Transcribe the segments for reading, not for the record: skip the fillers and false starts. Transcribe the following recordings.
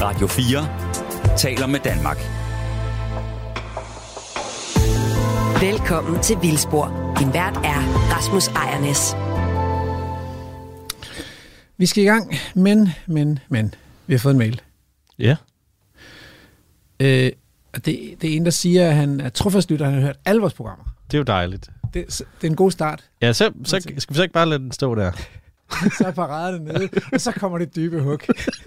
Radio 4 taler med Danmark. Velkommen til Vildspor. Din vært er Rasmus Ejernes. Vi skal i gang, men. Vi har fået en mail. Ja. Det er en, der siger, at han er trofast lytter, han har hørt alle vores programmer. Det er jo dejligt. Det er en god start. Ja, så skal vi så ikke bare lade den stå der? Så er paraderne nede, og så kommer det dybe hug.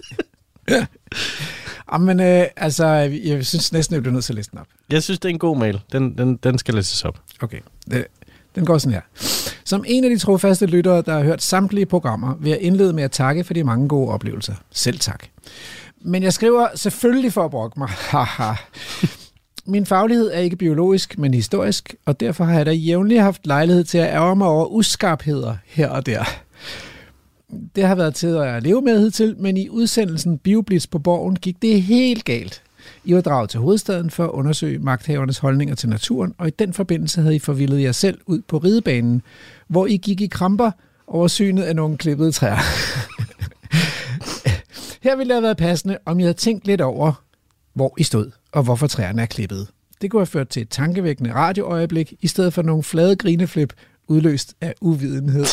Men jeg synes næsten, at jeg bliver nødt til at læse den op. Jeg synes, det er en god mail. Den skal læses op. Okay, den går sådan her. Som en af de trofaste lyttere, der har hørt samtlige programmer, vil jeg indlede med at takke for de mange gode oplevelser. Selv tak. Men jeg skriver selvfølgelig for at brokke mig. Min faglighed er ikke biologisk, men historisk, og derfor har jeg da jævnligt haft lejlighed til at ærge mig over uskarpheder her og der. Det har været til at leve med hidtil, men i udsendelsen Bioblitz på Borgen gik det helt galt. I var draget til hovedstaden for at undersøge magthavernes holdninger til naturen, og i den forbindelse havde I forvildet jer selv ud på ridebanen, hvor I gik i kramper over synet af nogle klippede træer. Her ville det have været passende, om I havde tænkt lidt over, hvor I stod, og hvorfor træerne er klippet. Det kunne have ført til et tankevækkende radioøjeblik, i stedet for nogle flade grineflip, udløst af uvidenhed.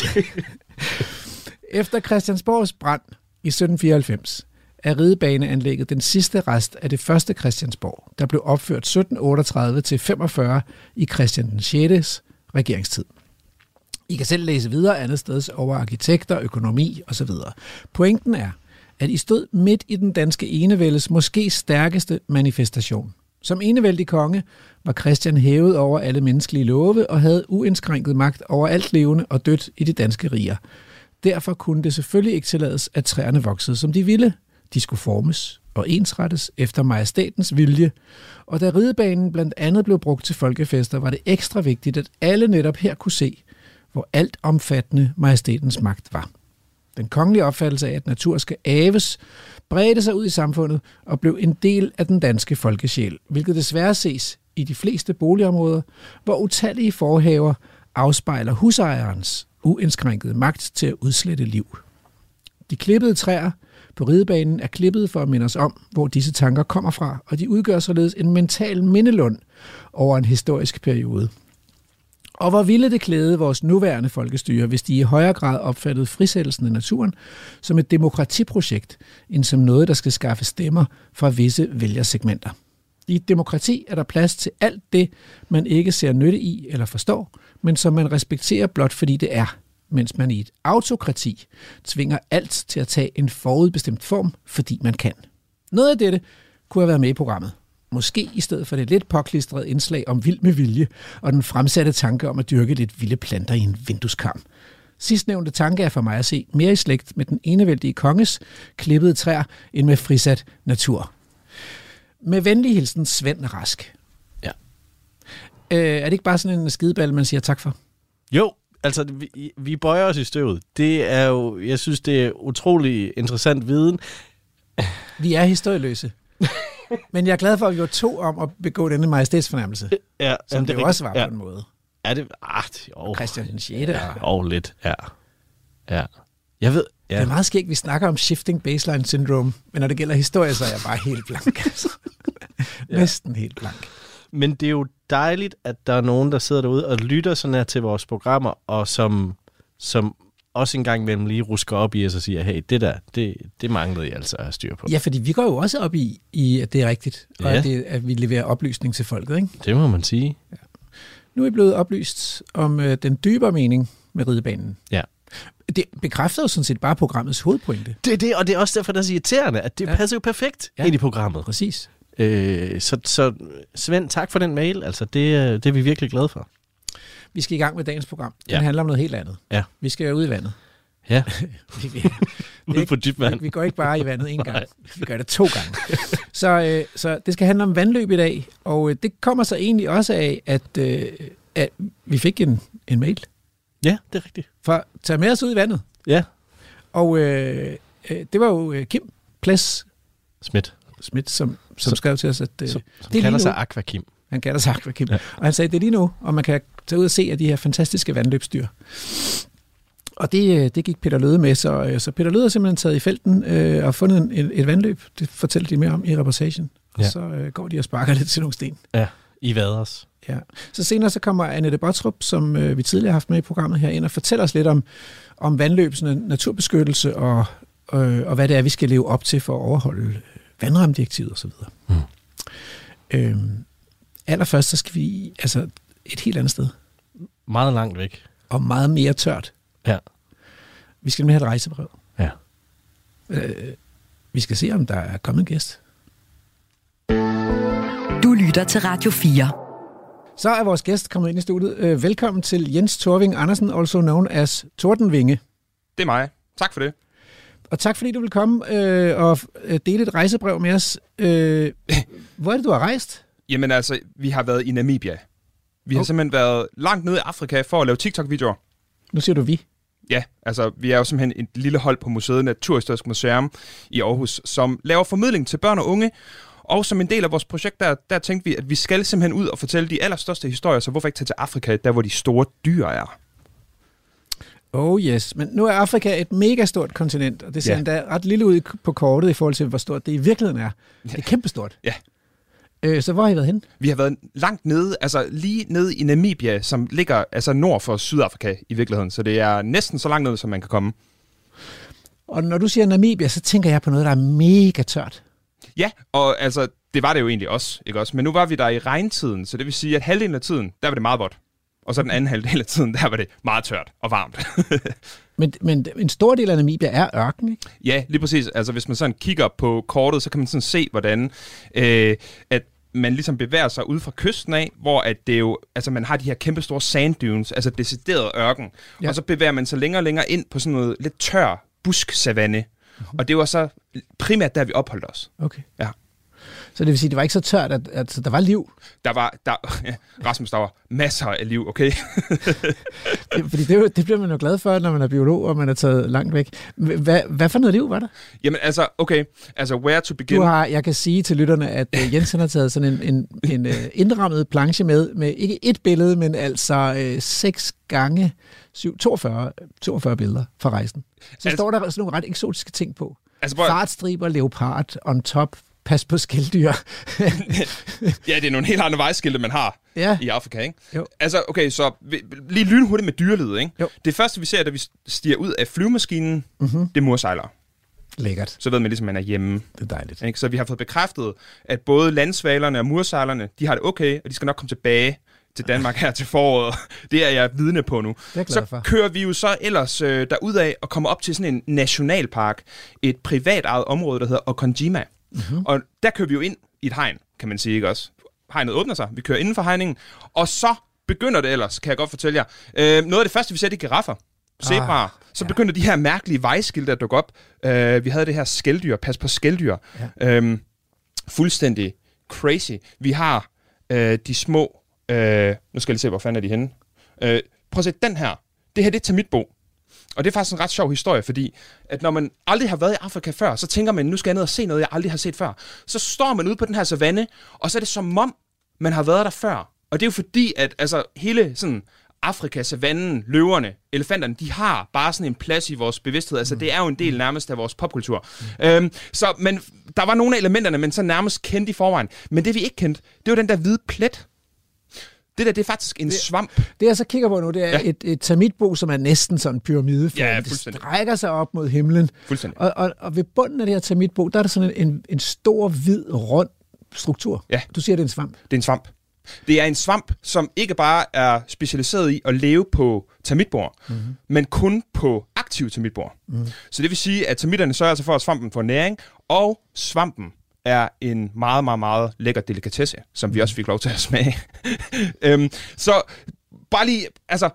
Efter Christiansborgs brand i 1794 er ridebaneanlægget den sidste rest af det første Christiansborg, der blev opført 1738-45 i Christian den 6. regeringstid. I kan selv læse videre andet steds over arkitekter, økonomi osv. Pointen er, at I stod midt i den danske enevældes måske stærkeste manifestation. Som enevældig konge var Christian hævet over alle menneskelige love og havde uindskrænket magt over alt levende og dødt i de danske riger. Derfor kunne det selvfølgelig ikke tillades, at træerne voksede, som de ville. De skulle formes og ensrettes efter majestætens vilje. Og da ridebanen blandt andet blev brugt til folkefester, var det ekstra vigtigt, at alle netop her kunne se, hvor alt omfattende majestætens magt var. Den kongelige opfattelse af, at natur skal aves, bredte sig ud i samfundet og blev en del af den danske folkesjæl, hvilket desværre ses i de fleste boligområder, hvor utallige forhaver afspejler husejerens uindskrænkede magt til at udslette liv. De klippede træer på ridebanen er klippet for at minde os om, hvor disse tanker kommer fra, og de udgør således en mental mindelund over en historisk periode. Og hvor ville det klæde vores nuværende folkestyre, hvis de i højere grad opfattede frisættelsen af naturen som et demokratiprojekt, end som noget, der skal skaffe stemmer fra visse vælgersegmenter. I et demokrati er der plads til alt det, man ikke ser nytte i eller forstår, men som man respekterer blot fordi det er, mens man i et autokrati tvinger alt til at tage en forudbestemt form, fordi man kan. Noget af dette kunne have været med i programmet. Måske i stedet for det lidt påklistrede indslag om vild med vilje og den fremsatte tanke om at dyrke lidt vilde planter i en vindueskarm. Sidstnævnte tanke er for mig at se mere i slægt med den enevældige konges klippede træer end med frisat natur. Med venlig hilsen Svend Rask. Ja. Er det ikke bare sådan en skideball, man siger tak for? Jo, altså vi bøjer os i støvet. Det er jo, jeg synes, det er utrolig interessant viden. Vi er historieløse. Men jeg er glad for, at vi var to om at begå denne majestætsfornærmelse. Ja, som det jo også var på en måde. Er det? Jo. Christian den 6. Lidt, ja. Jeg ved... Ja. Det er meget skægt, vi snakker om shifting baseline syndrome, men når det gælder historie, så er jeg bare helt blank. Altså. Næsten helt blank. Men det er jo dejligt, at der er nogen, der sidder derude og lytter sådan her til vores programmer, og som også en gang imellem lige rusker op i os og siger, hey, det der, det manglede I altså at have styr på. Ja, fordi vi går jo også op i at det er rigtigt, og at vi leverer oplysning til folket, ikke? Det må man sige. Ja. Nu er I blevet oplyst om den dybere mening med ridebanen. Ja. Det bekræfter jo sådan set bare programmets hovedpointe. Det er det, og det er også derfor, der er så irriterende, at det passer jo perfekt ind i programmet. Præcis. Så Svend, tak for den mail. Altså, det er vi virkelig glade for. Vi skal i gang med dagens program. Den handler om noget helt andet. Ja. Vi skal ud i vandet. Ja. Ude på dybt vand. Vi går ikke bare i vandet en gang. Nej. Vi gør det 2 gange. Så det skal handle om vandløb i dag, og det kommer så egentlig også af, at vi fik en mail. Ja, det er rigtigt. For tag med os ud i vandet. Ja. Og det var jo Kim Ples Schmidt, som skrev til os, at som kalder sig Aquakim. Han kalder sig Aquakim. Ja. Og han sagde, det er lige nu, og man kan tage ud og se af de her fantastiske vandløbsdyr. Og det gik Peter Løde med, så Peter Løde har simpelthen taget i felten og fundet et vandløb. Det fortæller de mere om i reportagen. Og så går de og sparker lidt til nogle sten. Ja, i Vaders. Ja. Så senere så kommer Annette Bottrup, som vi tidligere har haft med i programmet her, ind og fortæller os lidt om vandløbsene, naturbeskyttelse og hvad det er, vi skal leve op til for at overholde vandrammedirektivet osv. Allerførst så skal vi et helt andet sted. Meget langt væk. Og meget mere tørt. Ja. Vi skal med have et rejsebrev. Ja. Vi skal se, om der er kommet en gæst. Du lytter til Radio 4. Så er vores gæst kommet ind i studiet. Velkommen til Jens Thorving Andersen, also known as Tordenvinge. Det er mig. Tak for det. Og tak fordi du vil komme og dele et rejsebrev med os. Hvor er det, du har rejst? Jamen altså, vi har været i Namibia. Vi har simpelthen været langt nede i Afrika for at lave TikTok-videoer. Nu siger du vi. Ja, altså vi er jo simpelthen et lille hold på museet Naturhistorisk Museum i Aarhus, som laver formidling til børn og unge. Og som en del af vores projekt, der tænkte vi, at vi skal simpelthen ud og fortælle de allerstørste historier, så hvorfor ikke tage til Afrika, der hvor de store dyr er? Oh yes, men nu er Afrika et mega stort kontinent, og det ser endda ret lille ud på kortet i forhold til, hvor stort det i virkeligheden er. Det er kæmpestort. Ja. Så hvor har I været henne? Vi har været langt nede, altså lige nede i Namibia, som ligger altså nord for Sydafrika i virkeligheden. Så det er næsten så langt ned, som man kan komme. Og når du siger Namibia, så tænker jeg på noget, der er mega tørt. Ja, og altså, det var det jo egentlig også, ikke også? Men nu var vi der i regntiden, så det vil sige, at halvdelen af tiden, der var det meget vådt. Og så den anden halvdel af tiden, der var det meget tørt og varmt. men en stor del af Namibia er ørken, ikke? Ja, lige præcis. Altså, hvis man sådan kigger på kortet, så kan man sådan se, hvordan at man ligesom bevæger sig ud fra kysten af, hvor at det jo, altså man har de her kæmpe store sand dunes, altså decideret ørken. Ja. Og så bevæger man sig længere og længere ind på sådan noget lidt tør busk-savanne. Og det var så primært der, vi opholdt os. Okay. Ja. Så det vil sige, det var ikke så tørt, at der var liv? Rasmus, der var masser af liv, okay? Fordi det bliver man jo glad for, når man er biolog, og man er taget langt væk. Hvad for noget liv var der? Jamen altså, okay. Altså, where to begin? Jeg kan sige til lytterne, at Jensen har taget sådan en indrammet planche med ikke et billede, men altså 6 gange 42 billeder fra rejsen. Så står der sådan nogle ret eksotiske ting på. Fartstriber, leopard, on top, pas på skilddyr. Ja, det er nogle helt andre vejskilte, man har i Afrika, ikke? Jo. Altså, okay, så lige lynhurtigt med dyrelivet, ikke? Jo. Det første, vi ser, da vi stiger ud af flyvemaskinen, det er mursejlere. Lækkert. Så ved man ligesom, at man er hjemme. Det er dejligt. Ikke? Så vi har fået bekræftet, at både landsvalerne og mursejlerne, de har det okay, og de skal nok komme tilbage til Danmark her til foråret. Det er jeg vidne på nu. Så kører vi jo så ellers derudad og kommer op til sådan en nationalpark, et privat ejet område, der hedder Okondjima. Og der kører vi jo ind i et hegn, kan man sige, ikke også? Hegnet åbner sig, vi kører inden for hegningen, og så begynder det ellers, kan jeg godt fortælle jer. Noget af det første, vi ser, det er giraffer, zebraer. Så begynder de her mærkelige vejskilte at dukke op. Vi havde det her skældyr, pas på skældyr. Ja. Fuldstændig crazy. Vi har de små, nu skal jeg lige se, hvor fanden er de henne. Prøv at se den her. Det her, det er Tamitbo. Og det er faktisk en ret sjov historie, fordi at når man aldrig har været i Afrika før, så tænker man, nu skal jeg ned og se noget, jeg aldrig har set før. Så står man ude på den her savanne, og så er det som om, man har været der før. Og det er jo fordi, at altså, hele sådan Afrika, savannen, løverne, elefanterne, de har bare sådan en plads i vores bevidsthed. Altså, det er jo en del nærmest af vores popkultur. Men der var nogle af elementerne, man så nærmest kendte i forvejen. Men det, vi ikke kendte, det var den der hvide plet. Det der, det er faktisk en svamp. Det, jeg så kigger på nu, det er et tamitbo, som er næsten sådan en pyramideform. Ja, det strækker sig op mod himlen. Fuldstændig. Og ved bunden af det her tamitbo, der er der sådan en stor, hvid, rund struktur. Ja. Du siger, det er en svamp. Det er en svamp. Det er en svamp, som ikke bare er specialiseret i at leve på termitboer, men kun på aktive termitboer. Så det vil sige, at termitterne sørger altså for, at svampen får næring, og svampen er en meget, meget, meget lækker delikatesse, som vi også fik lov til at smage. Så bare lige, altså...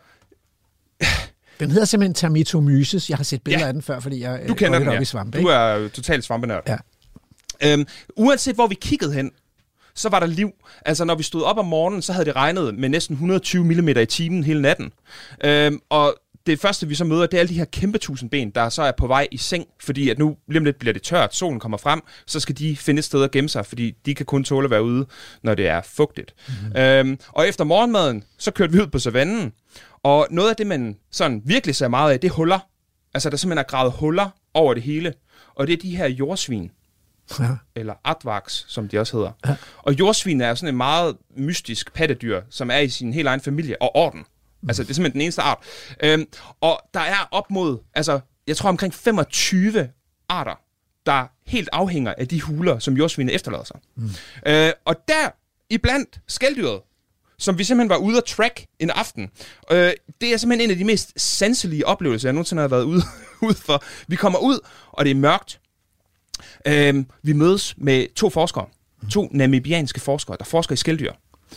Den hedder simpelthen Termitomyces. Jeg har set billeder af den før, fordi jeg du kender den, op i svampe. Du er totalt svampenørd. Ja. Uanset hvor vi kiggede hen, så var der liv. Altså, når vi stod op om morgenen, så havde det regnet med næsten 120 mm i timen hele natten. Og det første, vi så møder, det er alle de her kæmpe tusindben, der så er på vej i seng, fordi at nu lige om lidt bliver det tørt, solen kommer frem, så skal de finde et sted at gemme sig, fordi de kan kun tåle at være ude, når det er fugtigt. Og efter morgenmaden, så kørte vi ud på savannen, Og noget af det, man sådan virkelig ser meget af, det er huller. Altså, der simpelthen er gravet huller over det hele. Og det er de her jordsvin. Ja. Eller aardvarks, som de også hedder. Ja. Og jordsvin er sådan en meget mystisk pattedyr, som er i sin helt egen familie og orden. Altså, det er simpelthen den eneste art. Og der er op mod, altså, jeg tror omkring 25 arter, der helt afhænger af de huler, som jordsvinet efterlader sig. Og der, iblandt skældyret, som vi simpelthen var ude at track en aften, det er simpelthen en af de mest sanselige oplevelser, jeg nogensinde har været ude for. Vi kommer ud, og det er mørkt. Vi mødes med 2 forskere, 2 namibianske forskere, der forsker i skældyr.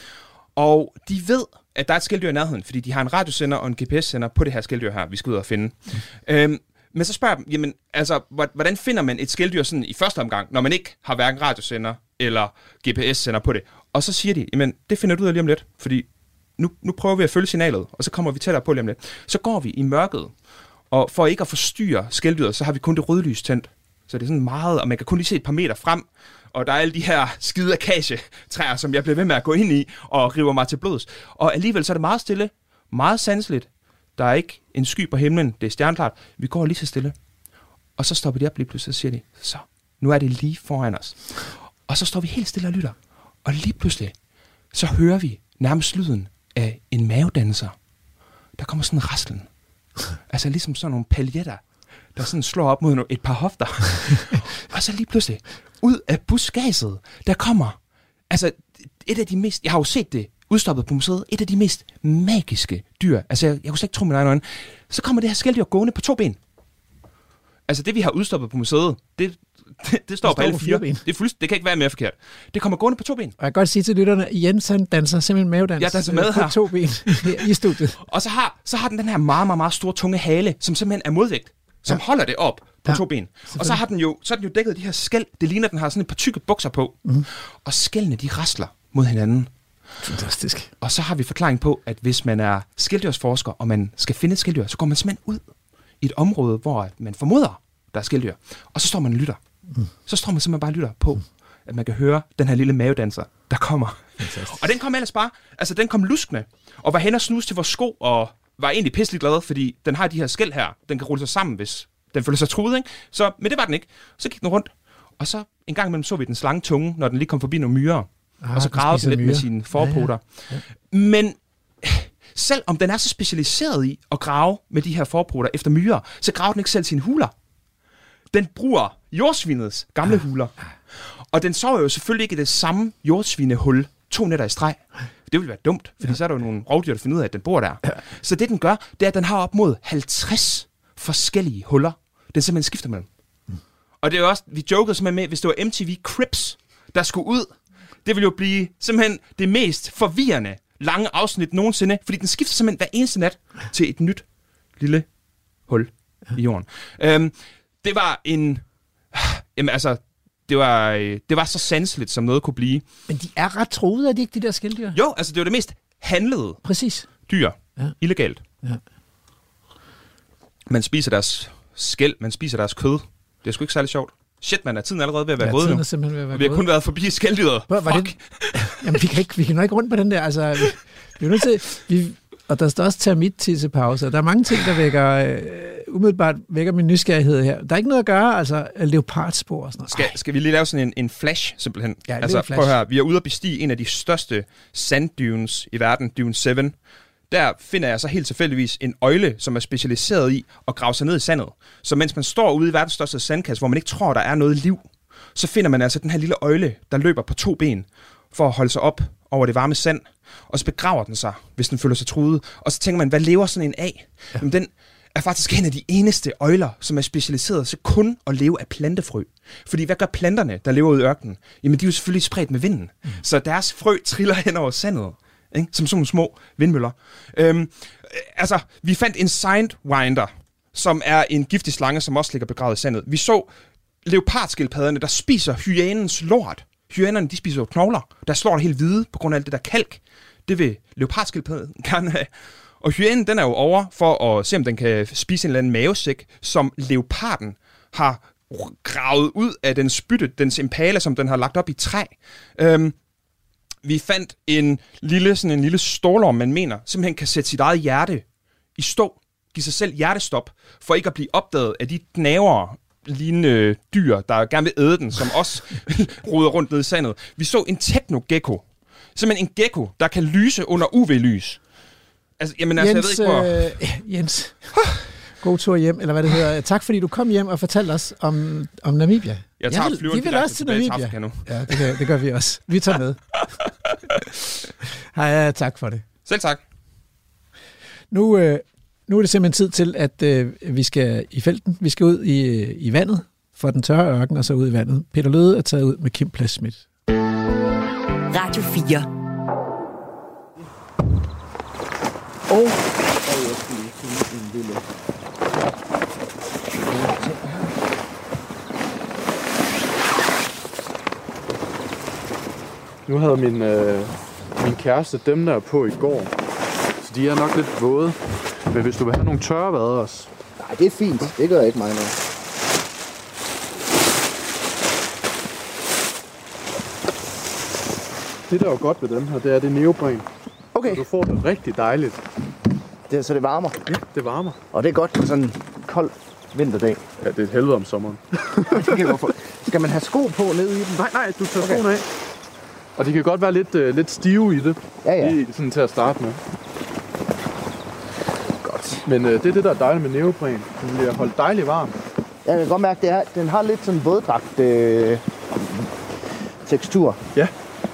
Og de ved, at der er et skældyr i nærheden, fordi de har en radiosender og en GPS-sender på det her skældyr her, vi skal ud og finde. Men så spørger jeg dem, jamen, altså, hvordan finder man et skældyr sådan i første omgang, når man ikke har hverken radiosender eller GPS-sender på det? Og så siger de, jamen, det finder du ud af lige om lidt, fordi nu prøver vi at følge signalet, og så kommer vi tættere på lige om lidt. Så går vi i mørket, og for ikke at forstyrre skældyret, så har vi kun det rødlys tændt. Så det er sådan meget, og man kan kun lige se et par meter frem, og der er alle de her skide akacietræer, som jeg bliver ved med at gå ind i og river mig til blods. Og alligevel så er det meget stille, meget sanseligt. Der er ikke en sky på himlen, det er stjerneklart. Vi går lige så stille. Og så stopper de op lige pludselig, og siger de, så, nu er det lige foran os. Og så står vi helt stille og lytter. Og lige pludselig, så hører vi nærmest lyden af en mavedanser. Der kommer sådan en raslen. Altså ligesom sådan nogle paljetter, der sådan slår op mod et par hofter. Og så lige pludselig, ud af buskadset, der kommer, altså et af de mest, jeg har jo set det udstoppet på museet, et af de mest magiske dyr. Altså jeg kunne slet ikke tro mine egne øjne. Så kommer det her skældyr gående på 2 ben. Altså det vi har udstoppet på museet, det står på alle 4 ben. Det kan ikke være mere forkert. Det kommer gående på 2 ben. Og jeg kan godt sige til lytterne, Jens han danser simpelthen mavedans. Jeg danser med på her. 2 ben i studiet. Og så har den her meget, meget, meget store tunge hale, som simpelthen er modvægt, som holder det op på 2 ben. Og så har den jo dækket de her skæl. Det ligner, den har sådan et par tykke bukser på. Og skældene, de rasler mod hinanden. Fantastisk. Og så har vi forklaring på, at hvis man er skældyrsforsker, og man skal finde et skældyr, så går man simpelthen ud i et område, hvor man formoder, der er skældyr. Og så står man og lytter. Så står man simpelthen bare og lytter på, at man kan høre den her lille mavedanser, der kommer. Fantastisk. Og den kom ellers bare, altså den kom luskende, og var hen og snus til vores sko, og var egentlig pisselig glad, fordi den har de her skæl her. Den kan rulle sig sammen, hvis den føler sig truet, ikke? Så, men det var den ikke. Så gik den rundt, og så en gang imellem så vi den slange tunge, når den lige kom forbi nogle myrer. Og så gravede den lidt med sine forpoter. Ja. Men selv om den er så specialiseret i at grave med de her forpoter efter myrer, så graver den ikke selv sine huler. Den bruger jordsvinets gamle huler. Og den sover jo selvfølgelig ikke i det samme jordsvinehul 2 nætter i streg. Det ville være dumt, fordi så er der jo nogle rovdyr, der finder ud af, at den bor der. Ja. Så det den gør, det er, at den har op mod 50 forskellige huller. Den simpelthen skifter mellem. Og det er jo også, vi jokede simpelthen med, hvis det var MTV Cribs, der skulle ud, det ville jo blive simpelthen det mest forvirrende lange afsnit nogensinde, fordi den skifter simpelthen hver eneste nat til et nyt lille hul i jorden. Det var en... Jamen altså, det var så sanseligt, som noget kunne blive. Men de er ret troede, er de ikke, de der skældyr? Jo, altså det var det mest handlede dyr. Ja. Illegalt. Ja. Man spiser deres skæl, man spiser deres kød. Det er sgu ikke særlig sjovt. Shit, man, er tiden allerede ved at være gået nu? Vi har kun været forbi skældyret. Fuck. Jamen, vi kan nok ikke rundt på den der. Altså, vi er nødt til... Og der står også termit-tissepause. Der er mange ting, der umiddelbart vækker min nysgerrighed her. Der er ikke noget at gøre, altså leopardspor og sådan noget. Skal vi lige lave sådan en flash, simpelthen? Ja, altså, prøv at høre. Vi er ude at bestige en af de største sanddunes i verden, Dune 7. Der finder jeg så helt tilfældigvis en øgle, som er specialiseret i at grave sig ned i sandet. Så mens man står ude i verdens største sandkasse, hvor man ikke tror, der er noget liv, så finder man altså den her lille øgle, der løber på 2 ben for at holde sig op over det varme sand. Og så begraver den sig, hvis den føler sig truet. Og så tænker man, hvad lever sådan en af? Ja. Jamen, den er faktisk en af de eneste øgler, som er specialiseret til kun at leve af plantefrø. Fordi hvad gør planterne, der lever ude i ørkenen? Jamen, de er jo selvfølgelig spredt med vinden. Så deres frø triller hen over sandet. Ikke? Som sådan nogle små vindmøller. Altså, vi fandt en Sidewinder, som er en giftig slange, som også ligger begravet i sandet. Vi så leopardskildpadderne, der spiser hyænens lort. Hyænerne, de spiser jo knogler. Der slår det helt hvide på grund af alt det der kalk. Det vil leopardskildpadden gerne have. Og hyænen, den er jo over for at se, om den kan spise en eller anden mavesæk, som leoparden har gravet ud af dens spytte, dens impala, som den har lagt op i træ. Vi fandt en lille stålorm, man mener, simpelthen kan sætte sit eget hjerte i stå, give sig selv hjertestop, for ikke at blive opdaget af de gnavere, lignende dyr, der gerne vil æde den, som også roder rundt ned i sandet. Vi så en techno-gecko. Simpelthen en gecko, der kan lyse under UV-lys. Altså, jamen, altså, Jens, jeg ved ikke, hvor... Jens, god tur hjem, eller hvad det hedder. Tak fordi du kom hjem og fortalte os om Namibia. Jeg tager flyveren direkte tilbage til Afrika nu. Ja, det gør vi også. Vi tager med. Hej, tak for det. Selv tak. Nu er det simpelthen tid til, at vi skal i felten. Vi skal ud i vandet, for den tørre ørken, og så ud i vandet. Peter Løde er taget ud med Kim Plads-Schmidt. Radio 4. Nu havde min kæreste dem der på i går, så de er nok lidt våde. Men hvis du vil have nogle tørre vader også. Nej, det er fint. Det gør ikke mig noget. Det der er jo godt ved dem her, det er det neopren. Okay. Så du får det rigtig dejligt. Så det varmer? Ja, det varmer. Og det er godt på sådan en kold vinterdag. Ja, det er et helvede om sommeren. Det kan jeg godt få. Skal man have sko på nede i den? Nej, du tager skoene af. Og de kan godt være lidt stive i det. Ja. Lige sådan til at starte med. Godt. Men det er det, der er dejligt med neopren. Den bliver holdt dejligt varm. Ja, jeg kan godt mærke, at den har lidt sådan våddragt tekstur. Ja.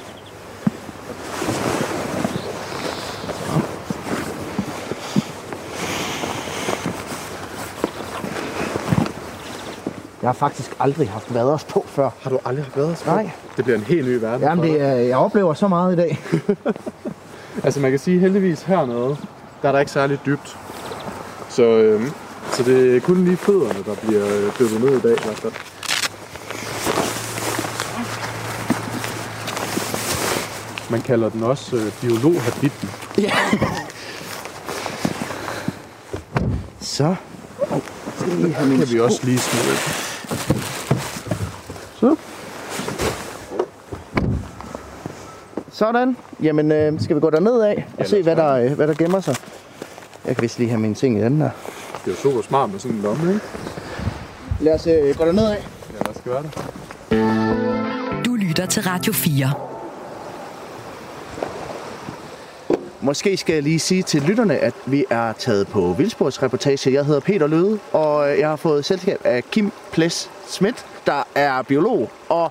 Jeg har faktisk aldrig haft vaders på før. Har du aldrig haft vaders på? Nej. Det bliver en helt ny verden. Jamen, jeg oplever så meget i dag. Altså man kan sige heldigvis hernede, der er der ikke særlig dybt. Så det er kun lige fødderne, der bliver dyppet ned i dag i hvert fald. Man kalder den også biologhabitten. Ja. Så. Kan vi også lige smide lidt. Så. Sådan. Jamen, skal vi gå derned af og se, hvad der gemmer sig? Jeg kan vist lige have mine ting i den der. Det er jo super smart med sådan en lomme, ikke? Lad os gå derned af. Ja, lad os gøre det. Du lytter til Radio 4. Måske skal jeg lige sige til lytterne, at vi er taget på vildsportsreportage. Jeg hedder Peter Løde, og jeg har fået selskab af Kim Plads-Schmidt, der er biolog og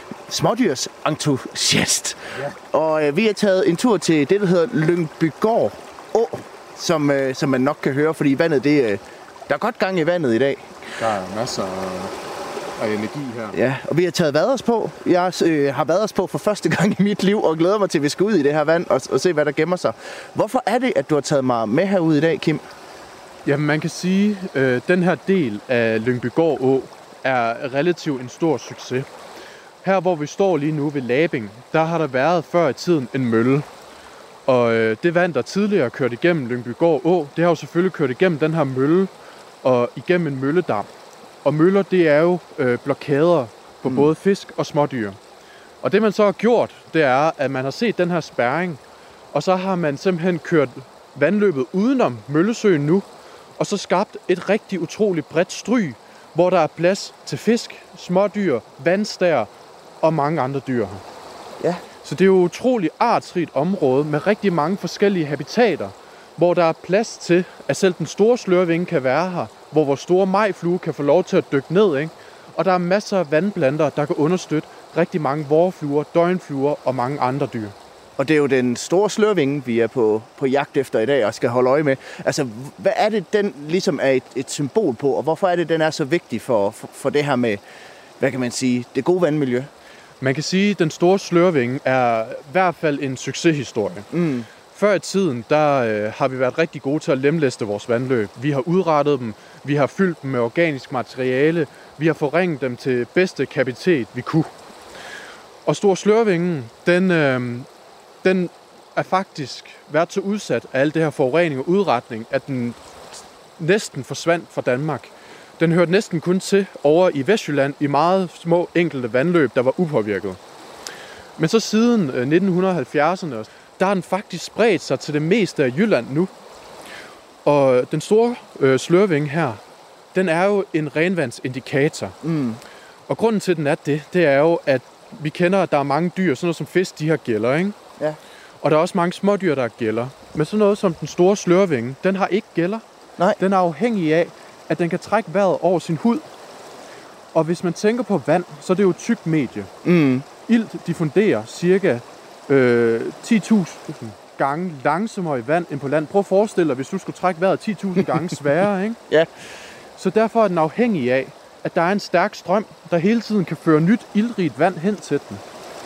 smådyrsentusiast. Ja. Og vi har taget en tur til det, der hedder Lyngbygård Å, som man nok kan høre, fordi vandet, der er godt gang i vandet i dag. Der er masser af energi her. Ja, og vi har taget vaders på. Jeg har vaders på for første gang i mit liv, og glæder mig til, at vi skal ud i det her vand og se, hvad der gemmer sig. Hvorfor er det, at du har taget mig med herude i dag, Kim? Jamen, man kan sige, at den her del af Lyngbygård Å er relativt en stor succes. Her, hvor vi står lige nu ved Labing, der har der været før i tiden en mølle. Og det vand, der tidligere kørte igennem Lyngbygård Å, det har jo selvfølgelig kørt igennem den her mølle og igennem en mølledam. Og møller, det er jo blokader på både fisk og smådyr. Og det man så har gjort, det er, at man har set den her spærring, og så har man simpelthen kørt vandløbet udenom møllesøen nu, og så skabt et rigtig utroligt bredt stryg, hvor der er plads til fisk, smådyr, vandstær og mange andre dyr. Ja. Så det er jo et utroligt artsrigt område med rigtig mange forskellige habitater, hvor der er plads til, at selv den store slørvinge kan være her, hvor vores store majflue kan få lov til at dykke ned, ikke? Og der er masser af vandplanter, der kan understøtte rigtig mange vårfluer, døgnfluer og mange andre dyr. Og det er jo den store slørvinge, vi er på jagt efter i dag og skal holde øje med. Altså, hvad er det, den ligesom er et symbol på, og hvorfor er det, den er så vigtig for det her med, hvad kan man sige, det gode vandmiljø? Man kan sige, at den store slørvinge er i hvert fald en succeshistorie. Mm. Før i tiden, der har vi været rigtig gode til at lemlæste vores vandløb. Vi har udrettet dem, vi har fyldt dem med organisk materiale, vi har forringet dem til bedste kapacitet, vi kunne. Og Stor Slørvingen, den er faktisk været så udsat af alt det her forurening og udretning, at den næsten forsvandt fra Danmark. Den hørte næsten kun til over i Vestjylland i meget små enkelte vandløb, der var upåvirket. Men så siden 1970'erne, der har den faktisk spredt sig til det meste af Jylland nu. Og den store slørvinge her, den er jo en renvandsindikator. Og grunden til, den er det er jo, at vi kender, at der er mange dyr, sådan noget som fisk, de har gælder, ikke? Ja. Og der er også mange smådyr, der har gælder. Men sådan noget som den store slørvinge, den har ikke gælder. Nej. Den er afhængig af, at den kan trække vejret over sin hud. Og hvis man tænker på vand, så er det jo et tykt medie. Ilt diffunderer cirka 10.000 gange langsommere i vand end på land. Prøv at forestille dig, hvis du skulle trække vejret 10.000 gange sværere, ikke? Ja. Så derfor er den afhængig af, at der er en stærk strøm, der hele tiden kan føre nyt iltrigt vand hen til den.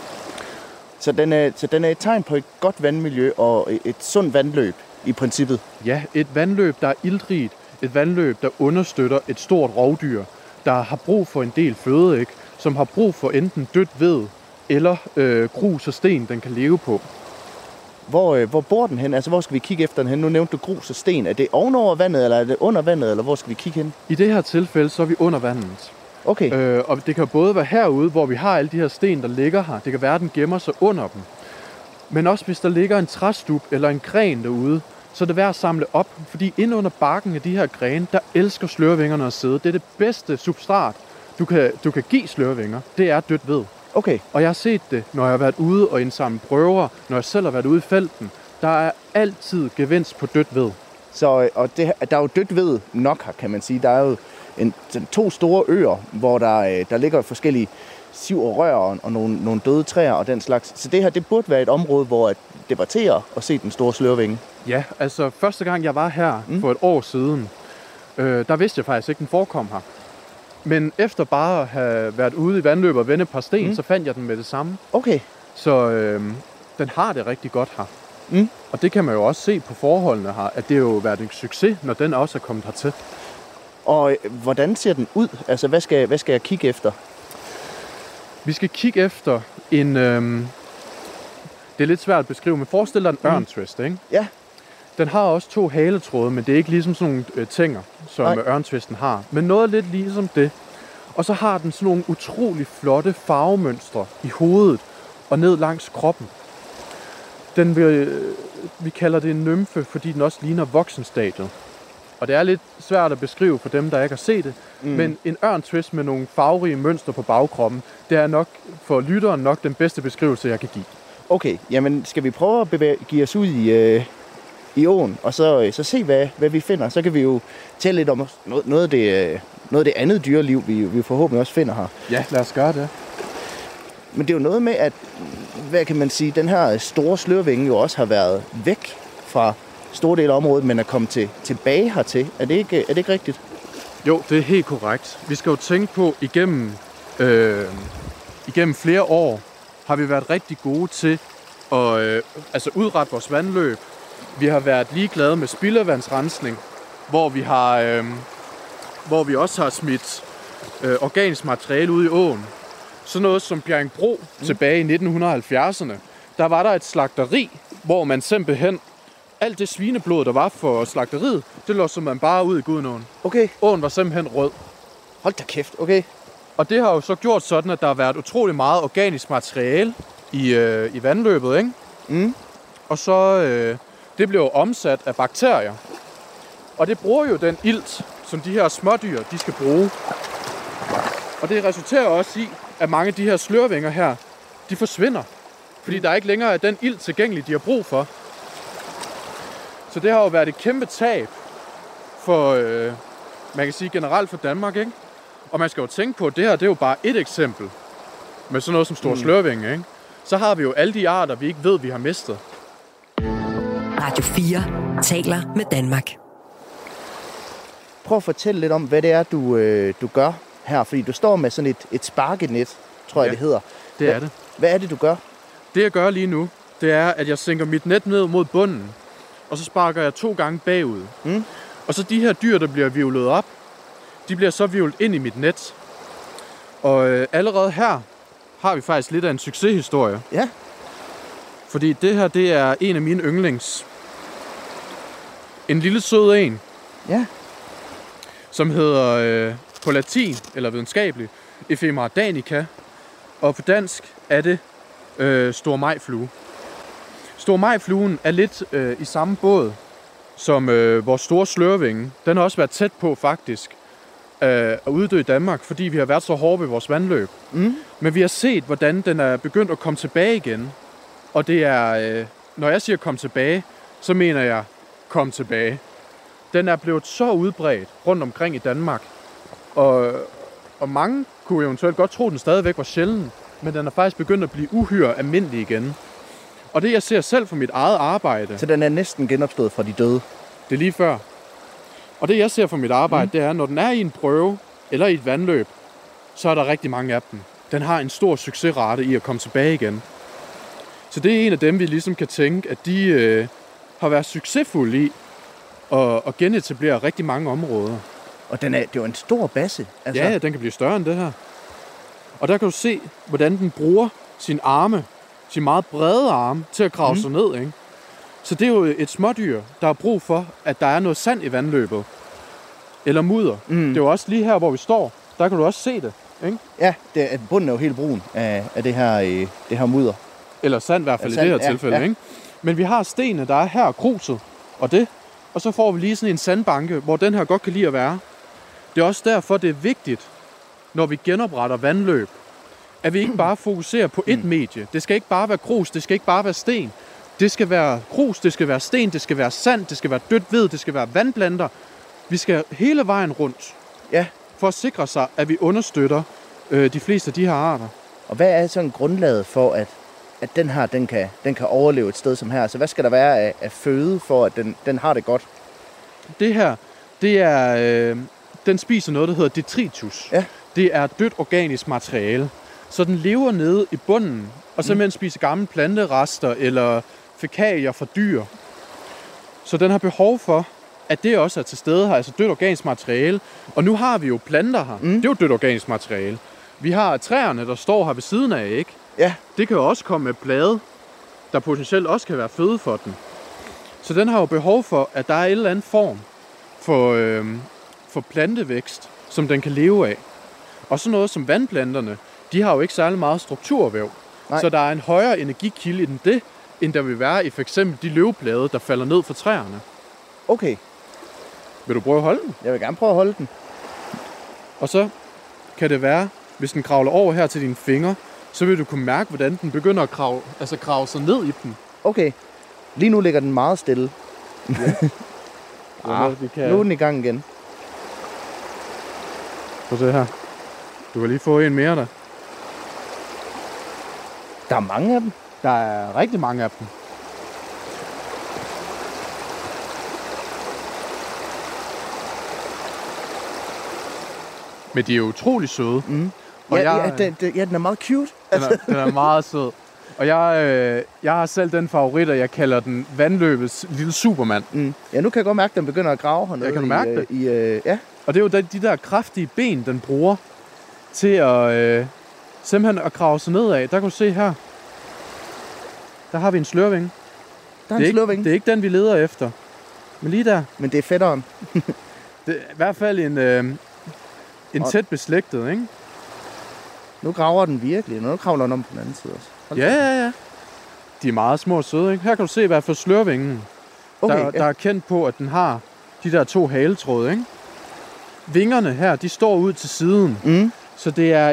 Så den er et tegn på et godt vandmiljø og et sundt vandløb i princippet. Ja, et vandløb, der er iltrigt. Et vandløb, der understøtter et stort rovdyr, der har brug for en del føde, ikke? Som har brug for enten dødt ved eller grus og sten, den kan leve på. Hvor bor den hen? Altså, hvor skal vi kigge efter den hen? Nu nævnte du grus og sten. Er det ovenover vandet, eller er det under vandet, eller hvor skal vi kigge hen? I det her tilfælde, så er vi under vandet. Okay. Og det kan både være herude, hvor vi har alle de her sten, der ligger her. Det kan være, at den gemmer sig under dem. Men også hvis der ligger en træstup eller en gren derude, så er det værd at samle op. Fordi inde under barken af de her grene, der elsker slørvingerne at sidde. Det er det bedste substrat, du kan give slørvinger. Det er dødt ved. Okay. Og jeg har set det, når jeg har været ude og indsamle prøver, når jeg selv har været ude i felten. Der er altid gevinst på dødt ved. Så der er jo dødt ved nok her, kan man sige. Der er jo 2 store øer, hvor der ligger forskellige siv og rør og nogle døde træer og den slags. Så det her, det burde være et område, hvor det var til at se den store slørvinge. Ja, altså første gang jeg var her for et år siden, der vidste jeg faktisk ikke, den forekom her. Men efter bare at have været ude i vandløb og vende et par sten, så fandt jeg den med det samme. Okay. Så den har det rigtig godt her. Og det kan man jo også se på forholdene her, at det har jo været en succes, når den også er kommet hertil. Og hvordan ser den ud? Altså, hvad skal jeg kigge efter? Vi skal kigge efter en... det er lidt svært at beskrive, men forestil dig en ørntvist, ikke? Ja. Den har også 2 haletråde, men det er ikke ligesom sådan nogle tænger, som ørntvisten har. Men noget lidt ligesom det. Og så har den sådan nogle utrolig flotte farvemønstre i hovedet og ned langs kroppen. Vi kalder det en nymfe, fordi den også ligner voksenstadiet. Og det er lidt svært at beskrive for dem, der ikke har set det. Men en ørntvist med nogle farverige mønstre på bagkroppen, det er nok for lytteren nok den bedste beskrivelse, jeg kan give. Okay, jamen skal vi prøve at give os ud i åen, og så se, hvad vi finder. Så kan vi jo tale lidt om noget af det andet dyreliv, vi forhåbentlig også finder her. Ja, lad os gøre det. Men det er jo noget med, at hvad kan man sige, den her store slørvinge jo også har været væk fra store dele af området, men er kommet tilbage hertil. Er det ikke rigtigt? Jo, det er helt korrekt. Vi skal jo tænke på, igennem flere år har vi været rigtig gode til at udrette vores vandløb. Vi har været ligeglade med spildevandsrensning, hvor vi også har smidt organisk materiale ud i åen. Sådan noget som Bjerringbro tilbage i 1970'erne. Der var der et slagteri, hvor man simpelthen alt det svineblod, der var for slagteriet, det låste man bare ud i Gudenåen. Okay. Åen var simpelthen rød. Hold da kæft, okay. Og det har jo så gjort sådan, at der har været utrolig meget organisk materiale i vandløbet, ikke? Og så det blev jo omsat af bakterier. Og det bruger jo den ilt, som de her smådyr, de skal bruge. Og det resulterer også i, at mange af de her slørvinger her, de forsvinder. Fordi der ikke længere er den ilt tilgængelig, de har brug for. Så det har jo været et kæmpe tab for, man kan sige generelt for Danmark, ikke? Og man skal jo tænke på, at det her, det er jo bare et eksempel med sådan noget som stor slørvinge, ikke? Så har vi jo alle de arter, vi ikke ved, vi har mistet. Radio 4 taler med Danmark. Prøv at fortælle lidt om, hvad det er, du gør her, fordi du står med sådan et sparkenet, tror jeg det hedder. Det er det. Hvad er det, du gør? Det jeg gør lige nu, det er, at jeg sænker mit net ned mod bunden, og så sparker jeg 2 gange bagud. Og så de her dyr, der bliver hvirvlet op, de bliver så hvirvlet ind i mit net. Og allerede her har vi faktisk lidt af en succeshistorie. Ja. Fordi det her, det er en af mine yndlings. En lille sød en. Ja. Som hedder på latin, eller videnskabeligt, Ephemera danica. Og på dansk er det stor majflue. Stor majfluen er lidt i samme båd som vores store slørvinge, den har også været tæt på faktisk at uddø i Danmark, fordi vi har været så hårde ved vores vandløb. Men vi har set, hvordan den er begyndt at komme tilbage igen. Og det er, når jeg siger kom tilbage, så mener jeg kom tilbage. Den er blevet så udbredt rundt omkring i Danmark. Og mange kunne eventuelt godt tro, at den stadigvæk var sjælden, men den er faktisk begyndt at blive uhyre almindelig igen. Og det jeg ser selv for mit eget arbejde... Så den er næsten genopstået fra de døde? Det er lige før. Og det jeg ser for mit arbejde, det er, når den er i en prøve eller i et vandløb, så er der rigtig mange af dem. Den har en stor succesrate i at komme tilbage igen. Så det er en af dem, vi ligesom kan tænke, at de har været succesfulde i at genetablere rigtig mange områder. Og det er jo en stor basse. Altså. Ja, den kan blive større end det her. Og der kan du se, hvordan den bruger sine arme, sine meget brede arme, til at grave sig ned, ikke? Så det er jo et smådyr, der har brug for, at der er noget sand i vandløbet. Eller mudder. Det er jo også lige her, hvor vi står. Der kan du også se det, ikke? Ja, bunden er jo helt brun af det her mudder. Eller sand i hvert fald i det her tilfælde, ja. Ikke? Men vi har stenene, der er her, kruset og det. Og så får vi lige sådan en sandbanke, hvor den her godt kan lide at være. Det er også derfor, det er vigtigt, når vi genopretter vandløb, at vi ikke bare fokuserer på ét medie. Det skal ikke bare være grus, det skal ikke bare være sten. Det skal være grus, det skal være sten, det skal være sand, det skal være dødt ved, det skal være vandplanter. Vi skal hele vejen rundt, for at sikre sig, at vi understøtter de fleste af de her arter. Og hvad er sådan grundlaget for, at den her, den kan overleve et sted som her? Altså, hvad skal der være af føde for, at den har det godt? Det her, det er... den spiser noget, der hedder detritus. Ja. Det er dødt organisk materiale. Så den lever nede i bunden, og simpelthen spiser gamle planterester eller fækalier fra dyr. Så den har behov for, at det også er til stede her, altså dødt organisk materiale. Og nu har vi jo planter her. Det er jo dødt organisk materiale. Vi har træerne, der står her ved siden af, ikke? Ja. Det kan jo også komme med blade, der potentielt også kan være føde for den. Så den har jo behov for, at der er en eller anden form for plantevækst, som den kan leve af. Og så noget som vandplanterne, de har jo ikke særlig meget strukturvæv. Nej. Så der er en højere energikilde end der vil være i for eksempel de løvblade, der falder ned fra træerne. Okay. Vil du prøve at holde den? Jeg vil gerne prøve at holde den. Og så kan det være, hvis den kravler over her til dine fingre, så vil du kunne mærke, hvordan den begynder at grave sig ned i dem. Okay. Lige nu ligger den meget stille. Ja. Nu er den i gang igen. Prøv at se her. Du kan lige få en mere der. Der er mange af dem. Der er rigtig mange af dem. Men de er jo utrolig søde. Og den er meget cute. Den er meget sød. Og jeg har selv den favorit, og jeg kalder den vandløbets lille Superman. Ja, nu kan jeg godt mærke, at den begynder at grave hernede. Jeg kan du mærke det? Ja. Og det er jo de der kraftige ben, den bruger til at simpelthen at grave sig nedad. Der kan du se her. Der har vi en slørvinge. Der er en slørvinge. Det er ikke den, vi leder efter. Men lige der. Men det er fætteren. Det er i hvert fald en tæt beslægtet, ikke? Nu graver den virkelig. Nu kravler den om på den anden side også. Ja. De er meget små og søde, ikke? Her kan du se i hvert fald slørvingen. Okay, der er kendt på, at den har de der 2 haletråde, ikke? Vingerne her, de står ud til siden. Så det er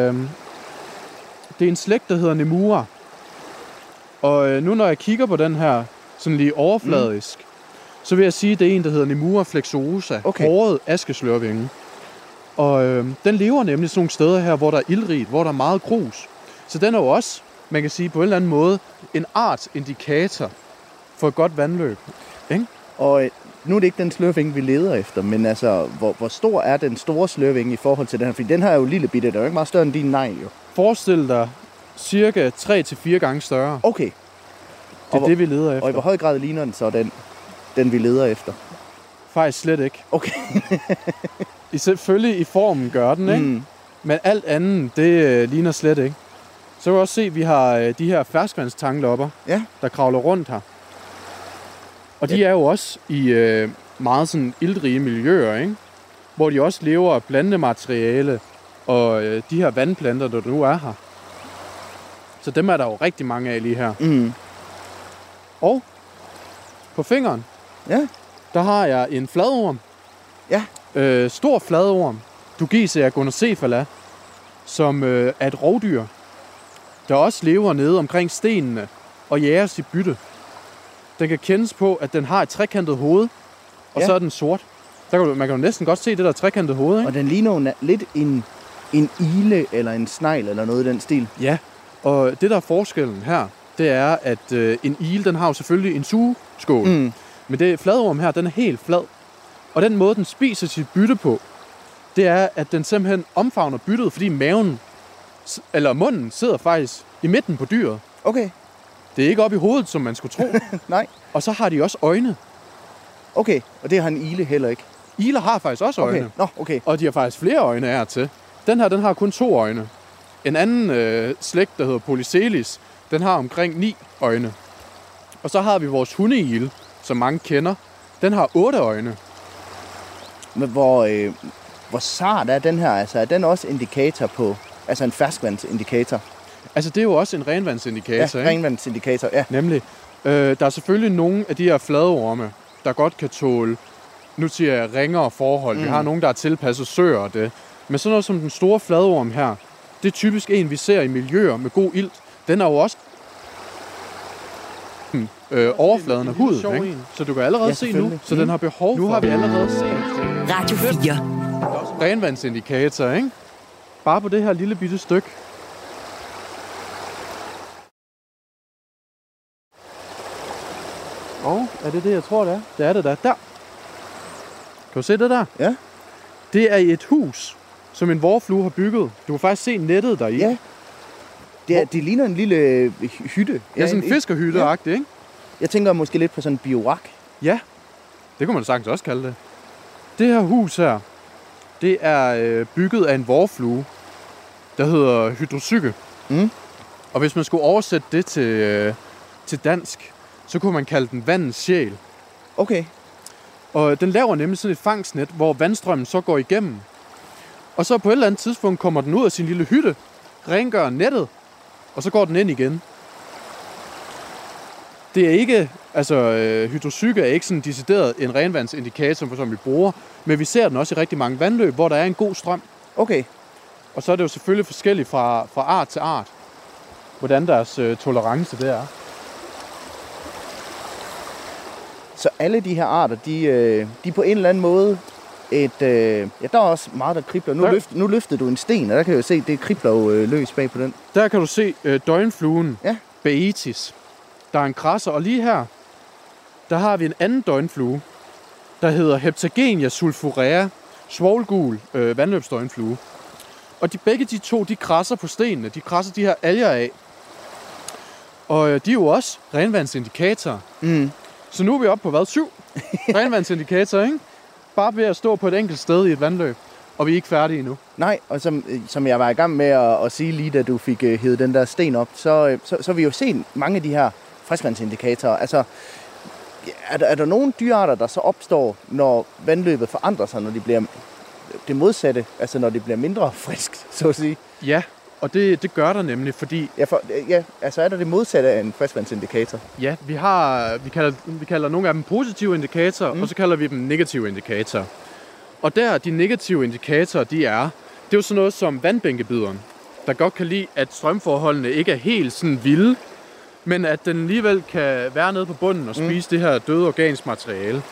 en slægt, der hedder Nemura. Og nu når jeg kigger på den her, sådan lige overfladisk, så vil jeg sige, at det er en, der hedder Nemura flexuosa. Okay. Håret askeslørvinge. Og den lever nemlig sådan nogle steder her, hvor der er ildrigt, hvor der er meget grus. Så den er jo også, man kan sige på en eller anden måde, en artsindikator for et godt vandløb. Ikke? Og nu er det ikke den slørvinge, vi leder efter, men altså, hvor stor er den store slørvinge i forhold til den her? Fordi den her er jo lille bitte, der er jo ikke meget større end din negl, jo. Forestil dig cirka 3-4 gange større. Okay. Det er det, vi leder efter. Og i hvor høj grad ligner den så den vi leder efter? Faktisk slet ikke. Okay. Selvfølgelig i formen gør den, ikke? Men alt andet, det ligner slet ikke. Så kan du også se, at vi har de her ferskvandstanglopper, der kravler rundt her. Og de er jo også i meget sådan iltrige miljøer, ikke? Hvor de også lever af plantemateriale og de her vandplanter, der nu er her. Så dem er der jo rigtig mange af lige her. Og på fingeren, der har jeg en fladorm. Ja. Stor fladorm, Dugisia gonocephala, som er et rovdyr, der også lever nede omkring stenene og jager sit bytte. Den kan kendes på, at den har et trekantet hoved, og så er den sort. Man kan jo næsten godt se det der trekantede hoved, ikke? Og den ligner jo lidt en ile eller en snegl eller noget i den stil. Ja, og det der er forskellen her, det er, at en ile, den har jo selvfølgelig en sugeskål. Men det fladorm her, den er helt flad. Og den måde, den spiser sit bytte på, det er, at den simpelthen omfavner byttet, fordi munden sidder faktisk i midten på dyret. Okay. Det er ikke oppe i hovedet, som man skulle tro. Nej. Og så har de også øjne. Okay, og det har en ile heller ikke. Iler har faktisk også øjne. Okay. Og de har faktisk flere øjne her til. Den her, den har kun 2 øjne. En anden slægt, der hedder Polycelis, den har omkring 9 øjne. Og så har vi vores hundeile, som mange kender. Den har 8 øjne. Men hvor sart er den her? Altså, er den også indikator på... Altså en ferskvandsindikator? Altså, det er jo også en renvandsindikator, Ja, renvandsindikator, ja. Nemlig. Der er selvfølgelig nogle af de her fladorme, der godt kan tåle, nu siger jeg, ringere forhold. Vi har nogle, der er tilpasset søer og det. Men sådan noget som den store fladorm her, det er typisk en, vi ser i miljøer med god ilt. Den er jo også overfladen af huden, ikke? Så du kan allerede se nu, så den har behov for... Nu har vi allerede set Radio 4. renvandsindikator, ikke? Bare på det her lille bitte stykke. Og er det, jeg tror, det er? Det er det der. Der. Kan du se det der? Ja. Det er et hus, som en vårflue har bygget. Du kan faktisk se nettet deri. Ja. Det ligner en lille hytte. Ja, sådan en fiskerhytte-agtig, ikke? Jeg tænker måske lidt på sådan en biorak. Ja, det kunne man sagtens også kalde det. Det her hus her, det er bygget af en vårflue, der hedder hydrosyke. Og hvis man skulle oversætte det til dansk, så kunne man kalde den vandens sjæl. Okay. Og den laver nemlig sådan et fangstnet, hvor vandstrømmen så går igennem. Og så på et eller andet tidspunkt kommer den ud af sin lille hytte, rengør nettet, og så går den ind igen. Det er ikke, hydrosyke er ikke sådan decideret en renvandsindikator, som vi bruger, men vi ser den også i rigtig mange vandløb, hvor der er en god strøm. Okay. Og så er det jo selvfølgelig forskelligt fra art til art, hvordan deres tolerance det er. Så alle de her arter, de er på en eller anden måde der er også meget, der kribler. Nu løftede du en sten, og der kan jeg jo se, det kribler jo løs bag på den. Der kan du se døgnfluen, ja. Baetis. Der er en græsser, og lige her, der har vi en anden døgnflue, der hedder Heptagenia sulfurea, svovlgul vandløbsdøgnflue. Og begge de to, de græsser på stenene, de græsser de her alger af. Og de er jo også renvandsindikatorer. Så nu er vi oppe på hvad? 7 renvandsindikatorer, ikke? Bare ved at stå på et enkelt sted i et vandløb, og vi er ikke færdige endnu. Nej, og som jeg var i gang med at sige lige, da du fik hævet den der sten op, så vi jo set mange af de her friskvandsindikatorer. Altså, er der nogle dyrearter, der så opstår, når vandløbet forandrer sig, når de bliver det modsatte, altså når det bliver mindre friskt, så at sige? Ja, og det gør der nemlig, fordi... Altså er der det modsatte af en friskvandsindikator? Ja, vi kalder nogle af dem positive indikatorer, og så kalder vi dem negative indikatorer. Og de negative indikatorer, det er jo sådan noget som vandbænkebideren, der godt kan lide, at strømforholdene ikke er helt sådan vilde, men at den alligevel kan være nede på bunden og spise det her døde organisk materiale.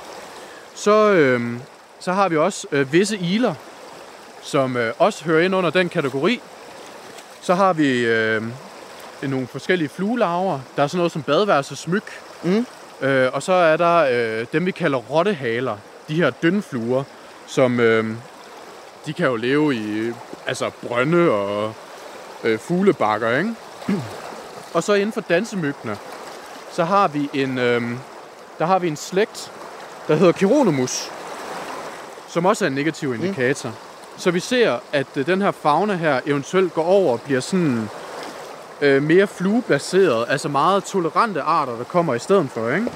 Så har vi også visse iler, som også hører ind under den kategori. Så har vi nogle forskellige fluelarver. Der er sådan noget som badeværelsesmyg. Og så er der dem, vi kalder rottehaler. De her dønfluer, som de kan jo leve i brønde og fuglebakker, ikke? Og så inden for dansemyggene, så har vi en slægt, der hedder Chironomus, som også er en negativ indikator. Så vi ser, at den her fauna her eventuelt går over og bliver sådan mere fluebaseret, altså meget tolerante arter, der kommer i stedet for, ikke?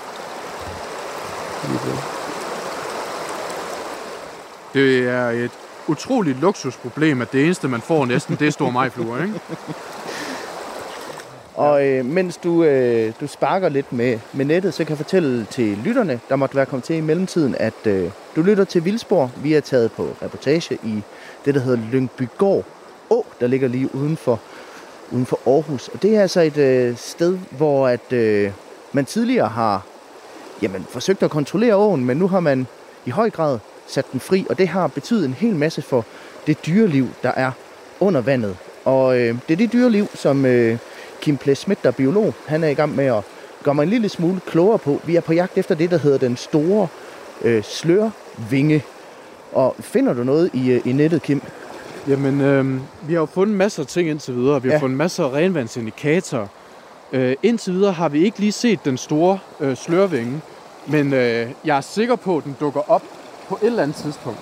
Det er et utroligt luksusproblem, at det eneste, man får næsten, det er stormajfluer, ikke? Og mens du sparker lidt med nettet, så kan jeg fortælle til lytterne, der måtte være kommet til i mellemtiden, at du lytter til Vildspor. Vi er taget på reportage i det, der hedder Lyngbygård Å, der ligger lige uden for Aarhus. Og det er altså et sted, hvor man tidligere har forsøgt at kontrollere åen, men nu har man i høj grad sat den fri, og det har betydet en hel masse for det dyreliv, der er under vandet. Og det er det dyreliv, som Kim Pless-Smith, der er biolog, han er i gang med at gøre mig en lille smule klogere på. Vi er på jagt efter det, der hedder den store slørvinge. Og finder du noget i nettet, Kim? Jamen, vi har jo fundet masser af ting indtil videre. Vi har fundet masser af renvandsindikatorer. Indtil videre har vi ikke lige set den store slørvinge, men jeg er sikker på, at den dukker op på et eller andet tidspunkt.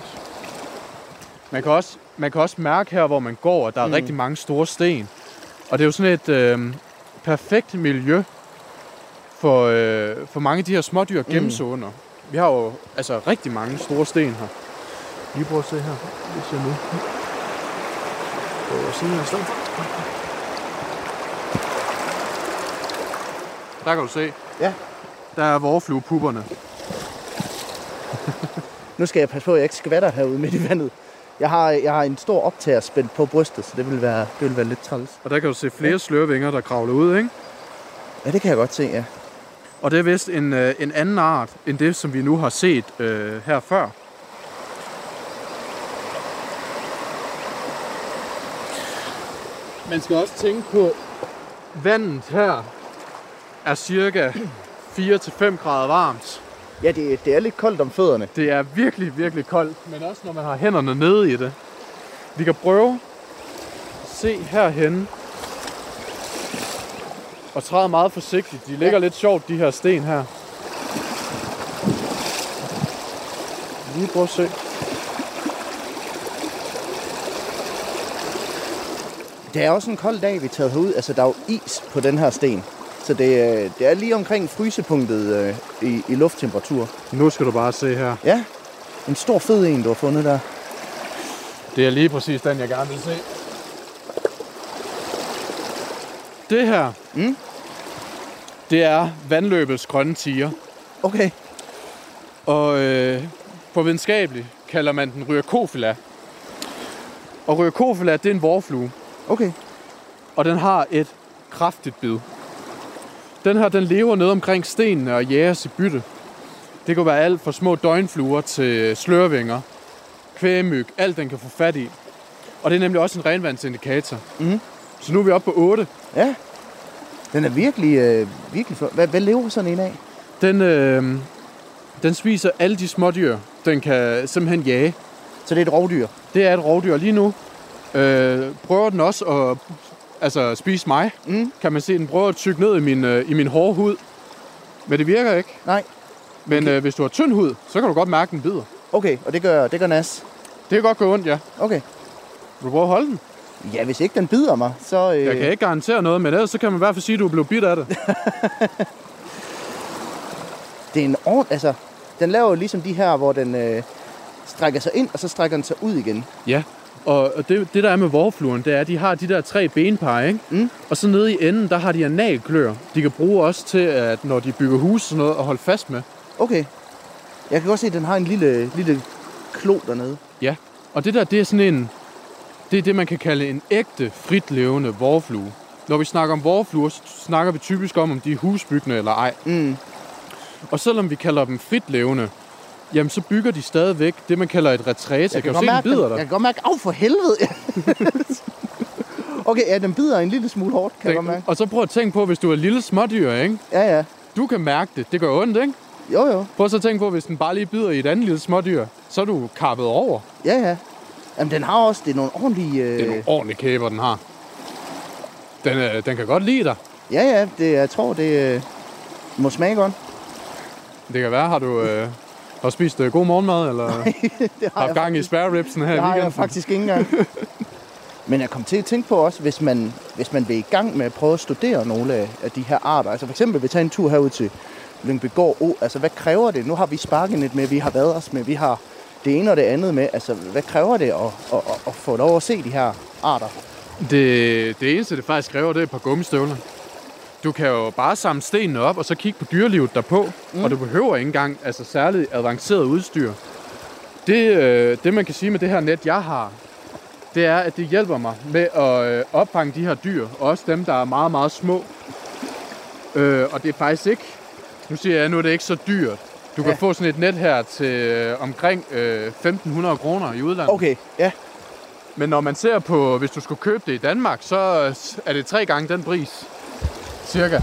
Man kan også mærke her, hvor man går, at der er rigtig mange store sten. Og det er jo sådan et perfekt miljø for mange af de her smådyr at gemme sig under. Vi har jo altså rigtig mange store sten her. Lige prøv at se her. Hvis jeg nu... Der kan du se. Ja. Der er vorfluepupperne. Nu skal jeg passe på, at jeg ikke skvatter herude midt i vandet. Jeg har en stor optager spændt på brystet, så det vil være lidt træls. Og der kan du se flere slørvinger, der kravler ud, ikke? Ja, det kan jeg godt se, ja. Og det er vist en anden art, end det, som vi nu har set her før. Man skal også tænke på, vandet her er cirka 4-5 grader varmt. Ja, det er lidt koldt om fødderne. Det er virkelig, virkelig koldt, men også når man har hænderne nede i det. Vi kan prøve at se herhenne og træde meget forsigtigt. De ligger lidt sjovt, de her sten her. Lige prøv at se. Det er også en kold dag, vi er taget herud. Altså, der er jo is på den her sten. Så det er lige omkring frysepunktet i lufttemperatur. Nu skal du bare se her. Ja, en stor fed en, du har fundet der. Det er lige præcis den, jeg gerne vil se. Det her, det er vandløbets grønne tiger. Okay. Og på videnskabeligt kalder man den Rhyocophila. Og Rhyocophila, det er en vorflue. Okay. Og den har et kraftigt bid. Den her, den lever nede omkring stenene og jages i bytte. Det kan være alt fra små døgnfluer til slørvinger, kvægemyg, alt den kan få fat i. Og det er nemlig også en renvandsindikator. Så nu er vi oppe på 8. Ja, den er virkelig flot. Hvad lever sådan en af? Den spiser alle de smådyr, den kan simpelthen jage. Så det er et rovdyr? Det er et rovdyr. Lige nu prøver den også at spise mig. Kan man se, den prøver at tykke ned i min hårde hud. Men det virker ikke. Nej. Men okay. Hvis du har tynd hud, så kan du godt mærke, den bider. Okay, og det gør nas? Det kan godt gå ondt, ja. Okay. Vil du prøve at holde den? Ja, hvis ikke den bider mig, så... Jeg kan ikke garantere noget, men ellers så kan man i hvert fald sige, at du er blevet bidt af det. Det er en altså, den laver jo ligesom de her, hvor den strækker sig ind, og så strækker den sig ud igen. Ja, og det der er med vorfluen, det er, at de har de der 3 benpar, ikke? Og så nede i enden, der har de analklør. De kan bruge også til, at når de bygger hus og sådan noget, at holde fast med. Okay. Jeg kan godt se, at den har en lille klo dernede. Ja, og det der, det er sådan en... Det er det, man kan kalde en ægte, fritlevende vorflue. Når vi snakker om vorfluer, så snakker vi typisk om de er husbyggende eller ej. Og selvom vi kalder dem fritlevende, jamen så bygger de stadigvæk det, man kalder et retræte. Kan du se, den bider dig? Jeg kan godt mærke, for helvede! Okay, ja, den bider en lille smule hårdt, kan jeg godt mærke. Og så prøv at tænke på, hvis du er et lille smådyr, ikke? Ja. Du kan mærke det. Det gør ondt, ikke? Jo. Prøv så at tænke på, hvis den bare lige bider i et andet lille smådyr, så er du kappet over. Ja. Jamen, den har også... Det er nogle ordentlige... Det er nogle ordentlige kæber, den har. Den kan godt lide dig. Ja. Jeg tror, det må smage godt. Det kan være. Har du spist god morgenmad, eller Nej, det har haft gang i spare ribsen her i weekenden? Det har jeg faktisk ikke engang. Men jeg kom til at tænke på også, hvis man vil i gang med at prøve at studere nogle af de her arter. Altså for eksempel, vi tager en tur herud til Lyngbygård Å. Altså, hvad kræver det? Nu har vi sparkenet med, vi har været os med, vi har det ene og det andet med. Altså, hvad kræver det at få lov at se de her arter? Det eneste, det faktisk kræver, det er et par gummistøvler. du kan jo bare samle stenene op, og så kigge på dyrelivet derpå. Og du behøver ikke engang særligt avanceret udstyr. Det, man kan sige med det her net, jeg har, det er, at det hjælper mig med at opfange de her dyr. Også dem, der er meget, meget små. Og det er faktisk ikke... Nu siger jeg, nu er det ikke så dyrt. Du kan få sådan et net her til omkring 1.500 kroner i udlandet. Okay, ja. Men når man ser på, hvis du skulle købe det i Danmark, så er det 3 gange den pris. Cirka.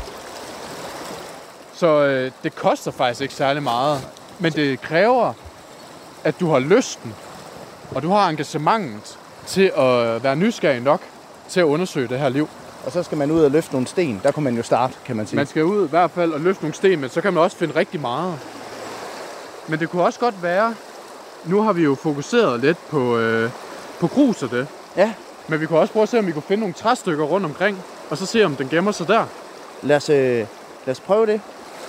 Så det koster faktisk ikke særlig meget. Men det kræver, at du har lysten, og du har engagementet til at være nysgerrig nok til at undersøge det her liv. Og så skal man ud og løfte nogle sten. Der kunne man jo starte, kan man sige. Man skal ud i hvert fald og løfte nogle sten, men så kan man også finde rigtig meget. Men det kunne også godt være, nu har vi jo fokuseret lidt på grus og det. Ja. Men vi kunne også prøve at se, om vi kunne finde nogle træstykker rundt omkring, og så se, om den gemmer sig der. Lad os prøve det.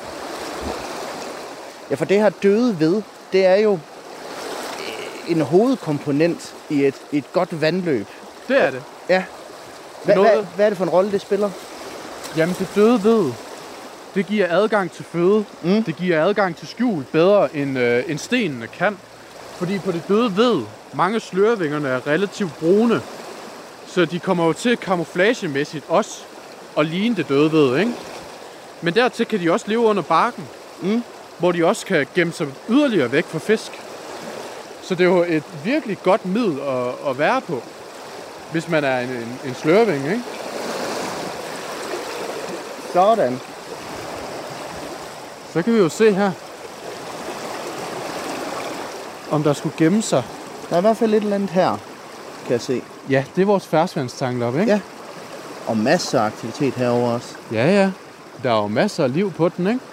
Ja, for det her døde ved, det er jo en hovedkomponent i et godt vandløb. Det er det. Ja. Hvad er det for en rolle, det spiller? Jamen, det døde ved, det giver adgang til føde. Det giver adgang til skjul bedre, end stenene kan. Fordi på det døde ved, mange slørvingerne er relativt brune. Så de kommer jo til camouflagemæssigt også at ligne det døde ved, ikke? Men dertil kan de også leve under barken, hvor de også kan gemme sig yderligere væk fra fisk. Så det er jo et virkelig godt middel at være på, hvis man er en slørving, ikke? Sådan. Så kan vi jo se her, om der skulle gemme sig. Der er i hvert fald et eller andet her, kan jeg se. Ja, det er vores ferskvandstank op, ikke? Ja. Og masser af aktivitet herover også. Ja. Der er jo masser af liv på den, ikke?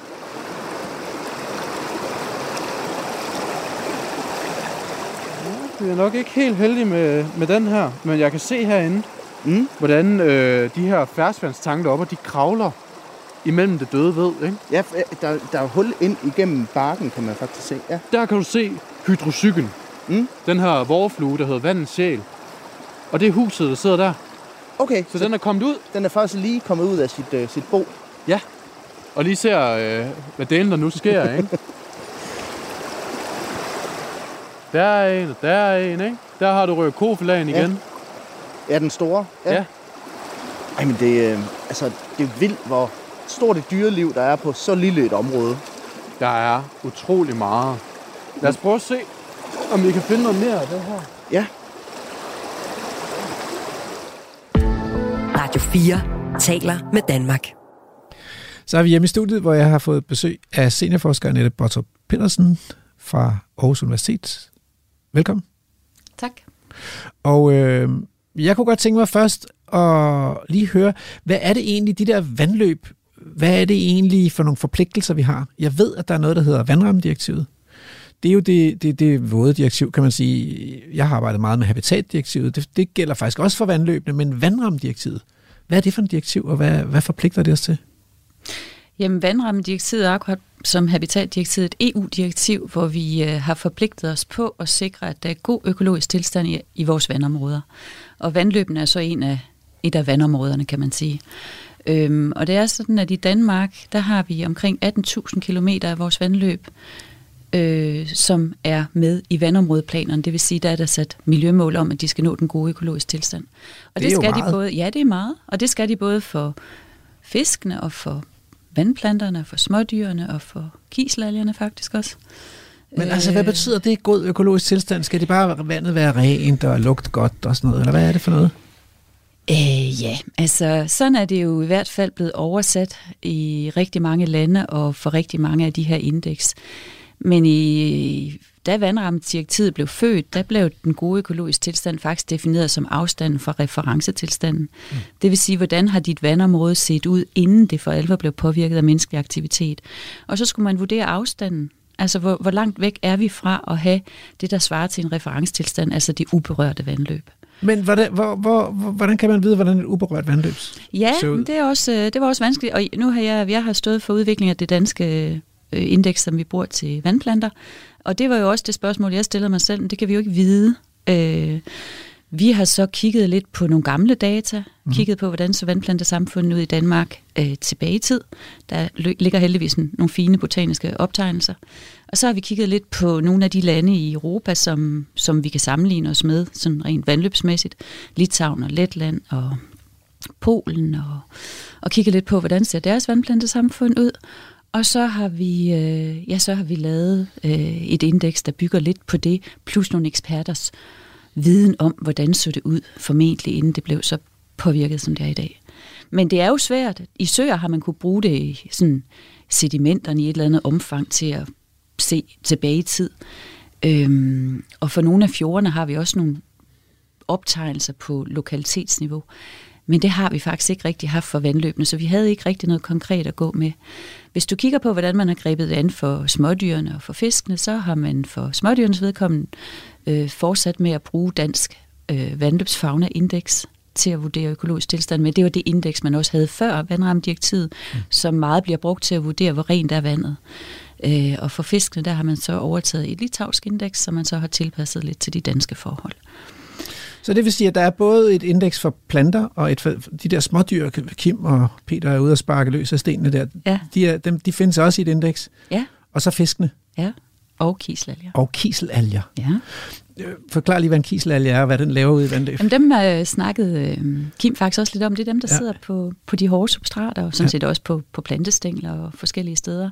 Ja, vi er nok ikke helt heldige med den her, men jeg kan se herinde, hvordan de her ferskvandstanke deroppe, de kravler imellem det døde ved, ikke? Ja, der er hul ind igennem barken, kan man faktisk se. Ja. Der kan du se hydrocyken. Den her vorflue, der hedder vandens sjæl. Og det er huset, der sidder der. Okay. Så den er kommet ud. Den er faktisk lige kommet ud af sit bo. Ja. Og lige ser, hvad delen der nu sker, ikke? Der er en, ikke? Der har du rødkofelagen igen. Ja, den store. Ja. Ej, men det er vildt, hvor stort et dyreliv, der er på så lille et område. Der er utrolig meget. Lad os prøve at se, om vi kan finde noget mere af det her. Ja. Radio 4 taler med Danmark. Så er vi hjemme i studiet, hvor jeg har fået besøg af seniorforsker Annette Bottrup Pedersen fra Aarhus Universitet. Velkommen. Tak. Og jeg kunne godt tænke mig først at lige høre, hvad er det egentlig, de der vandløb, hvad er det egentlig for nogle forpligtelser, vi har? Jeg ved, at der er noget, der hedder vandrammedirektivet. Det er jo det våde direktiv, kan man sige. Jeg har arbejdet meget med habitatdirektivet. Det gælder faktisk også for vandløbene, men vandrammedirektivet, hvad er det for et direktiv, og hvad forpligter det os til? Jamen, vandrammedirektivet er akkurat som habitatdirektivet et EU-direktiv, hvor vi har forpligtet os på at sikre, at der er god økologisk tilstand i vores vandområder. Og vandløbene er så et af vandområderne, kan man sige. Og det er sådan, at i Danmark, der har vi omkring 18.000 kilometer af vores vandløb, som er med i vandområdeplanerne. Det vil sige, der er der sat miljømål om, at de skal nå den gode økologiske tilstand. Og det skal de både, ja, det er meget. Og det skal de både for fiskene og for vandplanterne, for smådyrene og for kiselalgerne faktisk også. Men altså, hvad betyder det god økologisk tilstand? Skal det bare vandet være rent og lugte godt og sådan noget? Eller hvad er det for noget? Ja, altså sådan er det jo i hvert fald blevet oversat i rigtig mange lande og for rigtig mange af de her indeks. Men da vandrammedirektivet blev født, der blev den gode økologiske tilstand faktisk defineret som afstanden fra referencetilstanden. Det vil sige, hvordan har dit vandområde set ud, inden det for alvor blev påvirket af menneskelig aktivitet. Og så skulle man vurdere afstanden. Altså, hvor langt væk er vi fra at have det, der svarer til en referencetilstand, altså det uberørte vandløb. Men hvordan kan man vide, hvordan et uberørt vandløb ser ud? Det var også vanskeligt. Og nu har jeg har stået for udvikling af det danske indeks, som vi bruger til vandplanter. Og det var jo også det spørgsmål, jeg stillede mig selv, men det kan vi jo ikke vide. Vi har så kigget lidt på nogle gamle data, kigget på, hvordan så vandplantesamfundet ud i Danmark tilbage i tid. Der ligger heldigvis nogle fine botaniske optegnelser. Og så har vi kigget lidt på nogle af de lande i Europa, som vi kan sammenligne os med, sådan rent vandløbsmæssigt. Litauen og Letland og Polen, og kigget lidt på, hvordan ser deres vandplantesamfund ud. Og så har vi lavet et indeks, der bygger lidt på det, plus nogle eksperters viden om, hvordan så det ud, formentlig inden det blev så påvirket, som det er i dag. Men det er jo svært. I søer har man kunne bruge det i sådan sedimenterne i et eller andet omfang til at se tilbage i tid. Og for nogle af fjordene har vi også nogle optegnelser på lokalitetsniveau. Men det har vi faktisk ikke rigtig haft for vandløbene, så vi havde ikke rigtig noget konkret at gå med. Hvis du kigger på, hvordan man har grebet det an for smådyrene og for fiskene, så har man for smådyrenes vedkommende fortsat med at bruge dansk vandløbsfauna-indeks til at vurdere økologisk tilstand. Men det var det indeks, man også havde før vandrammedirektivet, som meget bliver brugt til at vurdere, hvor rent er vandet. Og for fiskene, der har man så overtaget et litauisk indeks, som man så har tilpasset lidt til de danske forhold. Så det vil sige, at der er både et indeks for planter, og de der smådyr, Kim og Peter er ude og sparke løs af stenene der, ja. De findes også i et indeks. Ja. Og så fiskene. Ja, og kiselalger. Og kiselalger. Ja. Forklar lige, hvad en kiselalge er, og hvad den laver ude i vandløb. Jamen, dem snakkede Kim faktisk også lidt om. Det er dem, der sidder på de hårde substrater, og sådan set også på plantestængler og forskellige steder.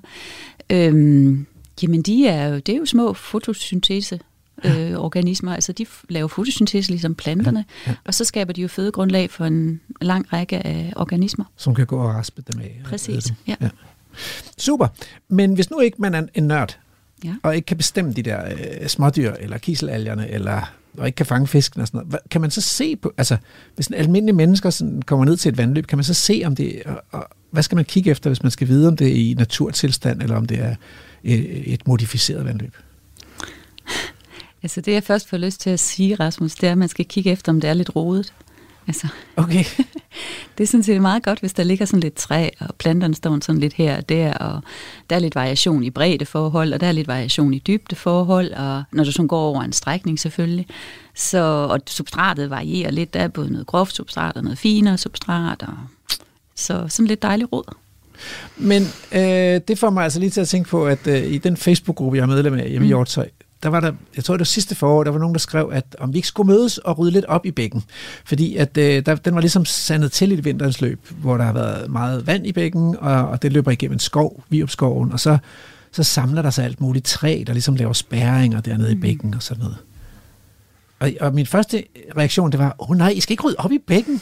Jamen, det er jo små fotosyntese organismer, altså de laver fotosyntese ligesom planterne, og så skaber de jo fødegrundlag for en lang række af organismer. Som kan gå og raspe dem af. Præcis, ja. Super, men hvis nu ikke man er en nørd, og ikke kan bestemme de der smådyr, eller kiselalgerne, og ikke kan fange fisken og sådan noget, kan man så se på, altså hvis en almindelig mennesker sådan kommer ned til et vandløb, kan man så se om det, og hvad skal man kigge efter, hvis man skal vide, om det er i naturtilstand, eller om det er et modificeret vandløb? Altså det, jeg først får lyst til at sige, Rasmus, det er, at man skal kigge efter, om det er lidt rodet. Altså, okay. Det er sådan set meget godt, hvis der ligger sådan lidt træ, og planterne står sådan lidt her og der, og der er lidt variation i breddeforhold, og der er lidt variation i dybdeforhold, og når du sådan går over en strækning selvfølgelig, og substratet varierer lidt, der er både noget groft substrat og noget finere substrat, og så sådan lidt dejlig rod. Men det får mig altså lige til at tænke på, at i den Facebook-gruppe, jeg er medlem af hjemme i Hjortshøj, der var der, jeg tror det var sidste forår, der var nogen, der skrev, at om vi ikke skulle mødes og rydde lidt op i bækken. Fordi at den var ligesom sandet til i vinterens løb, hvor der har været meget vand i bækken, og det løber igennem en skov, Viopskoven, og så samler der sig alt muligt træ, der ligesom laver spærringer dernede i bækken og sådan noget. Og min første reaktion, det var, nej, I skal ikke rydde op i bækken.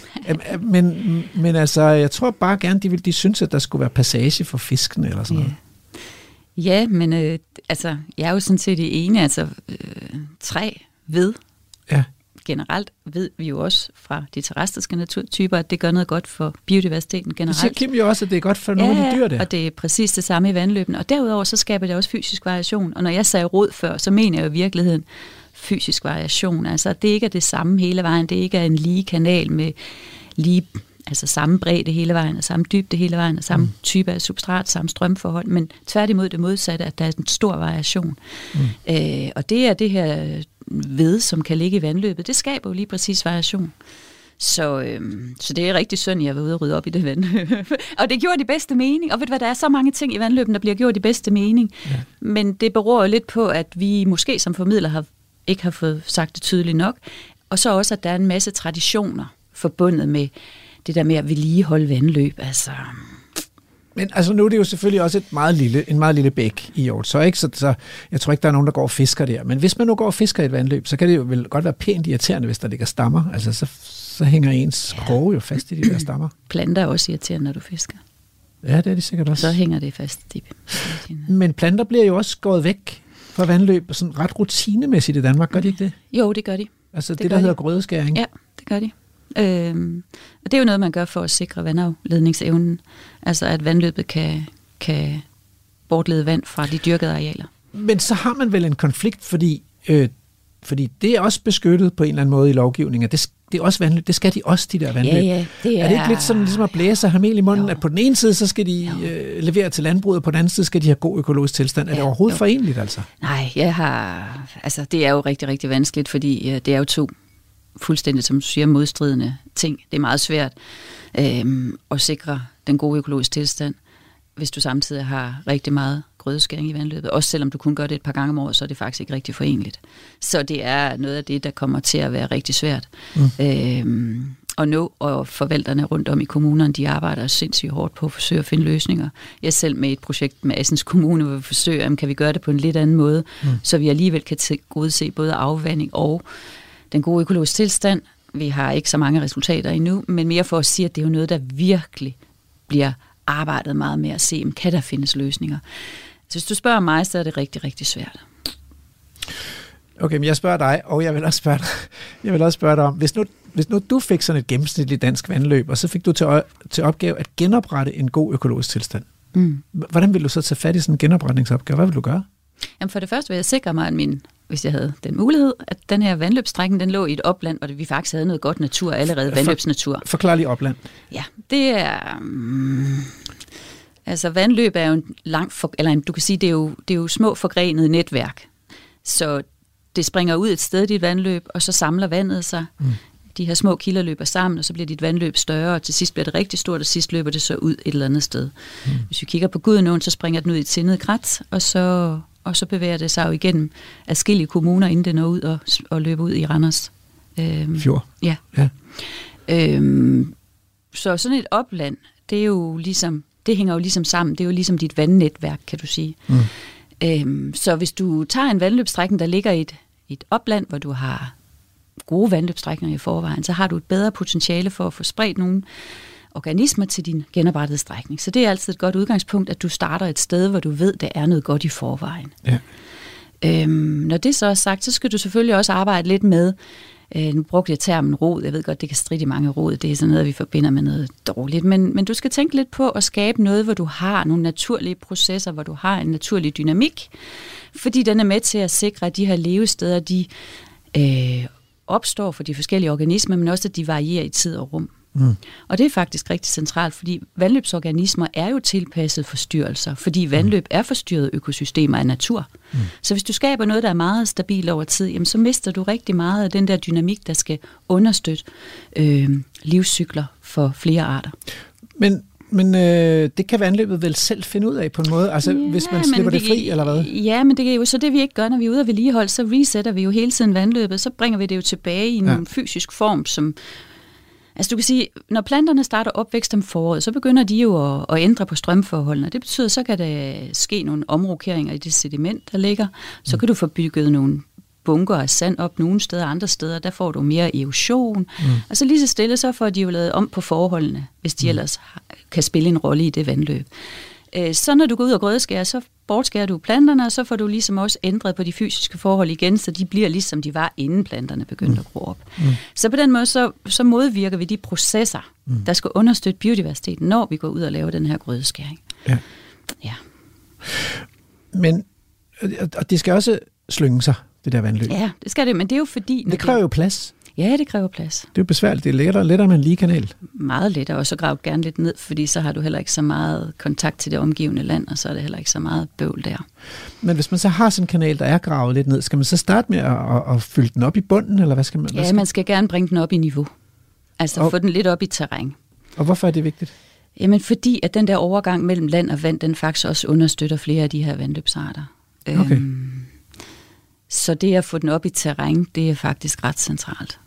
men altså, jeg tror bare gerne, de synes, at der skulle være passage for fisken eller sådan noget. Ja, men altså, jeg er jo sådan set det ene, altså træ, ved. Ja. Generelt ved vi jo også fra de terrestriske naturtyper, at det gør noget godt for biodiversiteten generelt. Det siger Kim jo også, at det er godt for nogle af de dyr der. Og det er præcis det samme i vandløbene. Og derudover så skaber det også fysisk variation. Og når jeg sagde rod før, så mener jeg jo i virkeligheden fysisk variation. Altså, det ikke er det samme hele vejen. Det ikke er en lige kanal med lige, altså samme bredde hele vejen, og samme dybde hele vejen, og samme type af substrat, samme strømforhold, men tværtimod det modsatte, at der er en stor variation. Og det er det her ved, som kan ligge i vandløbet. Det skaber jo lige præcis variation. Så det er rigtig synd, at jeg var ude og rydde op i det vandløb. Og det gjorde de bedste mening. Og ved du hvad, der er så mange ting i vandløben, der bliver gjort i bedste mening. Ja. Men det beror jo lidt på, at vi måske som formidler ikke har fået sagt det tydeligt nok. Og så også, at der er en masse traditioner forbundet med det der med at vedligeholde vandløb. Altså. Men altså nu er det jo selvfølgelig også en meget lille bæk i Hjortshøj, ikke? Så jeg tror ikke, der er nogen, der går og fisker der. Men hvis man nu går og fisker i et vandløb, så kan det jo vel godt være pænt irriterende, hvis der ligger stammer. Altså så hænger ens krog jo fast i de der stammer. Planter er også irriterende, når du fisker. Ja, det er det sikkert også. Så hænger det fast. Men planter bliver jo også skåret væk fra vandløb, sådan ret rutinemæssigt i Danmark. Gør de ikke det? Jo, det gør de. Altså det der hedder grødeskæring. Ja, det gør de. Og det er jo noget, man gør for at sikre vandafledningsevnen. Altså at vandløbet kan bortlede vand fra de dyrkede arealer. Men så har man vel en konflikt, fordi det er også beskyttet på en eller anden måde i lovgivningen. Det er også vandløb. Det skal de også, de der vandløb. Ja, det er det ikke lidt sådan ligesom at blæse og have mel i munden, at på den ene side, så skal de levere til landbruget, og på den anden side skal de have god økologisk tilstand. Er det overhovedet forenligt, altså? Nej, det er jo rigtig, rigtig vanskeligt, fordi det er jo to fuldstændig, som du siger, modstridende ting. Det er meget svært at sikre den gode økologiske tilstand, hvis du samtidig har rigtig meget grødeskæring i vandløbet. Også selvom du kun gør det et par gange om året, så er det faktisk ikke rigtig forenligt. Så det er noget af det, der kommer til at være rigtig svært. Og nå, og forvalterne rundt om i kommunerne, de arbejder sindssygt hårdt på at forsøge at finde løsninger. Jeg er selv med et projekt med Assens Kommune, hvor vi forsøger, kan vi gøre det på en lidt anden måde, så vi alligevel kan tilgodese både afvanding og den gode økologiske tilstand. Vi har ikke så mange resultater endnu, men mere for at sige, at det er jo noget, der virkelig bliver arbejdet meget med at se, om kan der findes løsninger. Så hvis du spørger mig, så er det rigtig, rigtig svært. Okay, men jeg spørger dig, og jeg vil også spørge dig om, hvis nu du fik sådan et gennemsnitligt dansk vandløb, og så fik du til opgave at genoprette en god økologisk tilstand. Hvordan vil du så tage fat i sådan en genopretningsopgave? Hvad vil du gøre? Jamen for det første vil jeg sikre mig, at hvis jeg havde den mulighed, at den her vandløbsstrækning, den lå i et opland, hvor vi faktisk havde noget godt natur allerede, vandløbsnatur. Forklar lige opland. Ja, det er... altså vandløb er jo du kan sige, det er jo små forgrenede netværk. Så det springer ud et sted i dit vandløb, og så samler vandet sig. De her små kilder løber sammen, og så bliver dit vandløb større, og til sidst bliver det rigtig stort, og sidst løber det så ud et eller andet sted. Hvis vi kigger på Gudenåen, så springer den ud i et sindet krat, og så bevæger det sig jo igennem adskillige kommuner, inden det når ud og løber ud i Randers. Fjord. Ja. Så sådan et opland, det er jo ligesom, det hænger jo ligesom sammen. Det er jo ligesom dit vandnetværk, kan du sige. Så hvis du tager en vandløbsstrækning, der ligger i et opland, hvor du har gode vandløbsstrækninger i forvejen, så har du et bedre potentiale for at få spredt nogle organismer til din genoprettede strækning. Så det er altid et godt udgangspunkt, at du starter et sted, hvor du ved, der er noget godt i forvejen. Ja. Når det så er sagt, så skal du selvfølgelig også arbejde lidt med, nu brugte jeg termen rod, jeg ved godt, det kan stride i mange rod, det er sådan noget, vi forbinder med noget dårligt, men du skal tænke lidt på at skabe noget, hvor du har nogle naturlige processer, hvor du har en naturlig dynamik, fordi den er med til at sikre, at de her levesteder, de opstår for de forskellige organismer, men også, at de varierer i tid og rum. Og det er faktisk rigtig centralt, fordi vandløbsorganismer er jo tilpasset forstyrrelser, fordi vandløb er forstyrrede økosystemer af natur. Så hvis du skaber noget, der er meget stabilt over tid, jamen, så mister du rigtig meget af den der dynamik, der skal understøtte livscykler for flere arter. Men det kan vandløbet vel selv finde ud af på en måde, altså hvis man slipper det fri, eller hvad? Ja, men det er jo så det, vi ikke gør, når vi er ude at vedligeholde, så resetter vi jo hele tiden vandløbet, så bringer vi det jo tilbage i en fysisk form, som... Altså du kan sige, når planterne starter opvækst om foråret, så begynder de jo at ændre på strømforholdene. Det betyder, så kan der ske nogle omrokeringer i det sediment, der ligger. Så kan du få bygget nogle bunker af sand op nogle steder, andre steder, der får du mere erosion. Og så lige så stille, så får de jo lavet om på forholdene, hvis de ellers kan spille en rolle i det vandløb. Så når du går ud og grødeskærer, så bortskærer du planterne, og så får du ligesom også ændret på de fysiske forhold igen, så de bliver ligesom de var, inden planterne begyndte at gro op. Så på den måde, så modvirker vi de processer, der skal understøtte biodiversiteten, når vi går ud og laver den her grødeskæring. Ja. Men og det skal også slynge sig, det der vandløb. Ja, det skal det, men det er jo fordi... Det kræver jo plads. Ja, det kræver plads. Det er jo besværligt. Det er lettere med en lige kanal. Meget lettere, og så grav gerne lidt ned, fordi så har du heller ikke så meget kontakt til det omgivende land, og så er det heller ikke så meget bøvl der. Men hvis man så har sådan en kanal, der er gravet lidt ned, skal man så starte med at fylde den op i bunden, eller hvad skal man? Ja, man skal gerne bringe den op i niveau. Altså få den lidt op i terræn. Og hvorfor er det vigtigt? Jamen fordi, at den der overgang mellem land og vand, den faktisk også understøtter flere af de her vandløbsarter. Okay. Så det at få den op i terræn, det er faktisk ret centralt.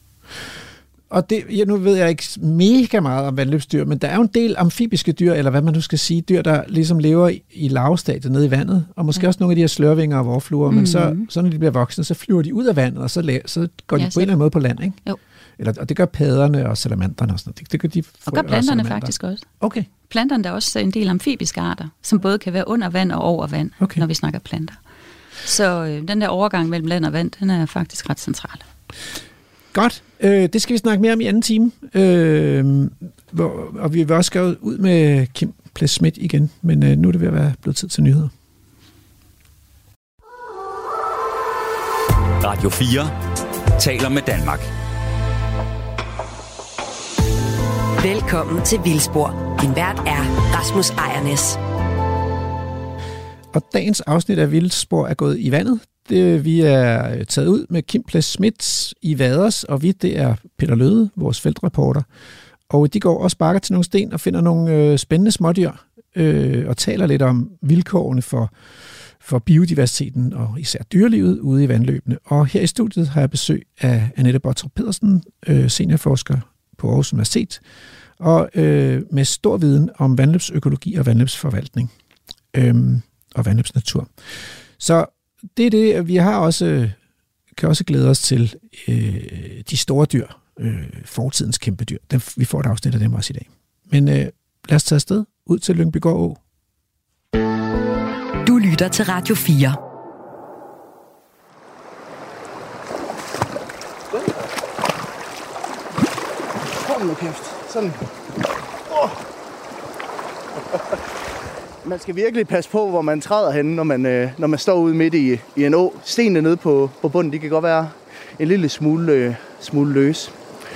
Og nu ved jeg ikke mega meget om vandløbsdyr, men der er jo en del amfibiske dyr, eller hvad man nu skal sige, dyr, der ligesom lever i larvestadiet nede i vandet, og måske også nogle af de her slørvinger og vorfluer, men så når de bliver voksne, så flyver de ud af vandet, og så går de på en eller anden måde på land, ikke? Jo. Og det gør paderne og salamandrene og sådan noget. Det gør de og gør planterne faktisk også. Okay. Planterne er også en del amfibiske arter, som både kan være under vand og over vand, når vi snakker planter. Så den der overgang mellem land og vand, den er faktisk ret central. Godt. Det skal vi snakke mere om i anden time. Og vi vil også gå ud med Kim Pless-Schmidt igen, men nu er det ved at være blevet tid til nyheder. Radio 4 taler med Danmark. Velkommen til Vildspor. Din vært er Rasmus Ejernes. Og dagens afsnit af Vildspor er gået i vandet. Vi er taget ud med Kim Plads-Schmidt i Vaders, og det er Peter Løde, vores feltreporter. Og de går og sparker til nogle sten og finder nogle spændende smådyr, og taler lidt om vilkårene for biodiversiteten og især dyrelivet ude i vandløbene. Og her i studiet har jeg besøg af Annette Bottrup Pedersen, seniorforsker på Aarhus Universitet, og med stor viden om vandløbsøkologi og vandløbsforvaltning og vandløbsnatur. Så det er det, vi har også, kan også glæde os til de store dyr, fortidens kæmpe dyr. Vi får et afsnit af dem også i dag. Men lad os tage afsted ud til Lyngbygård Å. Du lytter til Radio 4. Hold nu kæft. Sådan. Man skal virkelig passe på, hvor man træder henne, når man står ude midt i en å. Stenene nede på bunden, de kan godt være en lille smule løs.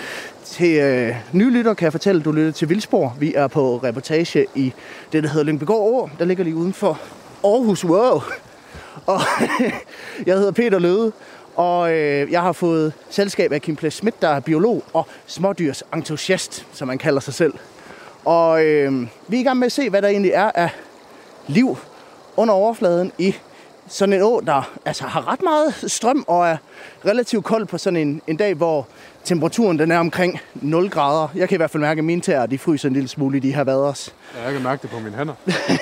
Til nye lytter kan jeg fortælle, at du lytter til Vildspor. Vi er på reportage i det, der hedder Lyngbygård Å. Der ligger lige uden for Aarhus. Wow! Og jeg hedder Peter Løde, og jeg har fået selskab af Kim Plads-Schmidt, der er biolog og smådyrs entusiast, som man kalder sig selv. Og vi er i gang med at se, hvad der egentlig er af liv under overfladen i sådan en å, der altså har ret meget strøm og er relativt kold på sådan en dag, hvor temperaturen den er omkring 0 grader. Jeg kan i hvert fald mærke, at mine tæer de fryser en lille smule i de her vaders. Ja, jeg kan mærke det på mine hænder.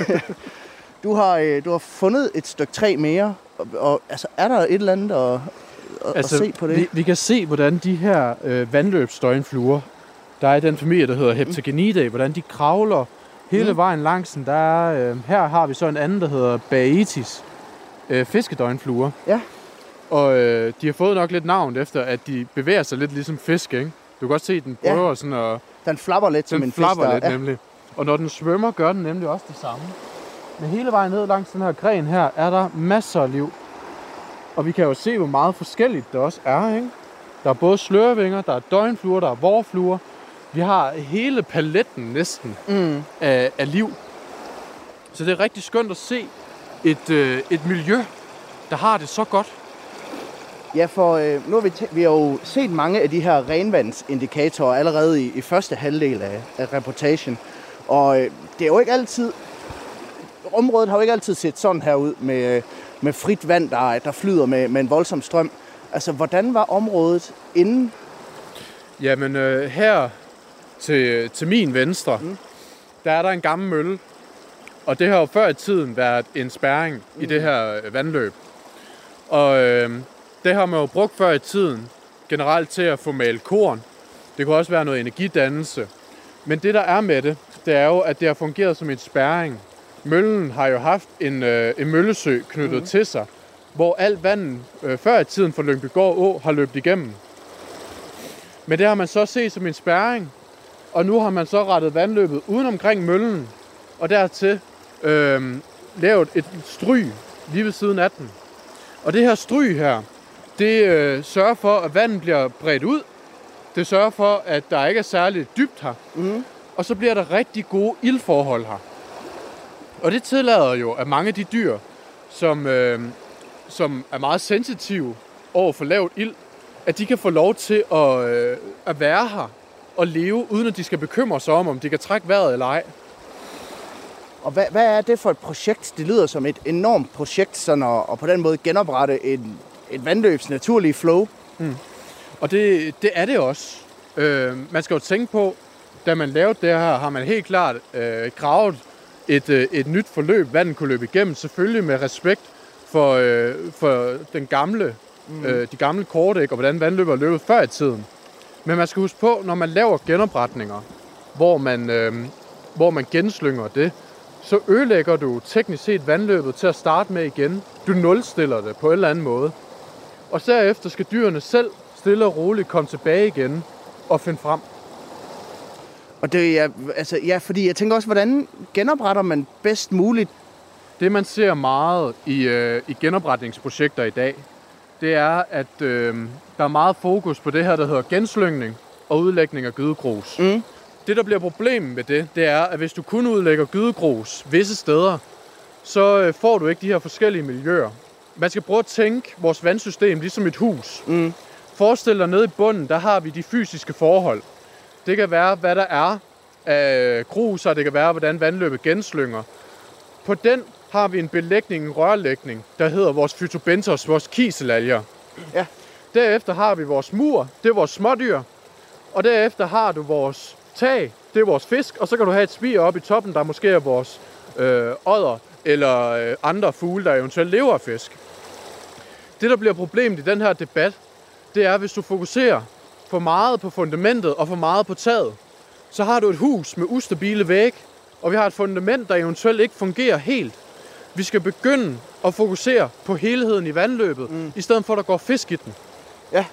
Du har fundet et stykke træ mere, og altså, er der et eller andet at se på det? Vi kan se, hvordan de her vandløbsdøgnfluer, der er i den familie, der hedder Heptagenidae, hvordan de kravler hele vejen langs den. Her har vi så en anden, der hedder Baetis, fiskedøgnfluer. Ja. Og de har fået nok lidt navn efter, at de bevæger sig lidt ligesom fisk, ikke? Du kan godt se, at den prøver sådan at... Den flapper lidt som en fisk. Den flapper lidt, nemlig. Og når den svømmer, gør den nemlig også det samme. Men hele vejen ned langs den her gren her, er der masser af liv. Og vi kan jo se, hvor meget forskelligt det også er, ikke? Der er både slørvinger, der er døgnfluer, der er vårfluer. Vi har hele paletten næsten af liv. Så det er rigtig skønt at se et miljø, der har det så godt. Ja, for nu har vi har jo set mange af de her renvandsindikatorer allerede i første halvdel af reportagen. Og det er jo ikke altid... Området har jo ikke altid set sådan her ud med frit vand, der flyder med en voldsom strøm. Altså, hvordan var området inden? Jamen, her til min venstre, der er der en gammel mølle. Og det har jo før i tiden været en spærring i det her vandløb. Og det har man jo brugt før i tiden generelt til at få malet korn. Det kunne også være noget energidannelse. Men det, der er med det er jo, at det har fungeret som en spærring. Møllen har jo haft en møllesø knyttet til sig, hvor alt vandet før i tiden for Lyngbygård Å har løbet igennem. Men det har man så set som en spærring, og nu har man så rettet vandløbet uden omkring møllen, og dertil lavet et stryg lige ved siden af den. Og det her stryg her, det sørger for, at vandet bliver bredt ud. Det sørger for, at der ikke er særligt dybt her. Og så bliver der rigtig gode ildforhold her. Og det tillader jo, at mange af de dyr, som er meget sensitive over for lavt ild, at de kan få lov til at være her og leve, uden at de skal bekymre sig om de kan trække vejret eller ej. Og hvad er det for et projekt? Det lyder som et enormt projekt, sådan at på den måde genoprette et vandløbs naturlige flow. Og det er det også. Man skal jo tænke på, da man lavede det her, har man helt klart gravet et nyt forløb, vandet kunne løbe igennem, selvfølgelig med respekt for den gamle, de gamle kortæg, og hvordan vandløbet er løbet før i tiden. Men man skal huske på, når man laver genopretninger, hvor man genslynger det, så ødelægger du teknisk set vandløbet til at starte med igen. Du nulstiller det på en eller anden måde. Og derefter skal dyrene selv stille og roligt komme tilbage igen og finde frem. Og det er, fordi jeg tænker også, hvordan genopretter man bedst muligt? Det man ser meget i genopretningsprojekter i dag, det er, at der er meget fokus på det her, der hedder genslyngning og udlægning af gydegrus. Det, der bliver problemet med det er, at hvis du kun udlægger gydegrus visse steder, så får du ikke de her forskellige miljøer. Man skal prøve at tænke vores vandsystem ligesom et hus. Forestil dig, nede i bunden, der har vi de fysiske forhold. Det kan være, hvad der er af gruser, det kan være, hvordan vandløbet genslynger. På den har vi en belægning, en rørlægning, der hedder vores phytobenthos, vores kiselalger. Ja. Derefter har vi vores mur, det er vores smådyr. Og derefter har du vores tag, det er vores fisk. Og så kan du have et spir oppe i toppen, der måske er vores odder eller andre fugle, der eventuelt lever af fisk. Det, der bliver problemet i den her debat, det er, hvis du fokuserer for meget på fundamentet og for meget på taget, så har du et hus med ustabile vægge, og vi har et fundament, der eventuelt ikke fungerer helt. Vi skal begynde at fokusere på helheden i vandløbet, i stedet for, at der går fisk i den. Ja.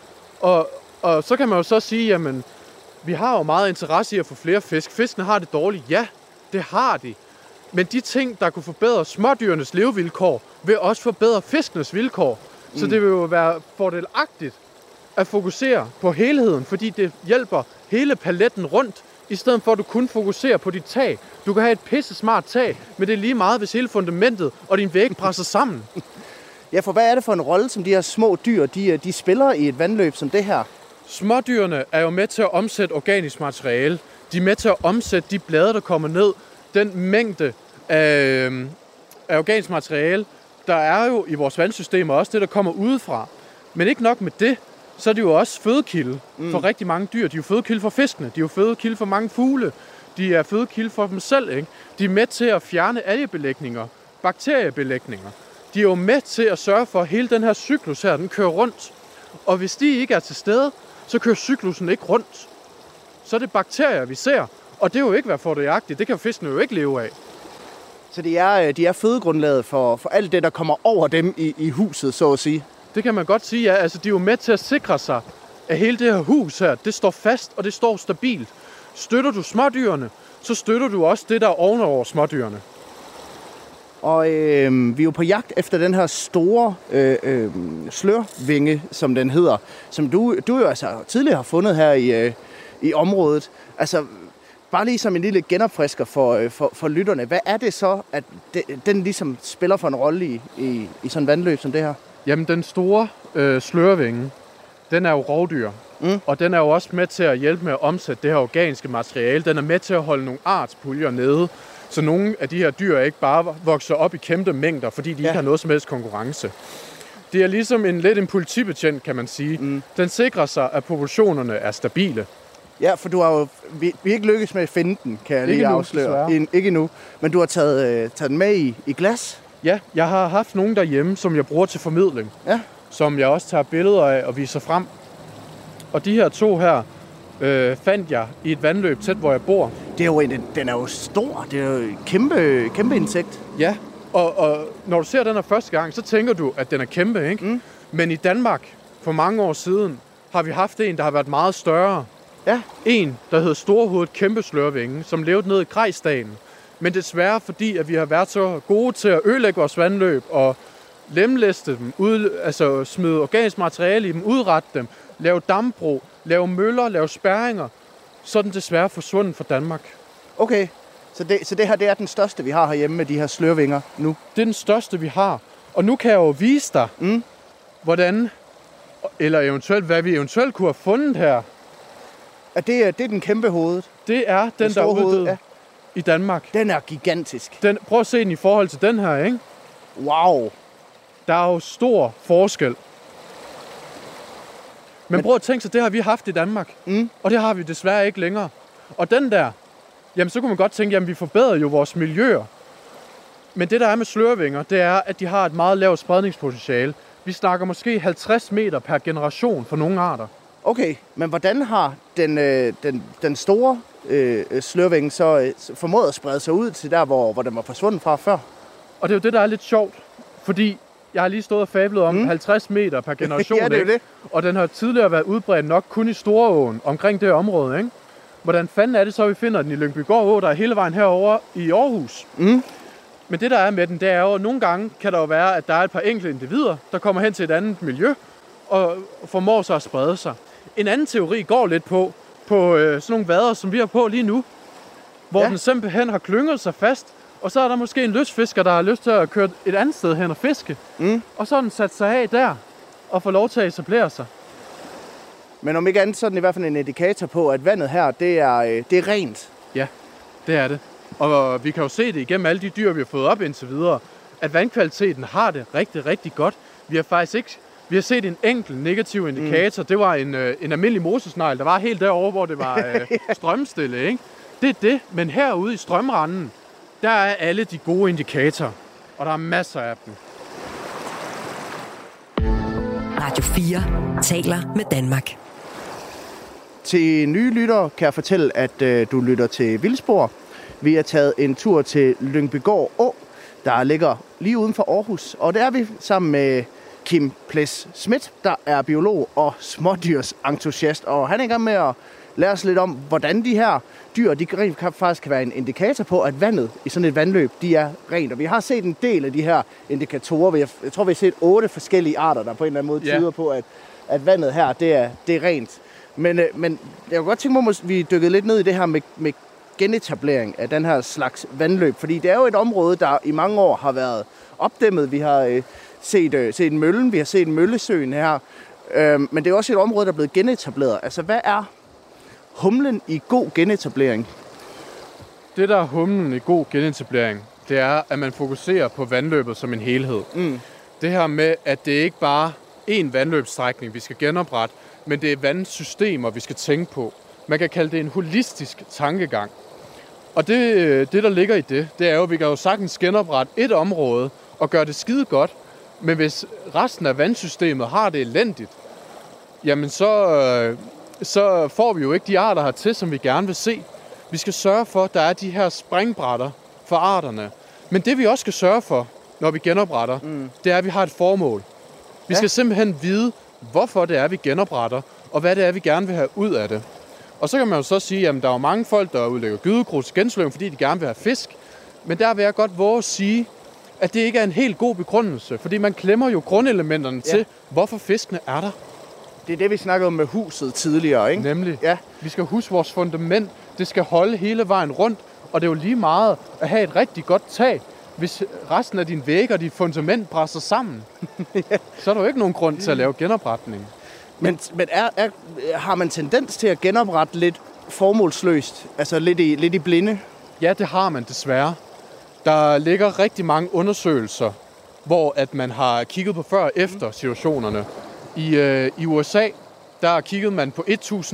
Og så kan man jo så sige, jamen, vi har jo meget interesse i at få flere fisk. Fiskene har det dårligt. Ja, det har de. Men de ting, der kunne forbedre smådyrenes levevilkår, vil også forbedre fiskenes vilkår. Så det vil jo være fordelagtigt at fokusere på helheden, fordi det hjælper hele paletten rundt, i stedet for at du kun fokuserer på dit tag. Du kan have et pisse smart tag, men det er lige meget, hvis hele fundamentet og din væg presser sammen. Ja, for hvad er det for en rolle, som de her små dyr, de spiller i et vandløb som det her? Smådyrene er jo med til at omsætte organisk materiale. De er med til at omsætte de blade, der kommer ned. Den mængde af organisk materiale, der er jo i vores vandsystem, og også det, der kommer udefra. Men ikke nok med det, så er det jo også fødekilde for rigtig mange dyr. De er jo fødekilde for fiskene, de er jo fødekilde for mange fugle. De er fødekilde for dem selv, ikke? De er med til at fjerne algebelægninger, bakteriebelægninger. De er jo med til at sørge for, at hele den her cyklus her, den kører rundt. Og hvis de ikke er til stede, så kører cyklusen ikke rundt. Så er det bakterier, vi ser. Og det er jo ikke være fordelagtigt. Det kan fiskene jo ikke leve af. Så de er fødegrundlaget for alt det, der kommer over dem i huset, så at sige? Det kan man godt sige, ja. Altså, de er jo med til at sikre sig, at hele det her hus her, det står fast, og det står stabilt. Støtter du smådyrene, så støtter du også det, der er ovenover smådyrene. Og vi er jo på jagt efter den her store slørvinge, som den hedder, som du jo altså tidligere har fundet her i området. Altså, bare lige som en lille genopfrisker for lytterne. Hvad er det så, at den ligesom spiller for en rolle i sådan en vandløb som det her? Jamen, den store slørvinge, den er jo rovdyr. Og den er jo også med til at hjælpe med at omsætte det her organiske materiale. Den er med til at holde nogle artspuljer nede, så nogle af de her dyr ikke bare vokser op i kæmpe mængder, fordi de ikke har noget som helst konkurrence. Det er ligesom lidt en politibetjent, kan man sige. Den sikrer sig, at populationerne er stabile. Ja, for du har jo vi ikke lykkes med at finde den, kan jeg lige afsløre. Ikke endnu. Men du har taget den med i glas? Ja, jeg har haft nogen derhjemme, som jeg bruger til formidling. Ja. Som jeg også tager billeder af og viser frem. Og de her to her fandt jeg i et vandløb tæt, hvor jeg bor. Den er jo stor. Det er jo et kæmpe insekt. Ja, og når du ser den her første gang, så tænker du, at den er kæmpe, ikke? Men i Danmark, for mange år siden, har vi haft en, der har været meget større. Ja. En, der hed Storhovedet kæmpeslørvinge, som levede nede i Grejsdalen. Men desværre, fordi at vi har været så gode til at ødelægge vores vandløb og lemlæste dem, smide organisk materiale i dem, udrette dem, lave dambrug, lave møller, lave spærringer, så er den desværre forsvundet fra Danmark. Okay, så det her det er den største, vi har herhjemme med de her slørvinger nu? Det er den største, vi har. Og nu kan jeg jo vise dig, hvordan, eller eventuelt, hvad vi eventuelt kunne have fundet her. Det er den kæmpe hovedet? Det er den, der er uddød i Danmark. Den er gigantisk. Prøv at se den i forhold til den her, ikke? Wow. Der er jo stor forskel. Men prøv at tænke sig, det har vi haft i Danmark. Og det har vi desværre ikke længere. Og den der, jamen så kunne man godt tænke, jamen vi forbedrer jo vores miljøer. Men det der er med slørvinger, det er, at de har et meget lavt spredningspotentiale. Vi snakker måske 50 meter per generation for nogle arter. Okay, men hvordan har den store slørvinge så formået at sprede sig ud til der, hvor den var forsvundet fra før? Og det er jo det, der er lidt sjovt, fordi jeg har lige stået og fablet om 50 meter per generation, ja, det er det. Og den har tidligere været udbredt nok kun i Storåen, omkring det område, ikke? Hvordan fanden er det så, vi finder den i Lyngbygård Å, der er hele vejen herover i Aarhus? Men det, der er med den, det er jo, at nogle gange kan der jo være, at der er et par enkelte individer, der kommer hen til et andet miljø, og formår sig at sprede sig. En anden teori går lidt på sådan nogle vader, som vi har på lige nu, hvor den simpelthen har klynget sig fast Og så er der måske en lystfisker, der har lyst til at køre et andet sted hen og fiske. Og så har den sat sig af der og får lov til at etablere sig. Men om ikke andet, så er den i hvert fald en indikator på, at vandet her, det er rent. Ja, det er det. Og vi kan jo se det igennem alle de dyr, vi har fået op indtil videre, at vandkvaliteten har det rigtig, rigtig godt. Vi har set en enkelt negativ indikator. Det var en almindelig mosesnegl, der var helt derovre, hvor det var strømstille, ikke? Det er det, men herude i strømranden, der er alle de gode indikatorer, og der er masser af dem. Radio 4 taler med Danmark. Til nye lyttere kan jeg fortælle, at du lytter til Vildspor. Vi har taget en tur til Lyngbygård Å, der ligger lige uden for Aarhus. Og det er vi sammen med Kim Ples Schmidt, der er biolog og smådyrsentusiast. Og han er i gang med at lære os lidt om, hvordan de her dyr, de faktisk kan være en indikator på, at vandet i sådan et vandløb, de er rent. Og vi har set en del af de her indikatorer. Jeg tror, vi har set 8 forskellige arter, der på en eller anden måde tyder på, at vandet her, det er rent. Men jeg kunne godt tænke mig, at vi dykkede lidt ned i det her med genetablering af den her slags vandløb. Fordi det er jo et område, der i mange år har været opdæmmet. Vi har set møllen, vi har set møllesøen her. Men det er også et område, der er blevet genetableret. Altså, hvad er humlen i god genetablering? Det, der er humlen i god genetablering, det er, at man fokuserer på vandløbet som en helhed. Det her med, at det ikke bare er én vandløbsstrækning, vi skal genoprette, men det er vandsystemer, vi skal tænke på. Man kan kalde det en holistisk tankegang. Og det der ligger i det er jo, at vi kan jo sagtens genoprette et område og gøre det skide godt, men hvis resten af vandsystemet har det elendigt, jamen så får vi jo ikke de arter hertil, som vi gerne vil se. Vi skal sørge for, at der er de her springbrætter for arterne. Men det vi også skal sørge for, når vi genopretter, det er, at vi har et formål. Vi skal simpelthen vide, hvorfor det er, vi genopretter, og hvad det er, vi gerne vil have ud af det. Og så kan man jo så sige, at der er jo mange folk, der udlægger gydegrus til gensløb, fordi de gerne vil have fisk. Men der vil jeg godt våge at sige, at det ikke er en helt god begrundelse, fordi man klemmer jo grundelementerne til, hvorfor fiskene er der. Det er det, vi snakkede om med huset tidligere, ikke? Nemlig. Ja. Vi skal huske vores fundament. Det skal holde hele vejen rundt, og det er jo lige meget at have et rigtig godt tag. Hvis resten af dine vægge og dit fundament presser sammen, så er der jo ikke nogen grund til at lave genopretning. Men har man tendens til at genoprette lidt formålsløst? Altså lidt i blinde? Ja, det har man desværre. Der ligger rigtig mange undersøgelser, hvor at man har kigget på før og efter situationerne. I USA, der kiggede man på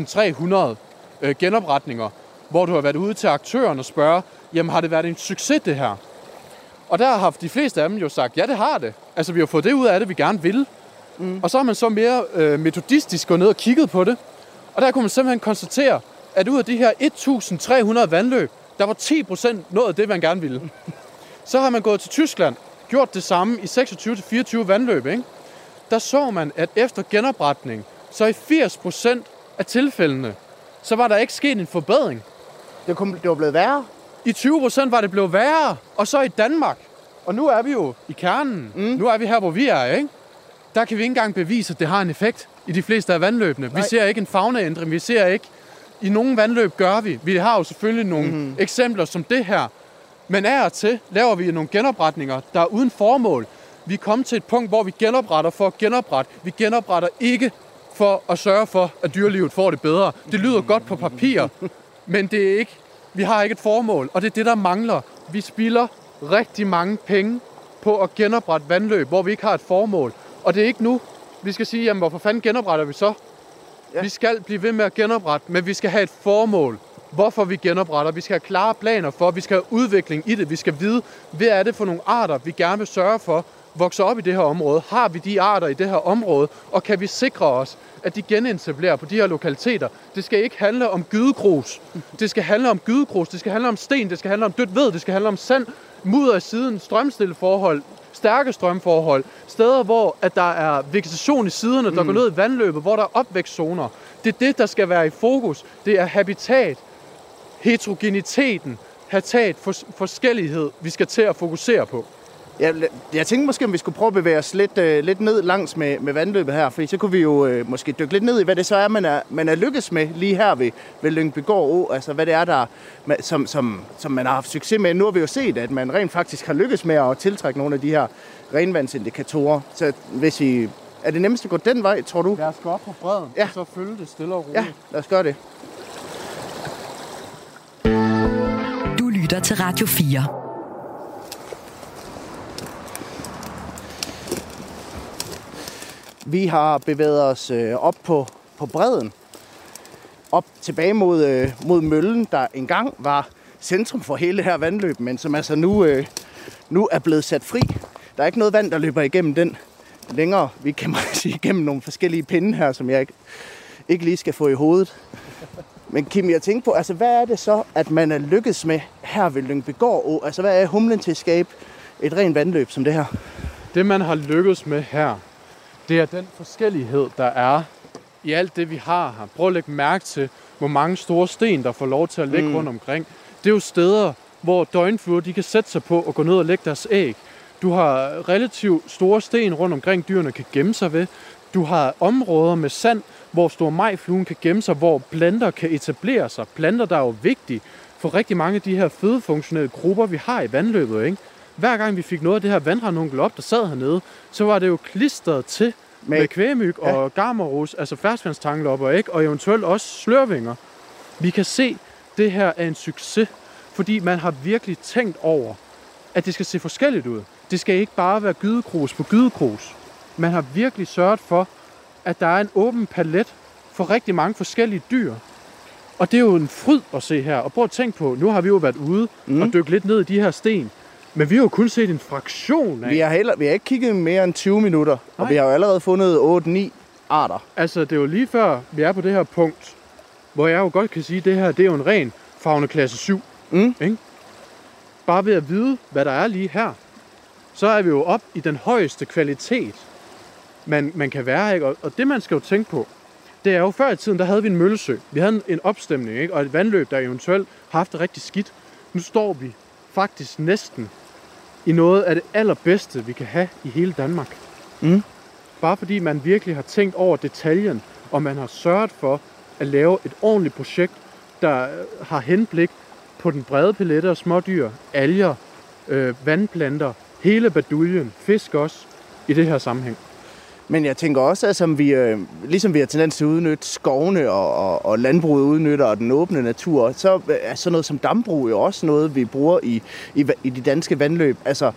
1.300 genopretninger, hvor du har været ude til aktøren og spørge, jamen har det været en succes det her? Og der har de fleste af dem jo sagt, ja det har det. Altså vi har fået det ud af det, vi gerne vil. Og så har man så mere metodistisk gået ned og kigget på det. Og der kunne man simpelthen konstatere, at ud af de her 1.300 vandløb, der var 10% noget af det, man gerne ville. Så har man gået til Tyskland, gjort det samme i 26-24 vandløb, ikke? Der så man, at efter genopretning, så i 80% af tilfældene, så var der ikke sket en forbedring. Det var blevet værre? I 20% var det blevet værre, og så i Danmark. Og nu er vi jo i kernen. Nu er vi her, hvor vi er, ikke? Der kan vi ikke engang bevise, at det har en effekt i de fleste af vandløbene. Nej. Vi ser ikke en faunaændring, vi ser ikke... I nogle vandløb gør vi. Vi har jo selvfølgelig nogle eksempler som det her. Men af og til laver vi nogle genopretninger, der er uden formål. Vi er kommet til et punkt, hvor vi genopretter for at genoprette. Vi genopretter ikke for at sørge for, at dyrelivet får det bedre. Det lyder godt på papir, men det er ikke. Vi har ikke et formål, og det er det, der mangler. Vi spilder rigtig mange penge på at genoprette vandløb, hvor vi ikke har et formål. Og det er ikke nu. Vi skal sige, jamen hvorfor fanden genopretter vi så? Ja. Vi skal blive ved med at genoprette, men vi skal have et formål, hvorfor vi genopretter. Vi skal have klare planer for, vi skal have udvikling i det. Vi skal vide, hvad er det for nogle arter, vi gerne vil sørge for, vokser op i det her område. Har vi de arter i det her område, og kan vi sikre os, at de genetablerer på de her lokaliteter. Det skal ikke handle om gydegrus. Det skal handle om gydegrus, det skal handle om sten, det skal handle om dødt ved, det skal handle om sand, mudder i siden, strømstille forhold, stærke strømforhold, steder, hvor at der er vegetation i siderne, der går ned i vandløbet, hvor der er opvækstzoner. Det er det, der skal være i fokus. Det er habitat, heterogeniteten, habitat, forskellighed, vi skal til at fokusere på. Jeg tænkte måske, om vi skulle prøve at bevæge os lidt ned langs med vandløbet her, for så kunne vi jo måske dykke lidt ned i, hvad det så er, man er lykkes med lige her ved Lyngbygård Å. Altså, hvad det er, der, som man har haft succes med. Nu har vi jo set, at man rent faktisk har lykkes med at tiltrække nogle af de her renvandsindikatorer. Så hvis vi... Er det nemmest at gå den vej, tror du? Lad os gå op på bredden, og så følge det stille og roligt. Ja, lad os gøre det. Du lytter til Radio 4. Vi har bevæget os op på bredden, op tilbage mod møllen, der engang var centrum for hele det her vandløb, men som altså nu er blevet sat fri. Der er ikke noget vand, der løber igennem den længere. Vi kan sige igennem nogle forskellige pinde her, som jeg ikke lige skal få i hovedet. Men Kim, jeg tænker på, altså hvad er det så, at man er lykkedes med her ved Lyngbygård Å? Altså hvad er humlen til at skabe et rent vandløb som det her? Det man har lykkedes med her, det er den forskellighed, der er i alt det, vi har her. Prøv at lægge mærke til, hvor mange store sten, der får lov til at ligge rundt omkring. Det er jo steder, hvor døgnfluer de kan sætte sig på og gå ned og lægge deres æg. Du har relativt store sten rundt omkring, dyrene kan gemme sig ved. Du har områder med sand, hvor stormajfluen kan gemme sig, hvor planter kan etablere sig. Planter, der er jo vigtige for rigtig mange af de her fødefunktionelle grupper, vi har i vandløbet, ikke? Hver gang vi fik noget af det her vandranunkel op, der sad hernede, så var det jo klistret til med kvægemyg og garmerus, altså ferskvandstanglopper, ikke? Og eventuelt også slørvinger. Vi kan se, at det her er en succes, fordi man har virkelig tænkt over, at det skal se forskelligt ud. Det skal ikke bare være gydekrus på gydekrus. Man har virkelig sørget for, at der er en åben palet for rigtig mange forskellige dyr. Og det er jo en fryd at se her. Og prøv at tænke på, nu har vi jo været ude og dykke lidt ned i de her sten. Men vi har jo kun set en fraktion af... Vi har ikke kigget mere end 20 minutter, og vi har jo allerede fundet 8-9 arter. Altså, det er jo lige før, vi er på det her punkt, hvor jeg jo godt kan sige, at det her det er jo en ren faunaklasse 7. Ikke? Bare ved at vide, hvad der er lige her, så er vi jo op i den højeste kvalitet, man kan være. Ikke? Og det, man skal jo tænke på, det er jo før i tiden, der havde vi en møllesø. Vi havde en opstemning, ikke? Og et vandløb, der eventuelt har haft det rigtig skidt. Nu står vi faktisk næsten i noget af det allerbedste, vi kan have i hele Danmark. Bare fordi man virkelig har tænkt over detaljen, og man har sørget for at lave et ordentligt projekt, der har henblik på den brede palette af smådyr, alger, vandplanter, hele baduljen, fisk også i det her sammenhæng. Men jeg tænker også, at ligesom vi har tendens til at udnytte skovene og landbruget udnytter og den åbne natur, så er sådan noget som dambrug jo også noget, vi bruger i de danske vandløb. Altså,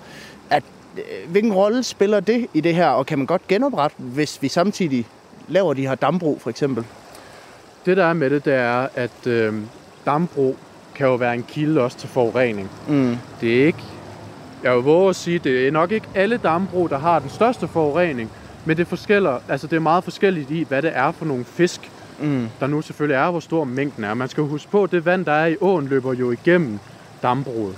hvilken rolle spiller det i det her, og kan man godt genoprette, hvis vi samtidig laver de her dambrug for eksempel? Det der er med det er, at dambrug kan jo være en kilde også til forurening. Det er ikke, jeg vil våge at sige, det er nok ikke alle dambrug, der har den største forurening, men det er meget forskelligt i, hvad det er for nogle fisk, der nu selvfølgelig er, hvor stor mængden er. Man skal jo huske på, at det vand, der er i åen, løber jo igennem dambruget.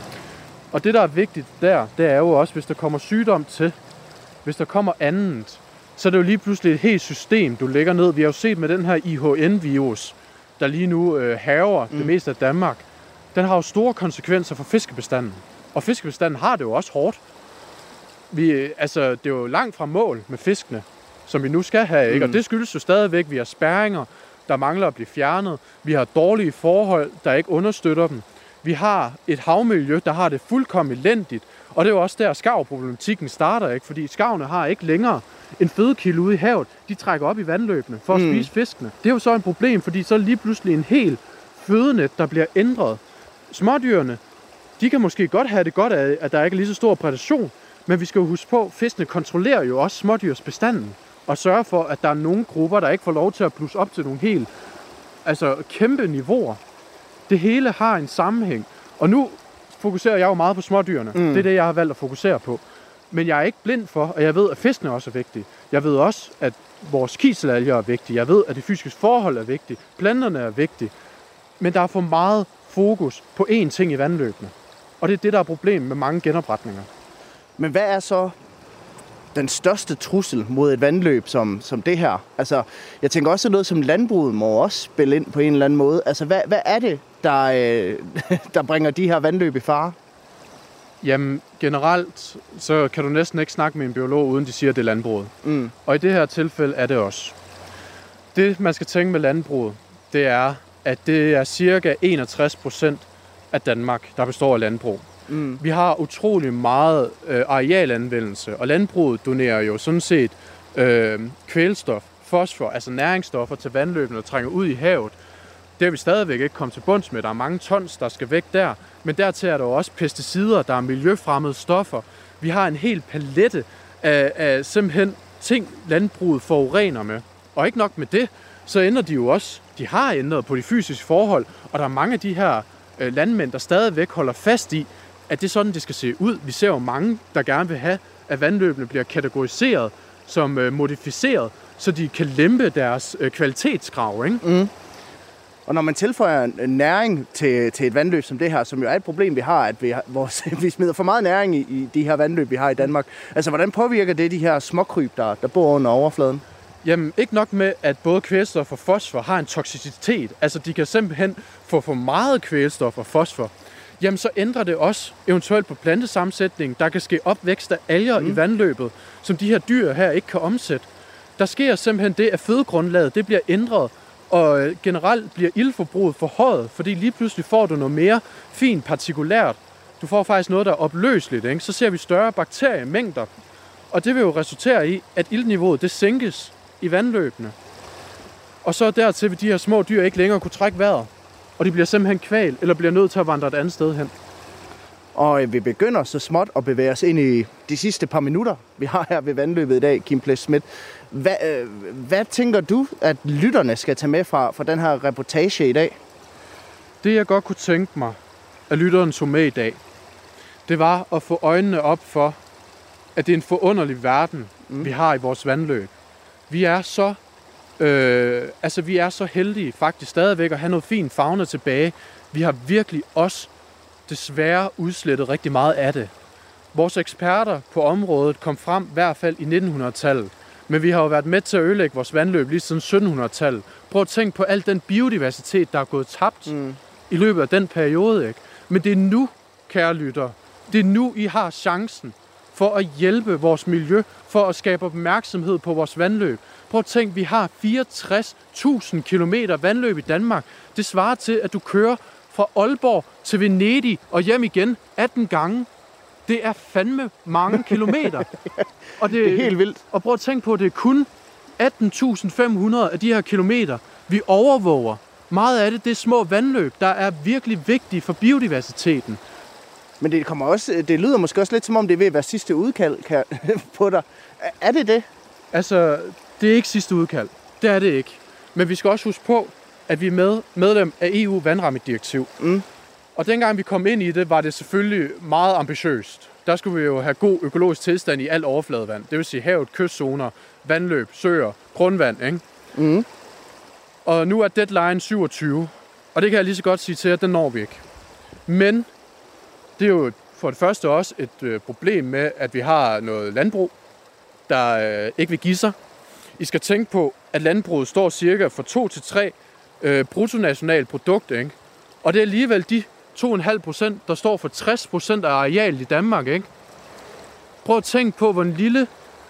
Og det, der er vigtigt der, det er jo også, hvis der kommer sygdom til, hvis der kommer andet, så er det jo lige pludselig et helt system, du lægger ned. Vi har jo set med den her IHN-virus, der lige nu hærger det meste af Danmark. Den har jo store konsekvenser for fiskebestanden. Og fiskebestanden har det jo også hårdt. Det er jo langt fra mål med fiskene, som vi nu skal have, ikke? Og det skyldes jo stadigvæk, vi har spærringer, der mangler at blive fjernet. Vi har dårlige forhold, der ikke understøtter dem. Vi har et havmiljø, der har det fuldkommen elendigt. Og det er jo også der, skarvproblematikken starter, ikke? Fordi skarvene har ikke længere en fødekilde ude i havet. De trækker op i vandløbene for at spise fiskene. Det er jo så et problem, fordi så er lige pludselig en hel fødenet, der bliver ændret. Smådyrene, de kan måske godt have det godt af, at der ikke er lige så stor prædation, men vi skal jo huske på, at fiskene kontrollerer jo også smådyrsbestanden og sørger for, at der er nogle grupper, der ikke får lov til at blusse op til nogle helt kæmpe niveauer. Det hele har en sammenhæng. Og nu fokuserer jeg jo meget på smådyrene. Det er det, jeg har valgt at fokusere på. Men jeg er ikke blind for, og jeg ved, at fiskene også er vigtige. Jeg ved også, at vores kiselalger er vigtige. Jeg ved, at det fysiske forhold er vigtigt. Planterne er vigtige. Men der er for meget fokus på én ting i vandløbene. Og det er det, der er problemet med mange genopretninger. Men hvad er så den største trussel mod et vandløb som det her? Altså, jeg tænker også noget som landbruget må også spille ind på en eller anden måde. Altså, hvad er det, der bringer de her vandløb i fare? Jamen, generelt, så kan du næsten ikke snakke med en biolog, uden de siger, at det er landbruget. Og i det her tilfælde er det også. Det, man skal tænke med landbruget, det er, at det er cirka 61% af Danmark, der består af landbrug. Vi har utrolig meget arealanvendelse, og landbruget donerer jo sådan set kvælstof, fosfor, altså næringsstoffer til vandløbene, der trænger ud i havet. Det har vi stadigvæk ikke kommet til bunds med. Der er mange tons, der skal væk der. Men dertil er der jo også pesticider, der er miljøfremmede stoffer. Vi har en hel palette af simpelthen ting, landbruget forurener med. Og ikke nok med det, så ændrer de jo også, de har ændret på de fysiske forhold, og der er mange af de her landmænd, der stadigvæk holder fast i, at det er sådan, det skal se ud. Vi ser jo mange, der gerne vil have, at vandløbene bliver kategoriseret som modificeret, så de kan lempe deres kvalitetskrav, ikke? Og når man tilføjer næring til et vandløb som det her, som jo er et problem, vi har, at vi smider for meget næring i de her vandløb, vi har i Danmark. Altså, hvordan påvirker det de her småkryb, der bor under overfladen? Jamen, ikke nok med, at både kvælstof og fosfor har en toksicitet. Altså, de kan simpelthen få for meget kvælstof og fosfor. Jamen, så ændrer det også eventuelt på plantesammensætning. Der kan ske opvækst af alger i vandløbet, som de her dyr her ikke kan omsætte. Der sker simpelthen det, at fødegrundlaget det bliver ændret, og generelt bliver iltforbruget forhøjet, fordi lige pludselig får du noget mere fint partikulært. Du får faktisk noget, der er opløseligt, ikke? Så ser vi større bakteriemængder, og det vil jo resultere i, at iltniveauet det sænkes i vandløbene. Og så dertil vil de her små dyr ikke længere kunne trække vejret, og de bliver simpelthen kvalt, eller bliver nødt til at vandre et andet sted hen. Og vi begynder så småt at bevæge os ind i de sidste par minutter, vi har her ved vandløbet i dag, Kim Pless-Smith. Hvad tænker du, at lytterne skal tage med fra den her reportage i dag? Det, jeg godt kunne tænke mig, at lytterne tog med i dag, det var at få øjnene op for, at det er en forunderlig verden, vi har i vores vandløb. Vi er så heldige faktisk stadigvæk at have noget fin fauna tilbage. Vi har virkelig også desværre udslettet rigtig meget af det. Vores eksperter på området kom frem i hvert fald i 1900-tallet. Men vi har jo været med til at ødelægge vores vandløb lige siden 1700-tallet. Prøv at tænke på al den biodiversitet, der er gået tabt i løbet af den periode, ikke? Men det er nu, kære lyttere, det er nu, I har chancen for at hjælpe vores miljø, for at skabe opmærksomhed på vores vandløb. Prøv at tænke, vi har 64.000 kilometer vandløb i Danmark. Det svarer til, at du kører fra Aalborg til Venedig og hjem igen 18 gange. Det er fandme mange kilometer. Og det er helt vildt. Og prøv at tænke på, at det er kun 18.500 af de her kilometer, vi overvåger. Meget af det er små vandløb, der er virkelig vigtige for biodiversiteten. Men det lyder måske også lidt som om, det er ved at være sidste udkald på dig. Er det det? Altså, det er ikke sidste udkald. Det er det ikke. Men vi skal også huske på, at vi er medlem af EU-vandrammedirektiv. Og dengang vi kom ind i det, var det selvfølgelig meget ambitiøst. Der skulle vi jo have god økologisk tilstand i alt overfladevand. Det vil sige havet, kystzoner, vandløb, søer, grundvand, ikke? Og nu er deadline 27. Og det kan jeg lige så godt sige til, at den når vi ikke. Men det er jo for det første også et problem med, at vi har noget landbrug, der ikke vil give sig. I skal tænke på, at landbruget står cirka for 2-3 bruttonationalprodukt, ikke? Og det er alligevel de 2,5%, der står for 60% af arealet i Danmark, ikke? Prøv at tænke på, hvor en lille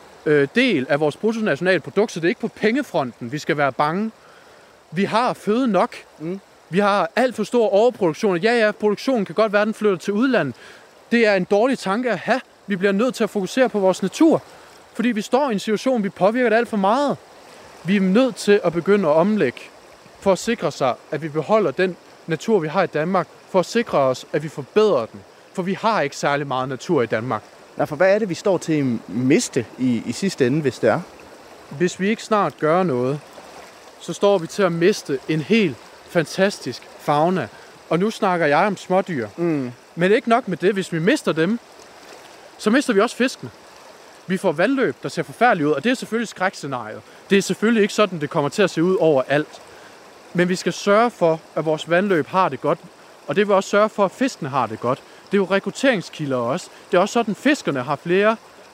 del af vores bruttonationalprodukt, så det er ikke på pengefronten, vi skal være bange. Vi har føde nok. Vi har alt for stor overproduktion. Ja, produktionen kan godt være, den flytter til udlandet. Det er en dårlig tanke at have. Vi bliver nødt til at fokusere på vores natur. Fordi vi står i en situation, vi påvirker det alt for meget. Vi er nødt til at begynde at omlægge, for at sikre sig, at vi beholder den natur, vi har i Danmark, for at sikre os, at vi forbedrer den. For vi har ikke særlig meget natur i Danmark. Nej, for hvad er det, vi står til at miste i sidste ende, hvis det er? Hvis vi ikke snart gør noget, så står vi til at miste en helt fantastisk fauna. Og nu snakker jeg om smådyr. Men ikke nok med det. Hvis vi mister dem, så mister vi også fiskene. Vi får vandløb, der ser forfærdeligt ud, og det er selvfølgelig skrækscenariet. Det er selvfølgelig ikke sådan, det kommer til at se ud overalt. Men vi skal sørge for, at vores vandløb har det godt, og det vil også sørge for, at fiskene har det godt. Det er jo rekrutteringskilder også. Det er også sådan, at fiskerne har flere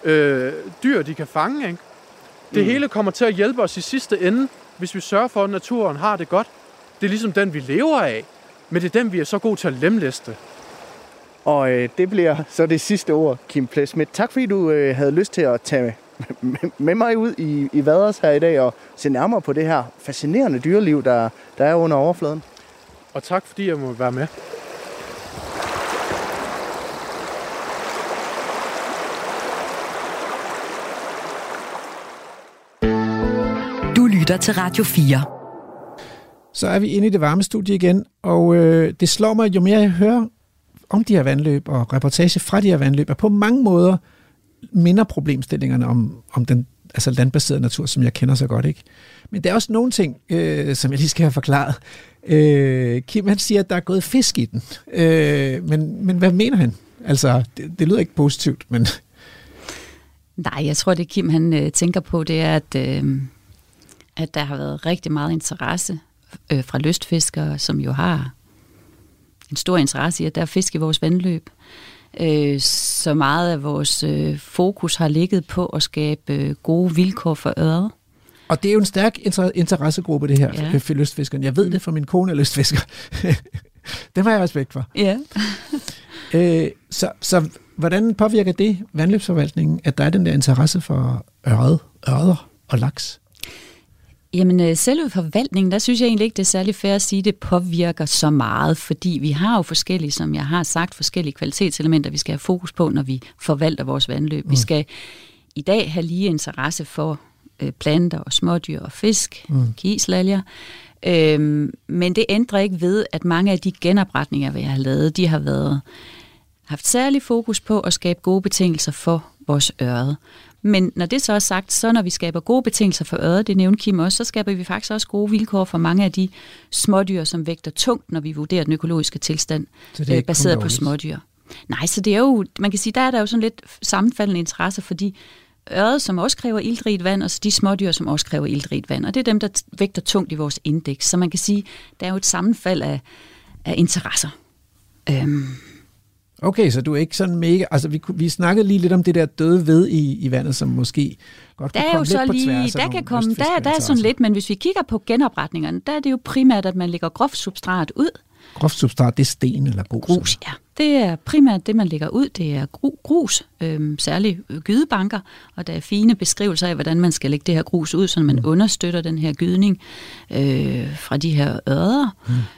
dyr, de kan fange, ikke? Det hele kommer til at hjælpe os i sidste ende, hvis vi sørger for, at naturen har det godt. Det er ligesom den, vi lever af, men det er den, vi er så gode til at lemlæste. Og det bliver så det sidste ord, Kim Plesmith. Tak fordi du havde lyst til at tage med mig ud i Vaders her i dag og se nærmere på det her fascinerende dyreliv, der er under overfladen. Og tak fordi jeg må være med. Du lytter til Radio 4. Så er vi inde i det varme studie igen, og det slår mig, jo mere jeg hører om de her vandløb og reportage fra de her vandløb, at på mange måder minder problemstillingerne om den landbaserede natur, som jeg kender så godt, ikke? Men der er også nogle ting, som jeg lige skal have forklaret. Kim, han siger, at der er gået fisk i den. Men hvad mener han? Altså, det lyder ikke positivt, men... Nej, jeg tror, det Kim han tænker på, det er, at der har været rigtig meget interesse fra lystfiskere, som jo har en stor interesse i, at der er fisk i vores vandløb. Så meget af vores fokus har ligget på at skabe gode vilkår for ørred. Og det er jo en stærk interessegruppe, det her, for lystfiskerne. Jeg ved det, for min kone er lystfisker. Dem har jeg respekt for. Ja. Så hvordan påvirker det vandløbsforvaltningen, at der er den der interesse for ørreder og laks? Jamen, selve forvaltningen, der synes jeg egentlig ikke, det er særlig fair at sige, at det påvirker så meget, fordi vi har jo forskellige, som jeg har sagt, forskellige kvalitetselementer, vi skal have fokus på, når vi forvalter vores vandløb. Vi skal i dag have lige interesse for planter og smådyr og fisk, kiselalier. Men det ændrer ikke ved, at mange af de genopretninger, vi har lavet, de har haft særlig fokus på at skabe gode betingelser for vores ørred. Men når det så er sagt, så når vi skaber gode betingelser for ørred, det nævnte Kim også, så skaber vi faktisk også gode vilkår for mange af de smådyr, som vægter tungt, når vi vurderer den økologiske tilstand, baseret på smådyr. Nej, så det er jo, man kan sige, der er der jo sådan lidt sammenfaldende interesse, fordi ørred, som også kræver iltrigt vand, og de smådyr, som også kræver iltrigt vand, og det er dem, der vægter tungt i vores indeks. Så man kan sige, der er jo et sammenfald af interesser. Okay, så du er ikke sådan mega... Altså, vi snakkede lige lidt om det der døde ved i vandet, som måske godt kan komme lidt på tværs af der er sådan lidt, men hvis vi kigger på genopretningerne, der er det jo primært, at man lægger groft substrat ud. Groft substrat, det er sten eller grus? Grus, ja. Det er primært det, man lægger ud. Det er grus, særligt gydebanker, og der er fine beskrivelser af, hvordan man skal lægge det her grus ud, så man understøtter den her gydning fra de her ørreder.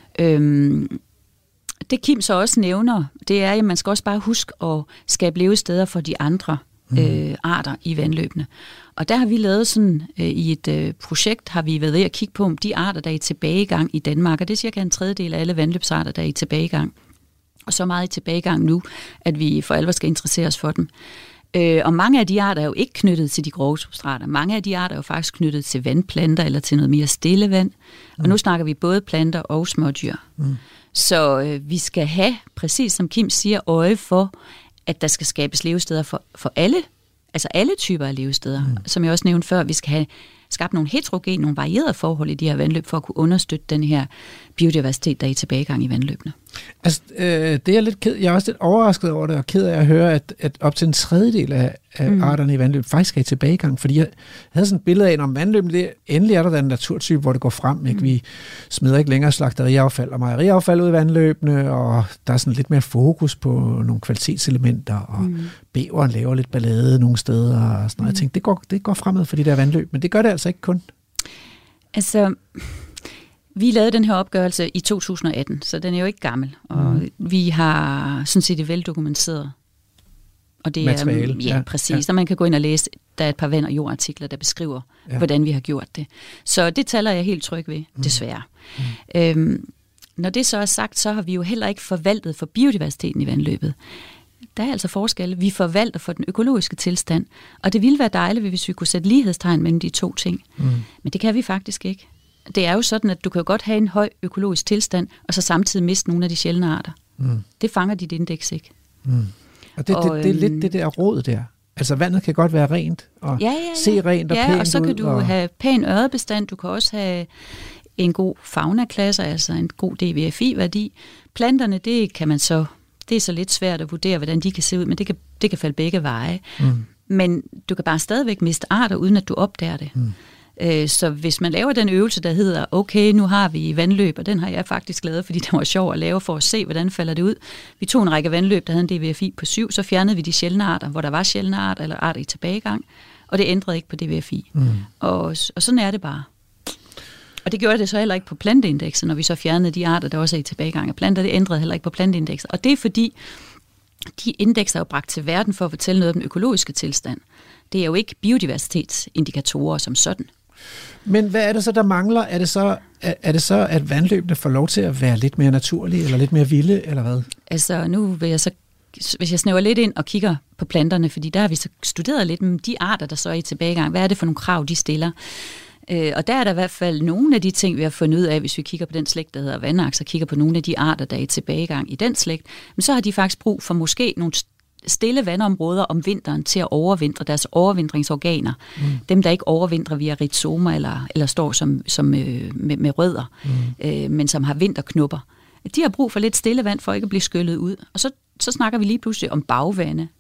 Det Kim så også nævner, det er, at man skal også bare huske at skabe levesteder for de andre arter i vandløbene. Og der har vi lavet sådan, i et projekt, har vi været ved at kigge på, om de arter, der er i tilbagegang i Danmark, og det er cirka en tredjedel af alle vandløbsarter, der er i tilbagegang. Og så meget i tilbagegang nu, at vi for alvor skal interessere os for dem. Og mange af de arter er jo ikke knyttet til de grove substrater. Mange af de arter er jo faktisk knyttet til vandplanter eller til noget mere stille vand. Og nu snakker vi både planter og smådyr. Så vi skal have, præcis som Kim siger, øje for, at der skal skabes levesteder for alle, altså alle typer af levesteder. Som jeg også nævnte før, vi skal have skabt nogle heterogene, nogle varierede forhold i de her vandløb, for at kunne understøtte den her biodiversitet, der er i tilbagegang i vandløbene. Altså, det er lidt jeg er også lidt overrasket over det, og ked af at høre, at op til en tredjedel af arterne i vandløb faktisk er i tilbagegang, fordi jeg havde sådan et billede af, at om vandløbene, endelig er der en naturtype, hvor det går frem, ikke? Vi smider ikke længere slagteriaffald og mejeriaffald ud i vandløbene, og der er sådan lidt mere fokus på nogle kvalitetselementer, og bæveren laver lidt ballade nogle steder, og sådan noget. Jeg tænkte, det går fremad for de der vandløb, men det gør det altså ikke kun. Altså, vi lavede den her opgørelse i 2018, så den er jo ikke gammel, og vi har sådan set det veldokumenteret. Og det materiale. Ja, præcis. Og man kan gå ind og læse, der er et par vand- og jordartikler, der beskriver, hvordan vi har gjort det. Så det taler jeg helt tryg ved, desværre. Når det så er sagt, så har vi jo heller ikke forvaltet for biodiversiteten i vandløbet. Der er altså forskelle. Vi forvalter for den økologiske tilstand, og det ville være dejligt, hvis vi kunne sætte lighedstegn mellem de to ting. Men det kan vi faktisk ikke. Det er jo sådan, at du kan jo godt have en høj økologisk tilstand, og så samtidig miste nogle af de sjældne arter. Det fanger dit indeks ikke. Og det er lidt det der råd der. Altså vandet kan godt være rent, og se rent og pænt ud. Og så kan du have pæn ørredbestand. Du kan også have en god faunaklasse, altså en god DVFI-værdi. Planterne, det er så lidt svært at vurdere, hvordan de kan se ud, men det kan falde begge veje. Men du kan bare stadigvæk miste arter, uden at du opdager det. Så hvis man laver den øvelse, der hedder, okay, nu har vi vandløb, og den har jeg faktisk lavet, fordi den var sjov at lave for at se, hvordan falder det ud. Vi tog en række vandløb, der havde en DVFI på 7, så fjernede vi de sjældne arter, hvor der var sjældne arter eller arter i tilbagegang, og det ændrede ikke på DVFI. Og sådan er det bare. Og det gjorde det så heller ikke på planteindekset, når vi så fjernede de arter, der også er i tilbagegang af planter. Det ændrede heller ikke på planteindekset. Og det er fordi, de indekser er jo bragt til verden for at fortælle noget om den økologiske tilstand. Det er jo ikke biodiversitetsindikatorer som sådan. Men hvad er det så, der mangler? Er det så, at vandløbene får lov til at være lidt mere naturlige, eller lidt mere vilde, eller hvad? Altså, nu vil jeg så, hvis jeg snæver lidt ind og kigger på planterne, fordi der har vi så studeret lidt med de arter, der så er i tilbagegang. Hvad er det for nogle krav, de stiller? Og der er der i hvert fald nogle af de ting, vi har fundet ud af, hvis vi kigger på den slægt, der hedder vandaks, og kigger på nogle af de arter, der er i tilbagegang i den slægt, men så har de faktisk brug for måske nogle stille vandområder om vinteren til at overvintre deres overvintringsorganer. Dem, der ikke overvintrer via rhizomer eller står med rødder, men som har vinterknopper. De har brug for lidt stille vand for ikke at blive skyllet ud. Og så snakker vi lige pludselig om bagvande.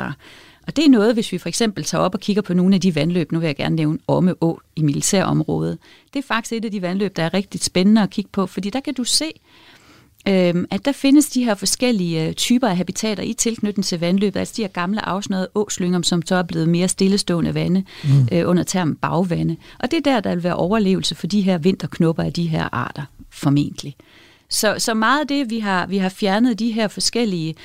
Og det er noget, hvis vi for eksempel tager op og kigger på nogle af de vandløb, nu vil jeg gerne nævne Omme Å i militærområdet. Det er faktisk et af de vandløb, der er rigtig spændende at kigge på, fordi der kan du se, at der findes de her forskellige typer af habitater i tilknytning til vandløbet, altså de her gamle afsnørede åslynger, som så er blevet mere stillestående vande under termen bagvande. Og det er der vil være overlevelse for de her vinterknopper af de her arter, formentlig. Så meget af det, vi har fjernet de her forskellige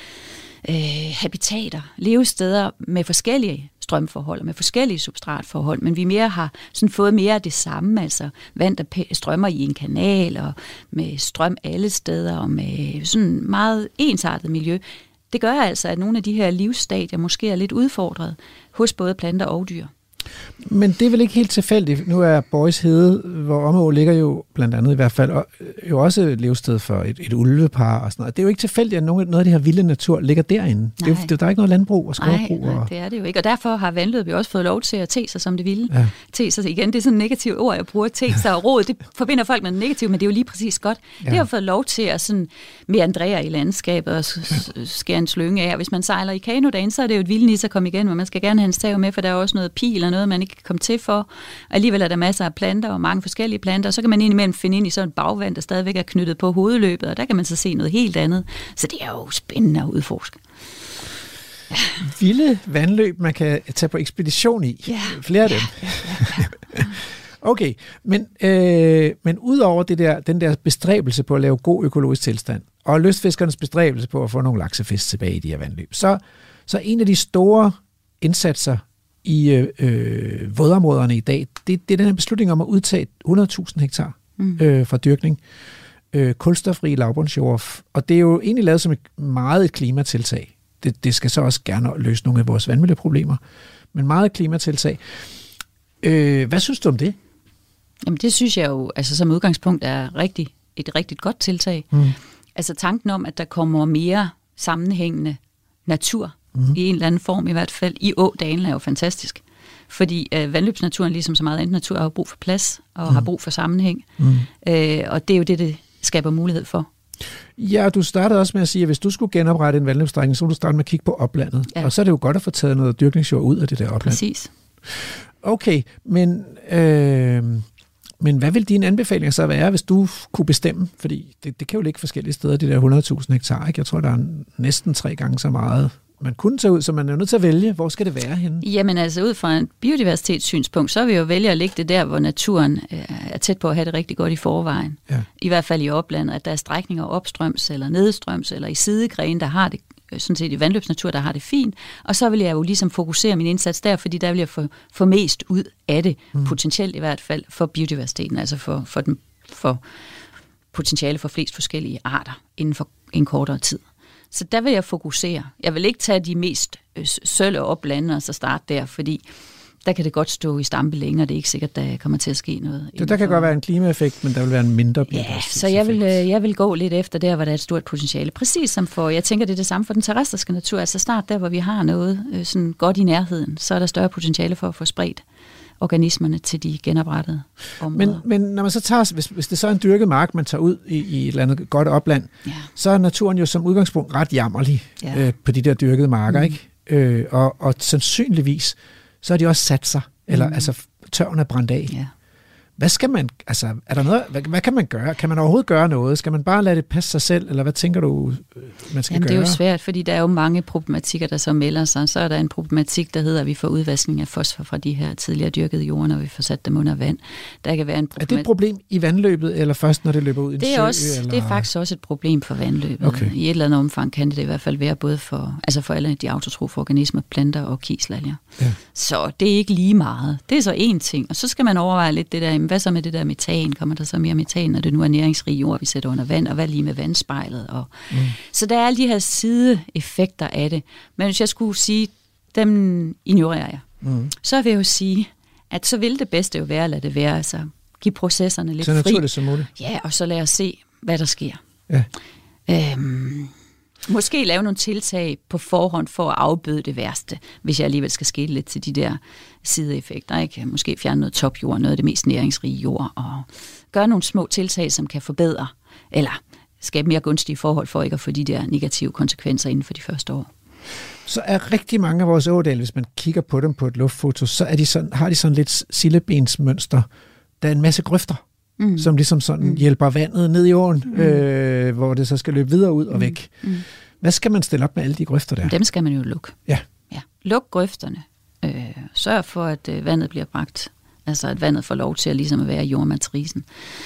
habitater, levesteder med forskellige strømforhold og med forskellige substratforhold, men vi mere har sådan fået mere af det samme, altså vand, der strømmer i en kanal og med strøm alle steder og med sådan meget ensartet miljø. Det gør altså, at nogle af de her livsstadier måske er lidt udfordret hos både planter og dyr. Men det er vel ikke helt tilfældigt. Nu er Boris Hede, hvor Omme Å ligger jo blandt andet i hvert fald, og jo også et levested for et ulvepar og sådan noget. Det er jo ikke tilfældigt, at noget af det her vilde natur ligger derinde. Der er ikke noget landbrug og skovbrug. Nej, det er det jo ikke. Og derfor har vandløbet jo også fået lov til at te sig, som det ville. Ja. Te sig igen, det er sådan et negativt ord, jeg bruger. Te sig og rod, det forbinder folk med det negative, men det er jo lige præcis godt. Ja. Det har fået lov til at sådan meandrere i landskabet og skære en slynge af. Og hvis man sejler i kano derinde, så er det jo et vildnis at komme igen, men man skal gerne have en stav med, for der er også noget pil og noget, man ikke kan komme til for. Alligevel er der masser af planter og mange forskellige planter, og så kan man indimellem finde ind i sådan et bagvand, der stadigvæk er knyttet på hovedløbet, og der kan man så se noget helt andet. Så det er jo spændende at udforske. Ja. Vilde vandløb, man kan tage på ekspedition i. Ja. Flere af dem. Ja. Okay, men ud over den der bestræbelse på at lave god økologisk tilstand, og lystfiskernes bestræbelse på at få nogle laksefisk tilbage i de her vandløb, så en af de store indsatser i vådområderne i dag, det er den her beslutning om at udtage 100.000 hektar fra dyrkning, kulstofrige lavbundsjord, og det er jo egentlig lavet som et klimatiltag. Det skal så også gerne løse nogle af vores vandmiljøproblemer, men meget klimatiltag. Hvad synes du om det? Jamen det synes jeg jo, altså som udgangspunkt er et rigtig godt tiltag. Altså tanken om, at der kommer mere sammenhængende natur, i en eller anden form i hvert fald, i ådalen er jo fantastisk. Fordi vandløbsnaturen, ligesom så meget anden natur, har brug for plads og har brug for sammenhæng. Og det er jo det skaber mulighed for. Ja, du startede også med at sige, at hvis du skulle genoprette en vandløbsstrækning, så ville du starte med at kigge på oplandet. Ja. Og så er det jo godt at få taget noget dyrkningsjord ud af det der opland. Præcis. Okay, men hvad vil dine anbefalinger så være, hvis du kunne bestemme? Fordi det kan jo ligge forskellige steder, de der 100.000 hektar. Ikke? Jeg tror, der er næsten 3 gange så meget, man kunne tage ud, så man er nødt til at vælge. Hvor skal det være henne? Jamen altså, ud fra en biodiversitetssynspunkt, så vil jeg jo vælge at lægge det der, hvor naturen er tæt på at have det rigtig godt i forvejen. Ja. I hvert fald i oplandet, at der er strækninger opstrøms eller nedstrøms, eller i sidegren, der har det sådan set i vandløbsnatur, der har det fint. Og så vil jeg jo ligesom fokusere min indsats der, fordi der vil jeg få mest ud af det, potentielt i hvert fald, for biodiversiteten, altså for potentiale for flest forskellige arter inden for en kortere tid. Så der vil jeg fokusere. Jeg vil ikke tage de mest sølle oplande og så starte der, fordi der kan det godt stå i stampe længere, og det er ikke sikkert, der kommer til at ske noget. Der kan godt være en klimaeffekt, men der vil være en mindre biodiversitetseffekt. Ja, så jeg vil gå lidt efter der, hvor der er et stort potentiale. Præcis som for, jeg tænker, det er det samme for den terrestriske natur. Altså snart der, hvor vi har noget sådan godt i nærheden, så er der større potentiale for at få spredt organismerne til de genoprettede områder. Men når man så tager, hvis det så er en dyrket mark, man tager ud i et eller andet godt opland, så er naturen jo som udgangspunkt ret jammerlig på de der dyrkede marker, ikke? Og sandsynligvis, så har de også sat sig, eller altså tørven er brændt af. Ja. Hvad skal man, altså, er der noget, hvad kan man gøre? Kan man overhovedet gøre noget? Skal man bare lade det passe sig selv, eller hvad tænker du, man skal gøre? Det er jo svært, fordi der er jo mange problematikker, der så melder sig. Så er der en problematik, der hedder, at vi får udvaskning af fosfor fra de her tidligere dyrkede jorder, når vi får sat dem under vand. Der kan være en Er det et problem i vandløbet, eller først, når det løber ud i en sø? Det er faktisk også et problem for vandløbet. Okay. I et eller andet omfang kan det i hvert fald være både for alle de autotrofe organismer, planter og kiselalger. Ja. Så det er ikke lige meget. Det er så én ting. Og så skal man overveje lidt det der, hvad så med det der metan? Kommer der så mere metan, når det nu er næringsrig jord, vi sætter under vand, og hvad lige med vandspejlet? Så der er alle de her sideeffekter af det. Men hvis jeg skulle sige, dem ignorerer jeg. Så vil jeg jo sige, at så vil det bedste jo være at lade det være, altså give processerne lidt fri. Så naturligt som muligt. Ja, og så lad os se, hvad der sker. Ja. Måske lave nogle tiltag på forhånd for at afbøde det værste, hvis jeg alligevel skal skille lidt til de der sideeffekter. Ikke? Måske fjerne noget topjord, noget af det mest næringsrige jord, og gøre nogle små tiltag, som kan forbedre, eller skabe mere gunstige forhold for ikke at få de der negative konsekvenser inden for de første år. Så er rigtig mange af vores ådale, hvis man kigger på dem på et luftfoto, så er har de sådan lidt sillebensmønster. Der er en masse grøfter, som ligesom sådan hjælper vandet ned i åen, hvor det så skal løbe videre ud og væk. Hvad skal man stille op med alle de grøfter der? Dem skal man jo lukke. Ja. Luk grøfterne. Sørg for, at vandet bliver bragt. Altså, at vandet får lov til at, ligesom at være i jordmatrisen.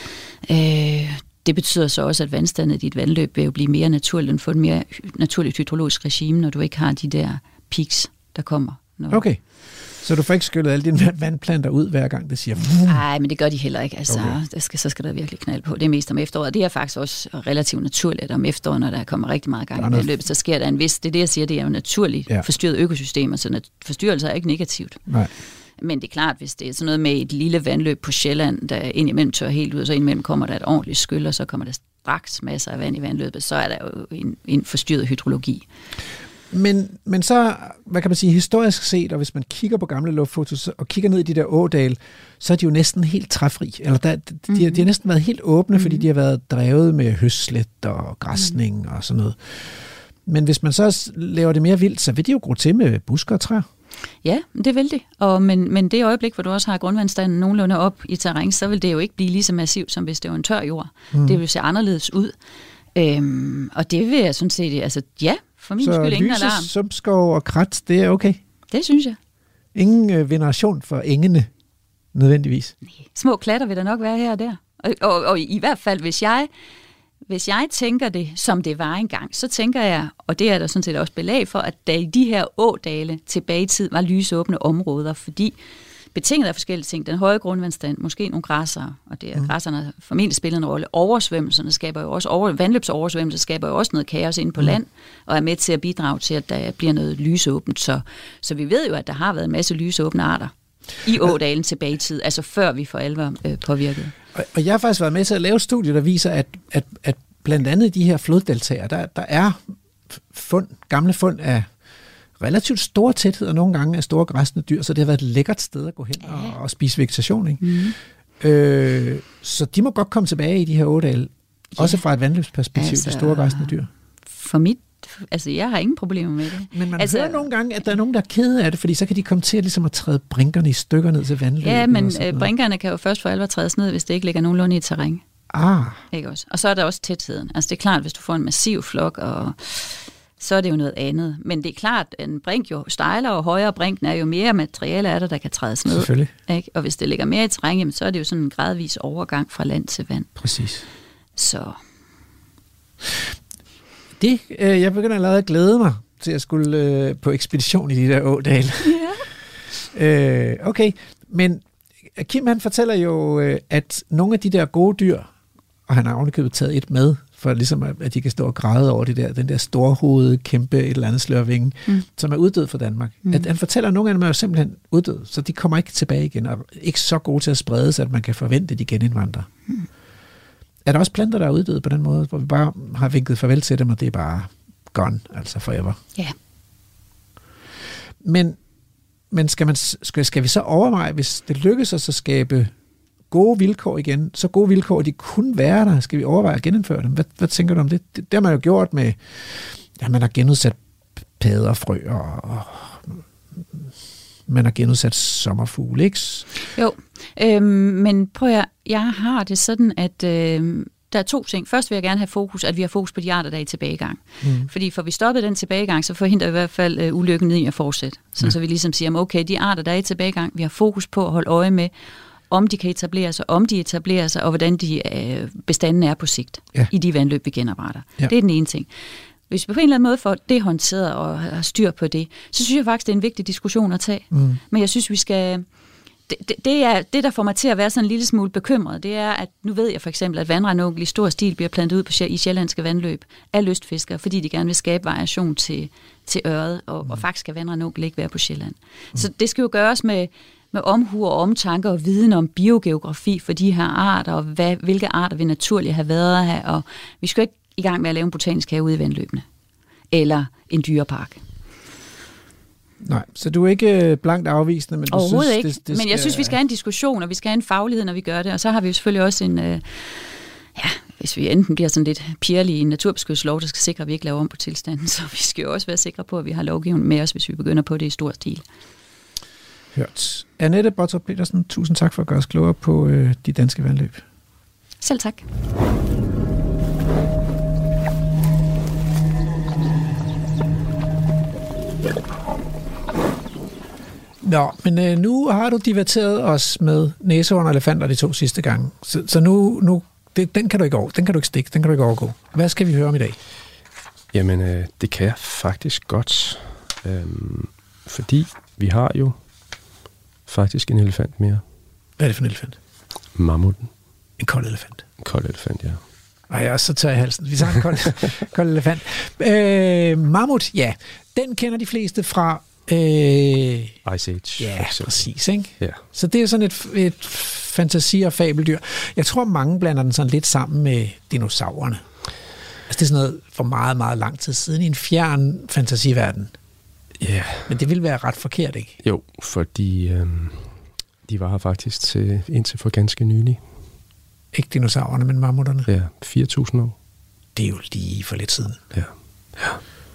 Det betyder så også, at vandstanden i dit vandløb vil jo blive mere naturligt, og få et mere naturligt hydrologisk regime, når du ikke har de der peaks, der kommer. Okay. Så du får ikke skyllet alle dine vandplanter ud, hver gang det siger... Nej, men det gør de heller ikke. Altså, så skal der virkelig knald på. Det er mest om efteråret. Det er faktisk også relativt naturligt om efteråret, når der kommer rigtig meget gang i vandløbet. Så sker der en vis... Det er det, jeg siger, det er jo naturligt forstyrret økosystemer, så forstyrrelser er ikke negativt. Nej. Men det er klart, hvis det er sådan noget med et lille vandløb på Sjælland, der indimellem tør helt ud, og så indimellem kommer der et ordentligt skyld, og så kommer der straks masser af vand i vandløbet, så er der jo en forstyrret hydrologi. Men så, hvad kan man sige, historisk set, og hvis man kigger på gamle luftfotos og kigger ned i de der ådale, så er de jo næsten helt træfri. Eller de har næsten været helt åbne, fordi de har været drevet med høslet og græsning og sådan noget. Men hvis man så laver det mere vildt, så vil de jo gro til med busker og træer. Ja, det vil det. Men det øjeblik, hvor du også har grundvandstanden nogenlunde op i terræn, så vil det jo ikke blive lige så massivt, som hvis det var en tør jord. Det vil se anderledes ud. Og det vil jeg sådan set, altså ja, for min skyld ingen alarm. Så sumpskov og krat, det er okay? Det synes jeg. Ingen veneration for engene, nødvendigvis? Nej. Små klatter vil der nok være her og der. Og i hvert fald, hvis jeg tænker det, som det var engang, så tænker jeg, og det er der sådan set også belæg for, at der i de her ådale tilbage i tid var lysåbne områder, fordi betinget af forskellige ting, den høje grundvandstand, måske nogle græsser, og det er græsserne formentlig spiller en rolle. Oversvømmelserne skaber jo også, vandløbsoversvømmelser skaber jo også noget kaos inde på land, og er med til at bidrage til, at der bliver noget lysåbent. Så vi ved jo, at der har været en masse lysåbne arter i ådalen tilbage i tid, altså før vi for alvor påvirkede. Og jeg har faktisk været med til at lave studier, der viser, at blandt andet de her floddeltager, der er gamle fund af relativt store tætheder, nogle gange af store græsne dyr, så det har været et lækkert sted at gå hen og spise vegetation. Ikke? Så de må godt komme tilbage i de her ådale, også fra et vandløbsperspektiv, altså, de store græsne dyr. Jeg har ingen problemer med det. Men man hører nogle gange, at der er nogen, der er kede af det, fordi så kan de komme til ligesom at træde brinkerne i stykker ned til vandløbet. Ja, men brinkerne kan jo først for alvor trædes ned, hvis det ikke ligger nogenlunde i terræn. Ikke også? Og så er der også tætheden. Altså det er klart, hvis du får en massiv flok, og så er det jo noget andet. Men det er klart, at en brink jo stejlere og højere brinken er jo mere materiale er der kan trædes ned. Selvfølgelig. Ikke? Og hvis det ligger mere i terræn, så er det jo sådan en gradvis overgang fra land til vand. Præcis. Så... jeg begynder allerede at glæde mig til at skulle på ekspedition i de der ådale. Ja. Okay, men Kim han fortæller jo, at nogle af de der gode dyr, og han har ovenikøbet taget et med, for ligesom at de kan stå og græde over den der storhovedede, kæmpe et eller andet slørvinge, som er uddød for Danmark. At han fortæller, at nogle af dem er jo simpelthen uddød, så de kommer ikke tilbage igen, og ikke så gode til at sprede sig, at man kan forvente, at de genindvandrer. Er der også planter, der er uddøde på den måde, hvor vi bare har vinket farvel til dem, og det er bare gone, altså forever? Ja. Men skal vi så overveje, hvis det lykkes os at skabe gode vilkår igen, så gode vilkår, de kunne være der, skal vi overveje at genindføre dem? Hvad tænker du om det? Det har man jo gjort med, man har genudsat padder, frøer og man har genudsat sommerfugle, ikke? Jo, men prøv at jeg har det sådan, at der er 2 ting. Først vil jeg gerne have fokus, at vi har fokus på de arter, der er i tilbagegang. Fordi for vi stoppede den tilbagegang, så forhindrer vi i hvert fald ulykken i at fortsætte. Så vi ligesom siger, okay, de arter, der er i tilbagegang, vi har fokus på at holde øje med, om de kan etablere sig, om de etablerer sig, og hvordan de bestanden er på sigt i de vandløb, vi genopretter. Ja. Det er den ene ting. Hvis vi på en eller anden måde får det håndteret og har styr på det, så synes jeg faktisk, det er en vigtig diskussion at tage. Men jeg synes, vi skal... Det er det, der får mig til at være sådan en lille smule bekymret, det er, at nu ved jeg for eksempel, at vandranokkel i stor stil bliver plantet ud i sjællandske vandløb af lystfiskere, fordi de gerne vil skabe variation til øret, og faktisk skal vandranokkel ikke være på Sjælland. Så det skal jo gøres med omhu og omtanke og viden om biogeografi for de her arter, og hvilke arter vil naturligt have været her, og vi skal ikke i gang med at lave en botanisk have ude i vandløbene, eller en dyrepark. Nej, så du er ikke blankt afvisende, men du overhovedet synes... ikke, men jeg synes, vi skal have en diskussion, og vi skal have en faglighed, når vi gør det, og så har vi jo selvfølgelig også en... hvis vi enten bliver sådan lidt pirlige i en naturbeskyttelseslov, der skal sikre, at vi ikke laver om på tilstanden, så vi skal jo også være sikre på, at vi har lovgivning med os, hvis vi begynder på det i stor stil. Hørt. Annette Bottrup Petersen, tusind tak for at gøre os klogere på de danske vandløb. Selv tak. Nå, men nu har du diverteret os med næsehorn og elefanter de 2 sidste gange. Så nu den kan du ikke stikke, den kan du ikke overgå. Hvad skal vi høre om i dag? Jamen, det kan jeg faktisk godt. Fordi vi har jo faktisk en elefant mere. Hvad er det for en elefant? Mammuten. En kold elefant? En kold elefant, ja. Ej, jeg er så tør i halsen. Vi tager en kold elefant. Mammut, ja. Den kender de fleste fra... Ice Age. Ja, præcis, ikke? Ja. Så det er sådan et fantasi- og fabeldyr. Jeg tror, mange blander den sådan lidt sammen med dinosaurerne. Altså, det er sådan noget for meget, meget lang tid siden i en fjern fantasiverden. Ja. Yeah. Men det ville være ret forkert, ikke? Jo, fordi de var her faktisk indtil for ganske nylig. Ikke dinosaurerne, men mammutterne? Ja, 4.000 år. Det er jo lige for lidt siden. Ja. Ja.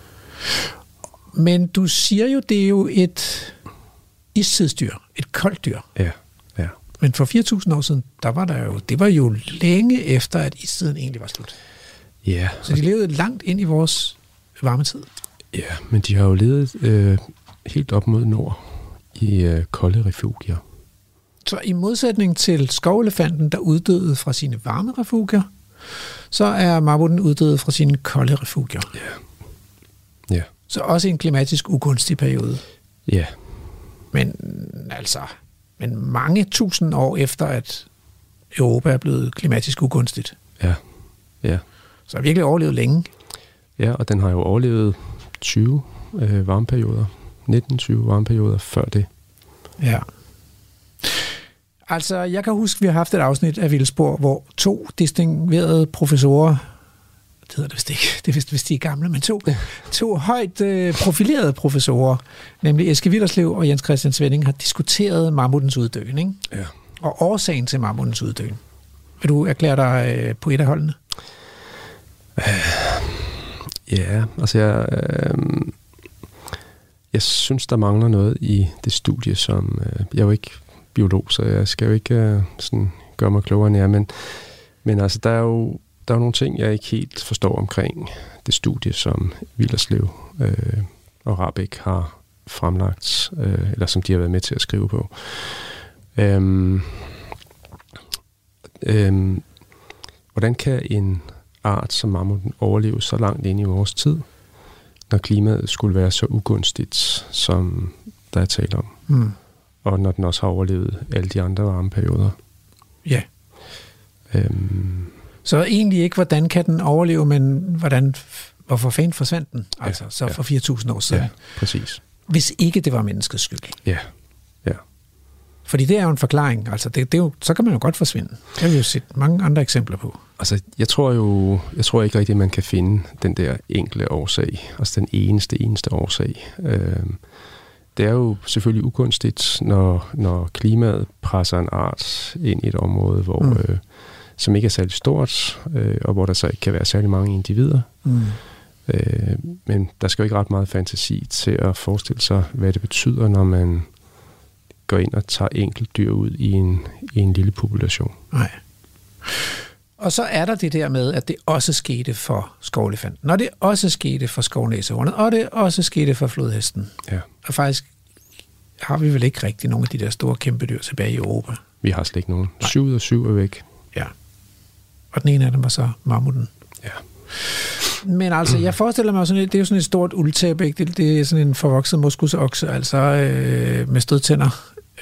Men du siger jo, det er jo et istidsdyr, et koldt dyr. Ja, ja. Men for 4.000 år siden, det var jo længe efter, at istiden egentlig var slut. Ja. Så de levede langt ind i vores varmetid. Ja, men de har jo levet helt op mod nord i kolde refugier. Så i modsætning til skovelefanten, der uddøde fra sine varme refugier, så er mammuten uddøde fra sine kolde refugier. Ja. Ja. Så også en klimatisk ugunstig periode. Ja. Men mange tusind år efter, at Europa er blevet klimatisk ugunstigt. Ja. Ja. Så har virkelig overlevet længe. Ja, og den har jo overlevet 20 varmeperioder. 19-20 varmeperioder før det. Ja. Altså, jeg kan huske, vi har haft et afsnit af Vildspor, hvor 2 distinguerede professorer, det hedder det vist ikke, det er vist, hvis de er gamle, men to højt profilerede professorer, nemlig Eske Willerslev og Jens Christian Svenning, har diskuteret mammutens uddøen, ikke? Ja. Og årsagen til mammutens uddøen. Vil du erklære dig på et af holdene? Ja, altså jeg synes, der mangler noget i det studie, som jeg er jo ikke biolog, så jeg skal jo ikke sådan gøre mig klogere end jeg, men altså der er jo nogle ting, jeg ikke helt forstår omkring det studie, som Willerslev og Rahbek har fremlagt, eller som de har været med til at skrive på. Hvordan kan en art som mammuten overleve så langt ind i vores tid, når klimaet skulle være så ugunstigt, som der er tale om? Mm. Og når den også har overlevet alle de andre varmeperioder. Ja. Så egentlig ikke, hvordan kan den overleve, men hvorfor fanden forsvandt den? Altså, ja, så for 4.000 år siden. Ja, præcis. Hvis ikke det var menneskets skyld. Ja, ja. Fordi det er jo en forklaring. Altså, det er jo, så kan man jo godt forsvinde. Det har vi jo set mange andre eksempler på. Altså, jeg tror ikke rigtigt, at man kan finde den der enkle årsag. Altså den eneste årsag. Det er jo selvfølgelig ugunstigt, når klimaet presser en art ind i et område, hvor, som ikke er særlig stort, og hvor der så ikke kan være særlig mange individer. Mm. Men der skal jo ikke ret meget fantasi til at forestille sig, hvad det betyder, når man går ind og tager enkelt dyr ud i en lille population. Nej. Og så er der det der med, at det også skete for skovelefanten, og det også skete for skovnæsehornet, og det også skete for flodhesten. Ja. Og faktisk har vi vel ikke rigtig nogen af de der store kæmpe dyr tilbage i Europa. Vi har slet ikke nogen. 7 ud af 7 er væk. Ja. Og den ene af dem var så mammuten. Ja. Men altså, jeg forestiller mig sådan, det er jo sådan et stort uldtæppe, ikke? Det er sådan en forvokset moskusokse, altså med stødtænder.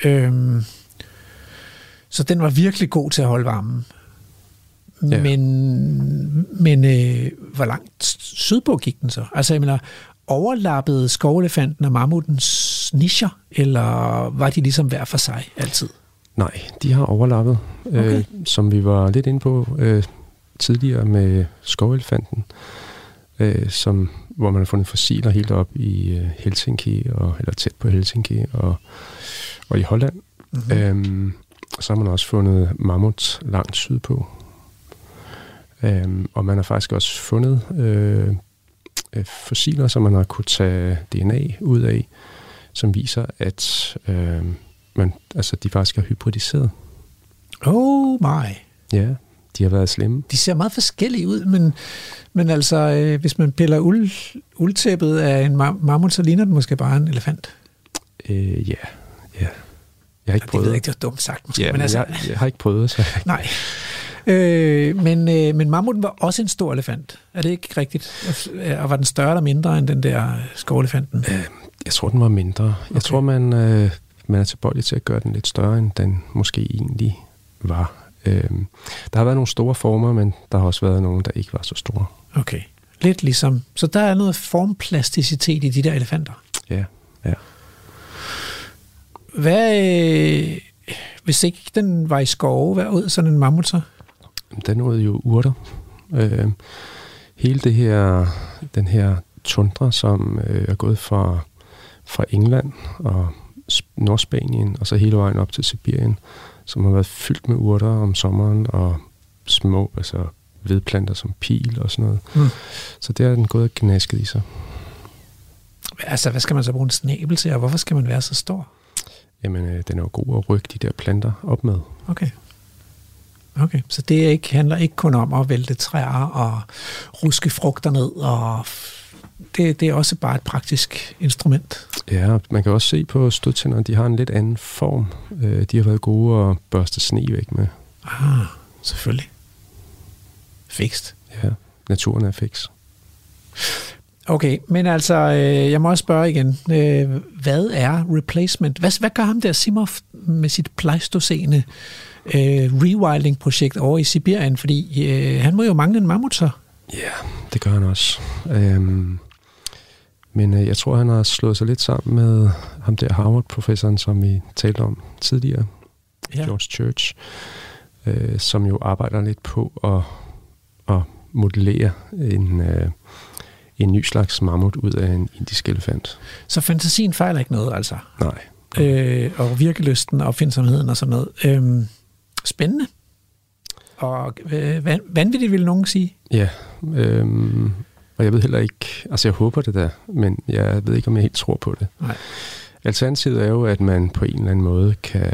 Så den var virkelig god til at holde varmen. Ja. Men hvor langt sydpå gik den så? Altså, jeg mener, overlappede skovelefanten og mammutens nicher, eller var de ligesom hver for sig altid? Nej, de har overlappet, okay. Som vi var lidt inde på tidligere med skovelefanten, hvor man har fundet fossiler helt op i Helsinki, eller tæt på Helsinki, og i Holland. Mm-hmm. Så har man også fundet mammut langt sydpå. Og man har faktisk også fundet fossiler, som man har kunne tage DNA ud af, som viser, at de faktisk har hybridiseret. Oh my! Ja, de har været slemme. De ser meget forskellige ud, men altså, hvis man piller uldtæppet af en mammut, så ligner den måske bare en elefant. Ja. Jeg har ikke prøvet. Det ved jeg ikke, det var dumt sagt måske. Ja, men altså, jeg har ikke prøvet, så nej. Men mammuten var også en stor elefant. Er det ikke rigtigt? Og var den større eller mindre end den der skovelefanten? Jeg tror, den var mindre. Okay. Jeg tror, man er tilbøjelig til at gøre den lidt større, end den måske egentlig var. Der har været nogle store former, men der har også været nogle, der ikke var så store. Okay. Lidt ligesom. Så der er noget formplasticitet i de der elefanter? Ja. Hvad, hvis ikke den var i skove, hvad ud sådan en mammut så? Den nåede jo urter. Hele den her tundra, som er gået fra England og Nordspanien, og så hele vejen op til Sibirien, som har været fyldt med urter om sommeren, og små, altså vedplanter som pil og sådan noget. Mm. Så der er den gået og gnasket i sig. Altså, hvad skal man så bruge en snabel til, og hvorfor skal man være så stor? Jamen, den er jo god at rykke de der planter op med. Okay, så det handler ikke kun om at vælte træer og ruske frugter ned, og det er også bare et praktisk instrument. Ja, man kan også se på stødtænderne, de har en lidt anden form. De har været gode at børste sne væk med. Selvfølgelig. Fikst. Ja, naturen er fiks. Okay, men altså, jeg må også spørge igen. Hvad er replacement? Hvad gør ham der Simov med sit pleistocene rewilding-projekt over i Sibirien? Fordi han må jo mangle en mammut så. Ja, det gør han også. Men jeg tror, han har slået sig lidt sammen med ham der Harvard-professoren, som vi talte om tidligere, George Church, som jo arbejder lidt på at modellere en ny slags mammut ud af en indisk elefant. Så fantasien fejler ikke noget, altså? Nej. Og virkelysten og opfindsomheden og sådan noget. Spændende. Og vanvittigt, vil nogen sige? Ja, og jeg ved heller ikke, altså jeg håber det der, men jeg ved ikke, om jeg helt tror på det. Nej. Alternativet er jo, at man på en eller anden måde kan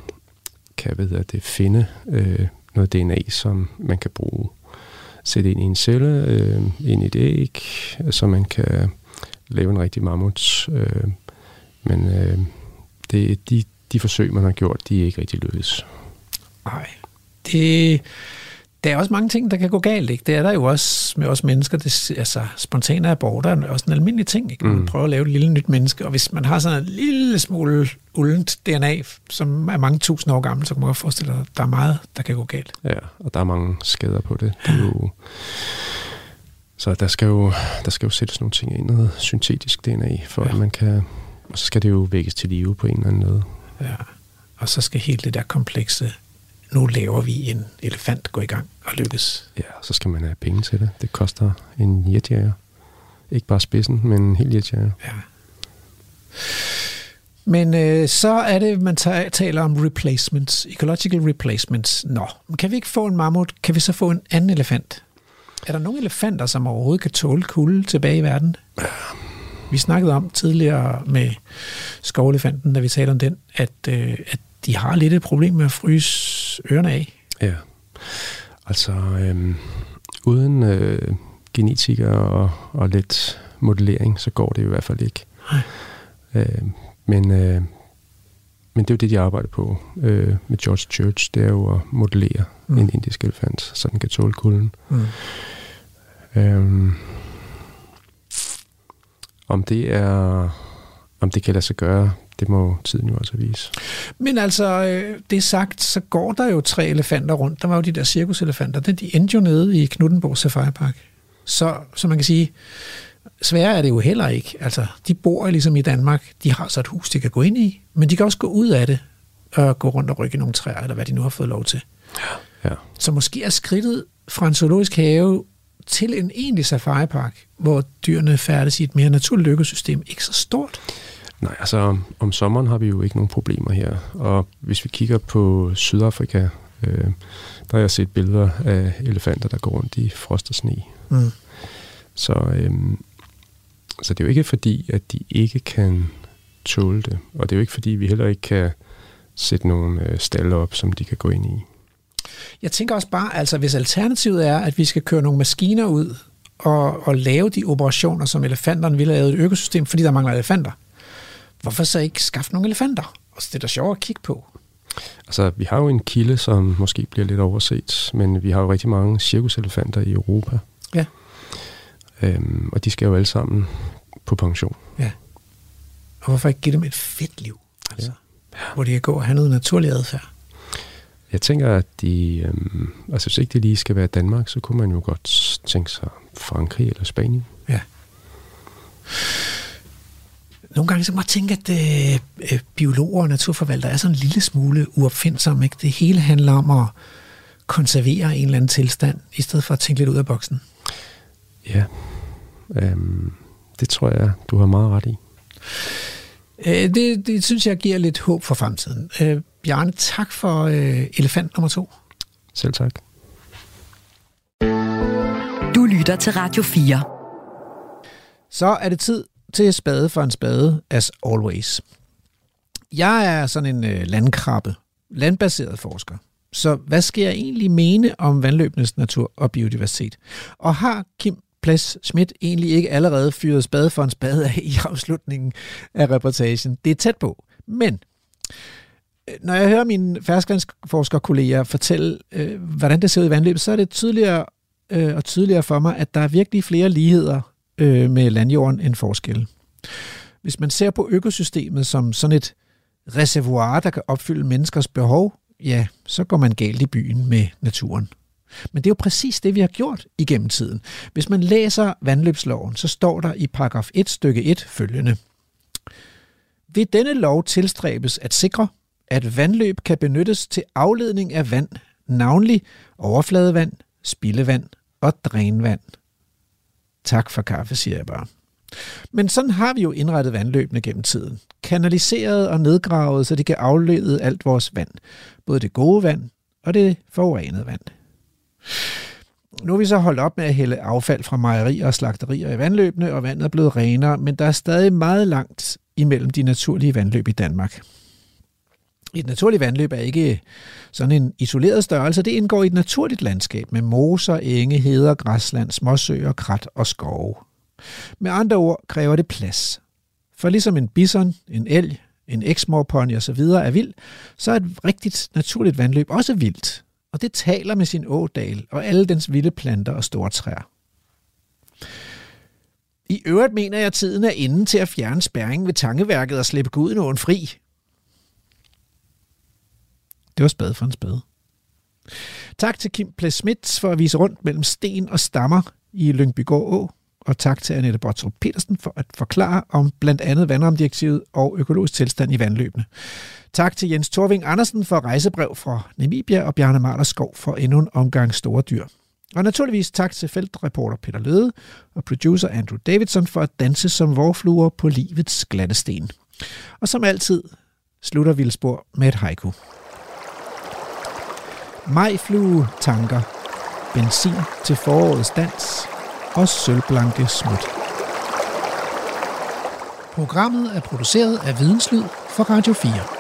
finde noget DNA, som man kan bruge. Sætte ind i en celle, ind i et æg, så man kan lave en rigtig mammut. Men de forsøg, man har gjort, de er ikke rigtig lykkedes. Nej, der er også mange ting, der kan gå galt, ikke? Det er der jo også med os mennesker. Altså, spontane aborter er også en almindelig ting, ikke? Man prøver at lave et lille nyt menneske, og hvis man har sådan en lille smule uldent DNA, som er mange tusind år gammel, så kan man godt forestille sig, at der er meget, der kan gå galt. Ja, og der er mange skader på det. Det er jo... Så der skal jo sættes nogle ting ind, noget syntetisk DNA, for at man kan... Og så skal det jo vækkes til live på en eller anden måde. Ja, og så skal helt det der komplekse, nu laver vi en elefant, gå i gang og lykkes. Ja, så skal man have penge til det. Det koster en jetjager. Ikke bare spidsen, men en hel jetjager. Ja. Men så er det, man taler om replacements, ecological replacements. Kan vi ikke få en mammut? Kan vi så få en anden elefant? Er der nogle elefanter, som overhovedet kan tåle kulde tilbage i verden? Vi snakkede om tidligere med skovelefanten, da vi talte om den, at de har lidt et problem med at fryse ørerne af. Ja, altså uden genetikere og lidt modellering, så går det i hvert fald ikke. Men det er jo det, de arbejder på med George Church. Det er jo at modellere en indisk elefant, så den kan tåle kulden. Om det kan lade sig gøre, det må tiden jo også vise. Men altså, det er sagt, så går der jo 3 elefanter rundt. Der var jo de der cirkuselefanter. De endte jo nede i Knuthenborg Safari Park. Så man kan sige, sværere er det jo heller ikke. Altså, de bor ligesom i Danmark. De har så et hus, de kan gå ind i, men de kan også gå ud af det og gå rundt og rykke i nogle træer, eller hvad de nu har fået lov til. Ja. Så måske er skridtet fra en zoologisk have til en egentlig safaripark, hvor dyrene færdes i et mere naturligt økosystem, ikke så stort. Nej, altså om sommeren har vi jo ikke nogen problemer her. Og hvis vi kigger på Sydafrika, der har jeg set billeder af elefanter, der går rundt i frost og sne. Så det er jo ikke fordi, at de ikke kan tåle det. Og det er jo ikke fordi, vi heller ikke kan sætte nogle stalle op, som de kan gå ind i. Jeg tænker også bare, altså hvis alternativet er, at vi skal køre nogle maskiner ud og lave de operationer, som elefanterne vil lave et økosystem, fordi der mangler elefanter. Hvorfor så ikke skaffe nogle elefanter? Og det er da sjovere at kigge på. Altså, vi har jo en kilde, som måske bliver lidt overset, men vi har jo rigtig mange cirkuselefanter i Europa. Ja. Og de skal jo alle sammen på pension. Ja. Og hvorfor ikke give dem et fedt liv? Altså, hvor de kan gå og have noget naturlig adfærd? Jeg tænker, at hvis ikke det lige skal være Danmark, så kunne man jo godt tænke sig Frankrig eller Spanien. Ja. Nogle gange så må jeg tænke, at biologer og naturforvaltere er sådan en lille smule uopfindsomme. Ikke? Det hele handler om at konservere en eller anden tilstand, i stedet for at tænke lidt ud af boksen. Ja, det tror jeg, du har meget ret i. Det synes jeg giver lidt håb for fremtiden. Bjarne, tak for elefant nummer 2. Selv tak. Du lytter til Radio 4. Så er det tid til spade for en spade, as always. Jeg er sådan en landkrabbe, landbaseret forsker. Så hvad skal jeg egentlig mene om vandløbenes natur og biodiversitet? Og har Kim Pless Schmidt egentlig ikke allerede fyret spade for en spade af i afslutningen af reportagen? Det er tæt på. Men når jeg hører mine ferskvandsforskerkolleger fortælle, hvordan det ser ud i vandløbet, så er det tydeligere og tydeligere for mig, at der er virkelig flere ligheder med landjorden end forskelle. Hvis man ser på økosystemet som sådan et reservoir, der kan opfylde menneskers behov, ja, så går man galt i byen med naturen. Men det er jo præcis det, vi har gjort igennem tiden. Hvis man læser vandløbsloven, så står der i paragraf 1 stykke 1 følgende. Ved denne lov tilstræbes at sikre, at vandløb kan benyttes til afledning af vand, navnlig overfladevand, spildevand og drænvand. Tak for kaffe, siger jeg bare. Men sådan har vi jo indrettet vandløbene gennem tiden. Kanaliseret og nedgravet, så de kan aflede alt vores vand. Både det gode vand og det forurenede vand. Nu er vi så holdt op med at hælde affald fra mejerier og slagterier i vandløbene, og vandet er blevet renere, men der er stadig meget langt imellem de naturlige vandløb i Danmark. Et naturligt vandløb er ikke sådan en isoleret størrelse. Det indgår i et naturligt landskab med moser, enge, heder, græsland, småsøer, krat og skove. Med andre ord kræver det plads. For ligesom en bison, en elg, en eksmoorpony osv. er vild, så er et rigtigt naturligt vandløb også vildt. Og det taler med sin ådal og alle dens vilde planter og store træer. I øvrigt mener jeg, at tiden er inde til at fjerne spærringen ved Tangeværket og slippe Gudenåen fri. Det var spade for en spade. Tak til Kim Pless Schmidt for at vise rundt mellem sten og stammer i Lyngbygård Å, og tak til Annette Bottrup Petersen for at forklare om blandt andet vandrammedirektivet og økologisk tilstand i vandløbene. Tak til Jens Thorving Andersen for rejsebrev fra Namibia og Bjarne Marderskov for endnu en omgang store dyr. Og naturligvis tak til feltreporter Peter Løde og producer Andrew Davidson for at danse som vårfluer på livets glatte sten. Og som altid slutter Vildspor med et haiku. Majflue tanker, benzin til forårets dans og sølvblanke smut. Programmet er produceret af Videnslyd for Radio 4.